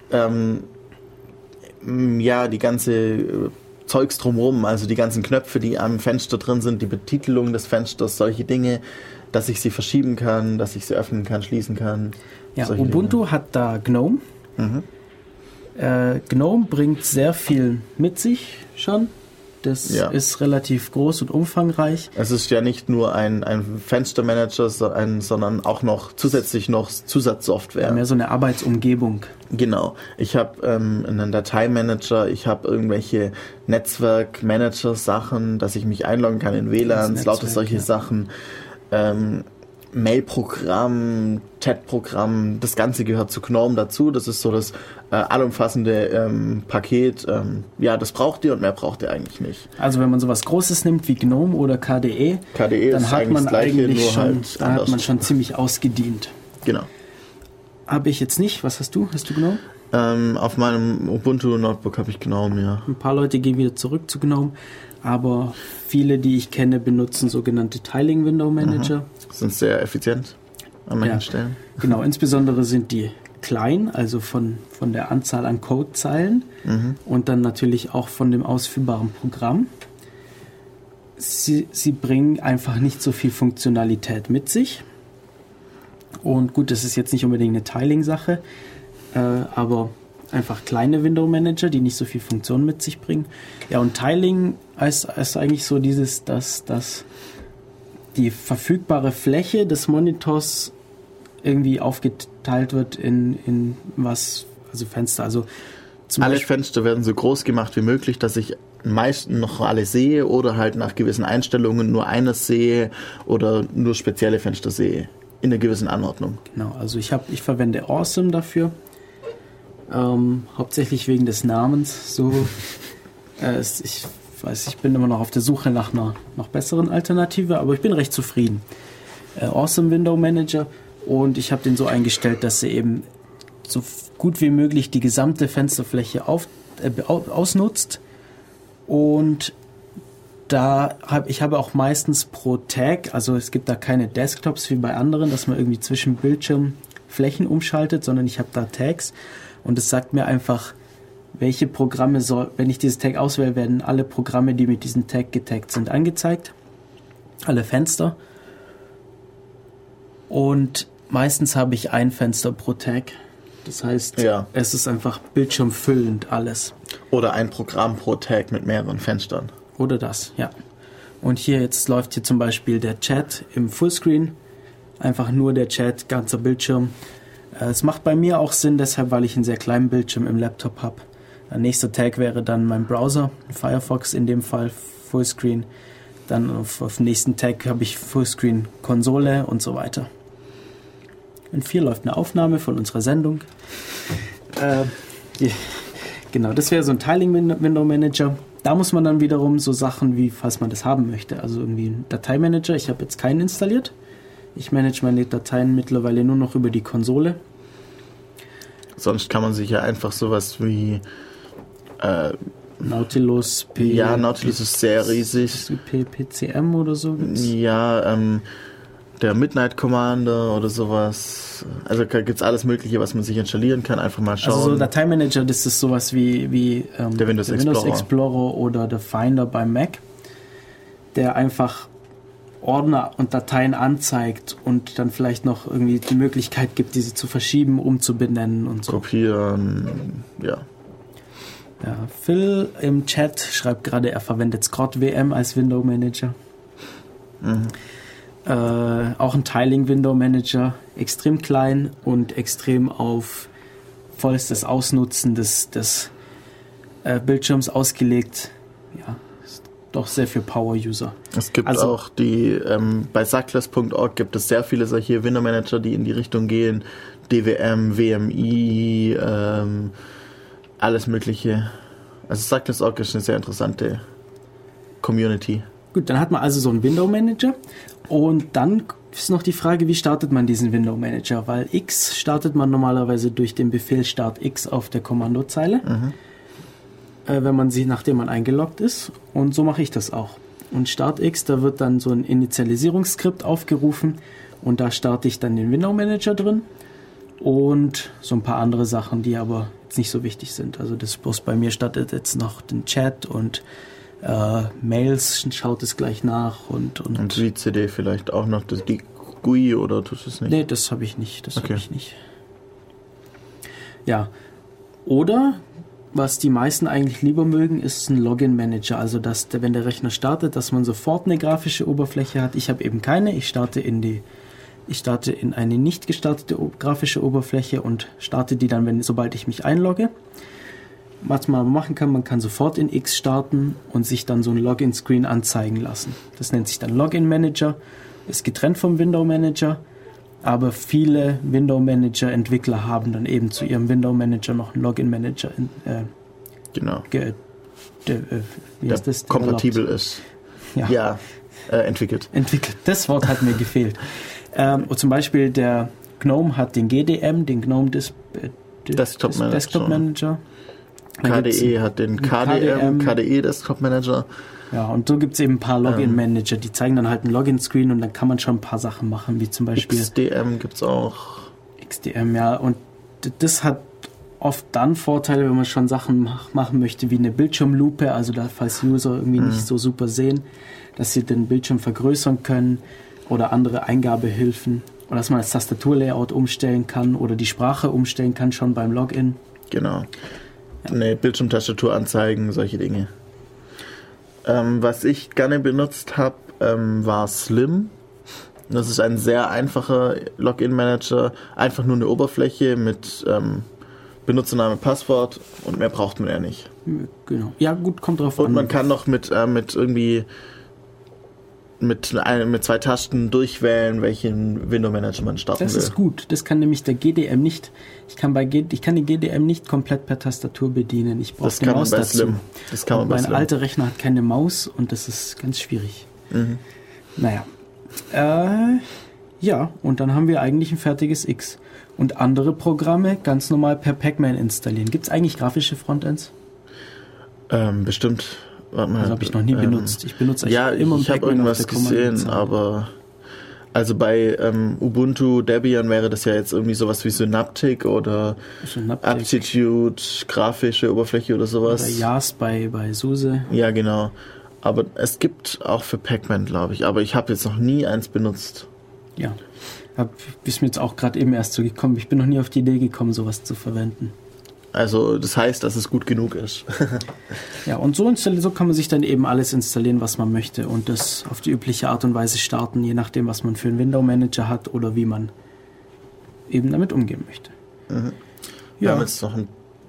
ja, die ganze Zeugs drumherum, also die ganzen Knöpfe, die am Fenster drin sind, die Betitelung des Fensters, solche Dinge, dass ich sie verschieben kann, dass ich sie öffnen kann, schließen kann. Ja, Ubuntu Dinge. Hat da GNOME. Mhm. GNOME bringt sehr viel mit sich schon. Das ist relativ groß und umfangreich. Es ist ja nicht nur ein Fenstermanager, sondern auch noch zusätzlich noch Zusatzsoftware. Ja, mehr so eine Arbeitsumgebung. Genau. Ich habe einen Dateimanager, ich habe irgendwelche Netzwerkmanager-Sachen, dass ich mich einloggen kann in WLANs, lauter solche Sachen. Mail-Programm, Chat-Programm, das Ganze gehört zu GNOME dazu. Das ist so das allumfassende Paket. Ja, das braucht ihr und mehr braucht ihr eigentlich nicht. Also wenn man sowas Großes nimmt wie GNOME oder KDE, dann hat man eigentlich schon, da hat man schon ziemlich ausgedient. Genau. Habe ich jetzt nicht. Was hast du? Hast du GNOME? Auf meinem Ubuntu-Notebook habe ich GNOME, ja. Ein paar Leute gehen wieder zurück zu GNOME, aber viele, die ich kenne, benutzen sogenannte Tiling-Window-Manager. Sind sehr effizient an manchen Stellen. Genau, insbesondere sind die klein, also von der Anzahl an Codezeilen und dann natürlich auch von dem ausführbaren Programm. Sie bringen einfach nicht so viel Funktionalität mit sich. Und gut, das ist jetzt nicht unbedingt eine Tiling-Sache, aber einfach kleine Window-Manager, die nicht so viel Funktion mit sich bringen. Ja, und Tiling ist eigentlich so dass die verfügbare Fläche des Monitors irgendwie aufgeteilt wird in was, also Fenster. Also alle Fenster werden so groß gemacht wie möglich, dass ich meistens noch alle sehe oder halt nach gewissen Einstellungen nur eines sehe oder nur spezielle Fenster sehe. In einer gewissen Anordnung. Genau, also ich verwende Awesome dafür. Hauptsächlich wegen des Namens. So, ich bin immer noch auf der Suche nach einer noch besseren Alternative, aber ich bin recht zufrieden. Awesome Window Manager, und ich habe den so eingestellt, dass er eben so gut wie möglich die gesamte Fensterfläche ausnutzt. Und ich habe auch meistens pro Tag, also es gibt da keine Desktops wie bei anderen, dass man irgendwie zwischen Bildschirmflächen umschaltet, sondern ich habe da Tags und es sagt mir einfach, welche Programme wenn ich dieses Tag auswähle, werden alle Programme, die mit diesem Tag getaggt sind, angezeigt. Alle Fenster. Und meistens habe ich ein Fenster pro Tag. Das heißt, es ist einfach bildschirmfüllend alles. Oder ein Programm pro Tag mit mehreren Fenstern. Oder das, ja. Und jetzt läuft hier zum Beispiel der Chat im Fullscreen. Einfach nur der Chat, ganzer Bildschirm. Es macht bei mir auch Sinn, deshalb, weil ich einen sehr kleinen Bildschirm im Laptop habe. Der nächste Tag wäre dann mein Browser, Firefox in dem Fall, Fullscreen. Dann auf dem nächsten Tag habe ich Fullscreen Konsole und so weiter. In 4 läuft eine Aufnahme von unserer Sendung. Genau, das wäre so ein Tiling-Window-Manager. Da muss man dann wiederum so Sachen wie, falls man das haben möchte, also irgendwie ein Dateimanager. Ich habe jetzt keinen installiert. Ich manage meine Dateien mittlerweile nur noch über die Konsole. Sonst kann man sich ja einfach sowas wie Nautilus P. Ja, Nautilus ist sehr riesig. PCM oder so gibt's. Ja, der Midnight Commander oder sowas. Also gibt's alles Mögliche, was man sich installieren kann. Einfach mal schauen. Also so Dateimanager, das ist sowas wie der Windows Explorer oder der Finder beim Mac, der einfach Ordner und Dateien anzeigt und dann vielleicht noch irgendwie die Möglichkeit gibt, diese zu verschieben, umzubenennen und so. Kopieren, ja. Ja, Phil im Chat schreibt gerade, er verwendet Scott WM als Window Manager. Auch ein Tiling Window Manager, extrem klein und extrem auf vollstes Ausnutzen des Bildschirms ausgelegt. Ja, ist doch sehr für Power-User. Es gibt auch die, bei Suckless.org gibt es sehr viele solche Window Manager, die in die Richtung gehen. DWM, WMI, alles Mögliche. Also Suckless.org ist eine sehr interessante Community. Gut, dann hat man also so einen Window Manager und dann ist noch die Frage, wie startet man diesen Window Manager? Weil X startet man normalerweise durch den Befehl Start X auf der Kommandozeile, wenn man nachdem man eingeloggt ist, und so mache ich das auch. Und Start X, da wird dann so ein Initialisierungsskript aufgerufen und da starte ich dann den Window Manager drin und so ein paar andere Sachen, die aber jetzt nicht so wichtig sind. Also das bloß bei mir startet jetzt noch den Chat und Mails schaut es gleich nach und die CD vielleicht auch noch, die GUI oder tust du es nicht? Nee, das habe ich nicht. Habe ich nicht. Ja. Oder was die meisten eigentlich lieber mögen, ist ein Login-Manager. Also dass wenn der Rechner startet, dass man sofort eine grafische Oberfläche hat. Ich habe eben keine. Ich starte in eine nicht gestartete grafische Oberfläche und starte die dann, sobald ich mich einlogge. Was man machen kann, man kann sofort in X starten und sich dann so ein Login-Screen anzeigen lassen. Das nennt sich dann Login-Manager, ist getrennt vom Window-Manager, aber viele Window-Manager-Entwickler haben dann eben zu ihrem Window-Manager noch einen Login-Manager genau. Der kompatibel ist. Ja, entwickelt. Das Wort hat mir gefehlt. Und zum Beispiel der GNOME hat den GDM, den GNOME Desktop Manager. KDE hat den KDM, KDE Desktop Manager. Ja, und so gibt es eben ein paar Login-Manager, die zeigen dann halt einen Login-Screen und dann kann man schon ein paar Sachen machen, wie zum Beispiel XDM gibt es auch. XDM, ja, und das hat oft dann Vorteile, wenn man schon Sachen machen möchte, wie eine Bildschirmlupe, also da, falls User irgendwie nicht so super sehen, dass sie den Bildschirm vergrößern können oder andere Eingabehilfen oder dass man das Tastaturlayout umstellen kann oder die Sprache umstellen kann schon beim Login. Genau. Eine Bildschirmtastatur anzeigen, solche Dinge. Was ich gerne benutzt habe, war Slim. Das ist ein sehr einfacher Login-Manager. Einfach nur eine Oberfläche mit Benutzername, Passwort und mehr braucht man ja nicht. Genau. Ja gut, kommt drauf an. Und man kann noch mit irgendwie mit 2 Tasten durchwählen, welchen Window-Manager man starten will. Das ist gut. Das kann nämlich der GDM nicht. Ich kann den GDM nicht komplett per Tastatur bedienen. Ich brauche die Maus dazu. Slim. Das kann man bei Slim. Mein alter Rechner hat keine Maus und das ist ganz schwierig. Naja. Ja, und dann haben wir eigentlich ein fertiges X. Und andere Programme ganz normal per Pacman installieren. Gibt es eigentlich grafische Frontends? Bestimmt. Warte mal, das habe ich noch nie benutzt. Ich benutze immer ich habe irgendwas gesehen, aber also bei Ubuntu Debian wäre das ja jetzt irgendwie sowas wie Synaptic oder Aptitude, grafische Oberfläche oder sowas. Oder JAS bei SUSE. Ja, genau. Aber es gibt auch für Pacman, glaube ich. Aber ich habe jetzt noch nie eins benutzt. Ja, ist mir jetzt auch gerade eben erst so gekommen. Ich bin noch nie auf die Idee gekommen, sowas zu verwenden. Also das heißt, dass es gut genug ist. Ja, und so kann man sich dann eben alles installieren, was man möchte und das auf die übliche Art und Weise starten, je nachdem, was man für einen Window-Manager hat oder wie man eben damit umgehen möchte. Wir haben jetzt noch ein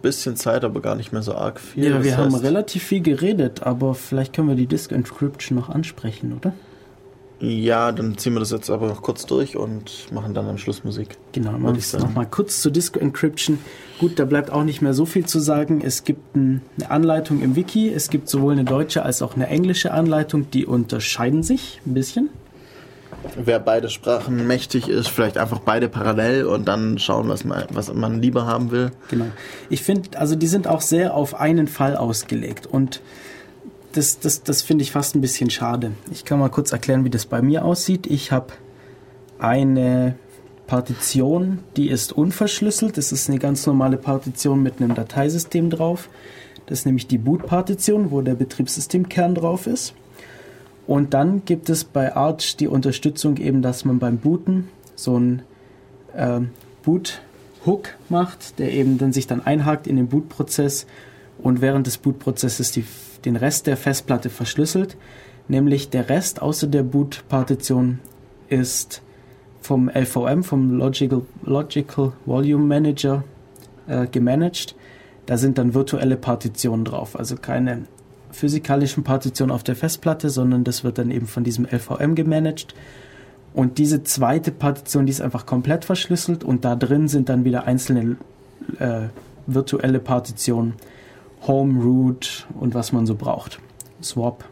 bisschen Zeit, aber gar nicht mehr so arg viel. Ja, wir Das haben heißt, relativ viel geredet, aber vielleicht können wir die Disk Encryption noch ansprechen, oder? Ja, dann ziehen wir das jetzt aber noch kurz durch und machen dann am Schluss Musik. Genau, Würde machen ich wir sagen. noch mal kurz zur Disk Encryption. Gut, da bleibt auch nicht mehr so viel zu sagen. Es gibt eine Anleitung im Wiki. Es gibt sowohl eine deutsche als auch eine englische Anleitung. Die unterscheiden sich ein bisschen. Wer beide Sprachen mächtig ist, vielleicht einfach beide parallel und dann schauen, was man lieber haben will. Genau. Ich finde, also die sind auch sehr auf einen Fall ausgelegt und das finde ich fast ein bisschen schade. Ich kann mal kurz erklären, wie das bei mir aussieht. Ich habe eine Partition, die ist unverschlüsselt. Das ist eine ganz normale Partition mit einem Dateisystem drauf. Das ist nämlich die Boot-Partition, wo der Betriebssystemkern drauf ist. Und dann gibt es bei Arch die Unterstützung eben, dass man beim Booten so einen Boot-Hook macht, der eben dann sich dann einhakt in den Bootprozess und während des Bootprozesses den Rest der Festplatte verschlüsselt. Nämlich der Rest außer der Boot-Partition ist vom LVM, vom Logical Volume Manager gemanagt. Da sind dann virtuelle Partitionen drauf, also keine physikalischen Partitionen auf der Festplatte, sondern das wird dann eben von diesem LVM gemanagt. Und diese zweite Partition, die ist einfach komplett verschlüsselt und da drin sind dann wieder einzelne virtuelle Partitionen, Home, Root und was man so braucht. Swap.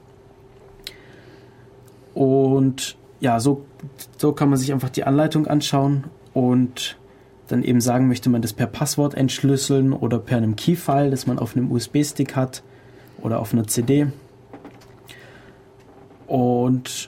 Und ja, so kann man sich einfach die Anleitung anschauen und dann eben sagen, möchte man das per Passwort entschlüsseln oder per einem Key-File, das man auf einem USB-Stick hat oder auf einer CD. Und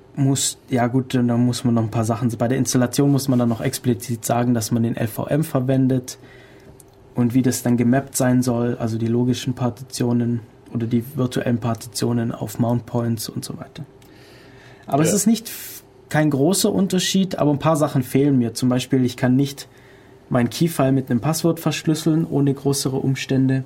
dann muss man noch ein paar Sachen, bei der Installation muss man dann noch explizit sagen, dass man den LVM verwendet und wie das dann gemappt sein soll, also die logischen Partitionen oder die virtuellen Partitionen auf Mount Points und so weiter. Aber es ist kein großer Unterschied, aber ein paar Sachen fehlen mir. Zum Beispiel, ich kann nicht mein Key-File mit einem Passwort verschlüsseln, ohne größere Umstände.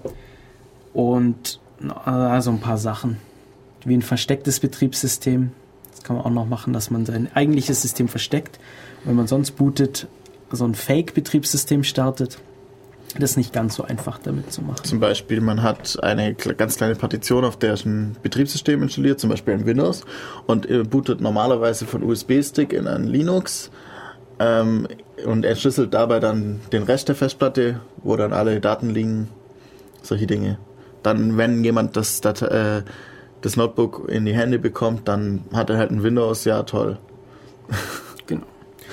Und also ein paar Sachen. Wie ein verstecktes Betriebssystem. Das kann man auch noch machen, dass man sein eigentliches System versteckt. Wenn man sonst bootet, so ein Fake-Betriebssystem startet. Das ist nicht ganz so einfach damit zu machen. Zum Beispiel, man hat eine ganz kleine Partition, auf der ist ein Betriebssystem installiert, zum Beispiel ein Windows, und bootet normalerweise von USB-Stick in ein Linux und entschlüsselt dabei dann den Rest der Festplatte, wo dann alle Daten liegen, solche Dinge. Dann, wenn jemand das Notebook in die Hände bekommt, dann hat er halt ein Windows, ja toll. Genau.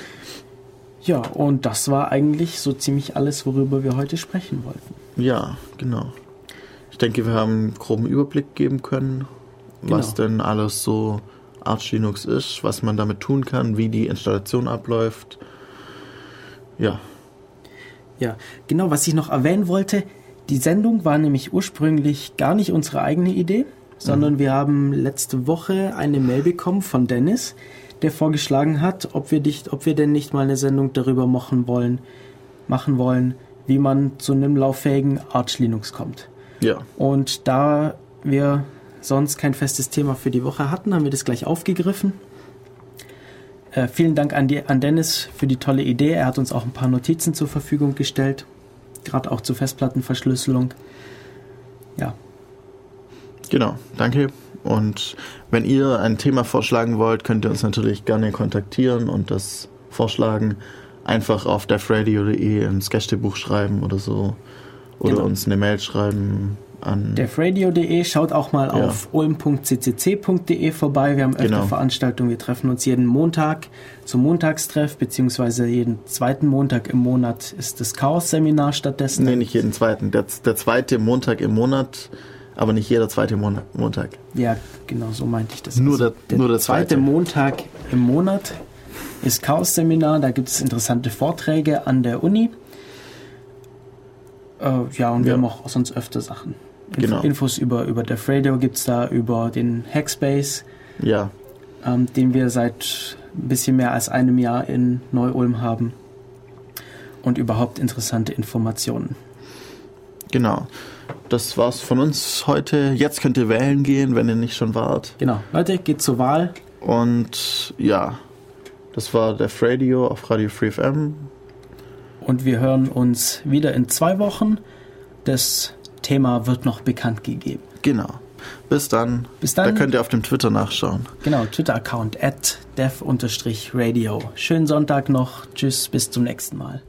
Ja, und das war eigentlich so ziemlich alles, worüber wir heute sprechen wollten. Ja, genau. Ich denke, wir haben einen groben Überblick geben können, was denn alles so Arch Linux ist, was man damit tun kann, wie die Installation abläuft. Ja. Ja, genau, was ich noch erwähnen wollte, die Sendung war nämlich ursprünglich gar nicht unsere eigene Idee, sondern wir haben letzte Woche eine Mail bekommen von Dennis, der vorgeschlagen hat, ob wir denn nicht mal eine Sendung darüber machen wollen, wie man zu einem lauffähigen Arch Linux kommt. Ja. Und da wir sonst kein festes Thema für die Woche hatten, haben wir das gleich aufgegriffen. Vielen Dank an Dennis für die tolle Idee. Er hat uns auch ein paar Notizen zur Verfügung gestellt, gerade auch zur Festplattenverschlüsselung. Ja. Genau, danke. Und wenn ihr ein Thema vorschlagen wollt, könnt ihr uns natürlich gerne kontaktieren und das vorschlagen. Einfach auf devradio.de ins Gästebuch schreiben oder so. Oder uns eine Mail schreiben an devradio.de. Schaut auch mal auf ulm.ccc.de vorbei. Wir haben öfter Veranstaltungen. Wir treffen uns jeden Montag zum Montagstreff, beziehungsweise jeden zweiten Montag im Monat ist das Chaos-Seminar stattdessen. Nee, nicht jeden zweiten. Der zweite Montag im Monat, aber nicht jeder zweite Montag. Ja, genau, so meinte ich das. Nur der zweite Montag im Monat ist Chaos-Seminar. Da gibt es interessante Vorträge an der Uni. Wir haben auch sonst öfter Sachen. Infos über devradio gibt es da, über den Hackspace, den wir seit ein bisschen mehr als einem Jahr in Neu-Ulm haben. Und überhaupt interessante Informationen. Genau. Das war's von uns heute. Jetzt könnt ihr wählen gehen, wenn ihr nicht schon wart. Genau. Leute, geht zur Wahl. Und ja, das war devradio auf Radio Free FM. Und wir hören uns wieder in 2 Wochen. Das Thema wird noch bekannt gegeben. Genau. Bis dann. Bis dann. Da könnt ihr auf dem Twitter nachschauen. Genau, Twitter-Account @dev_radio. Schönen Sonntag noch. Tschüss, bis zum nächsten Mal.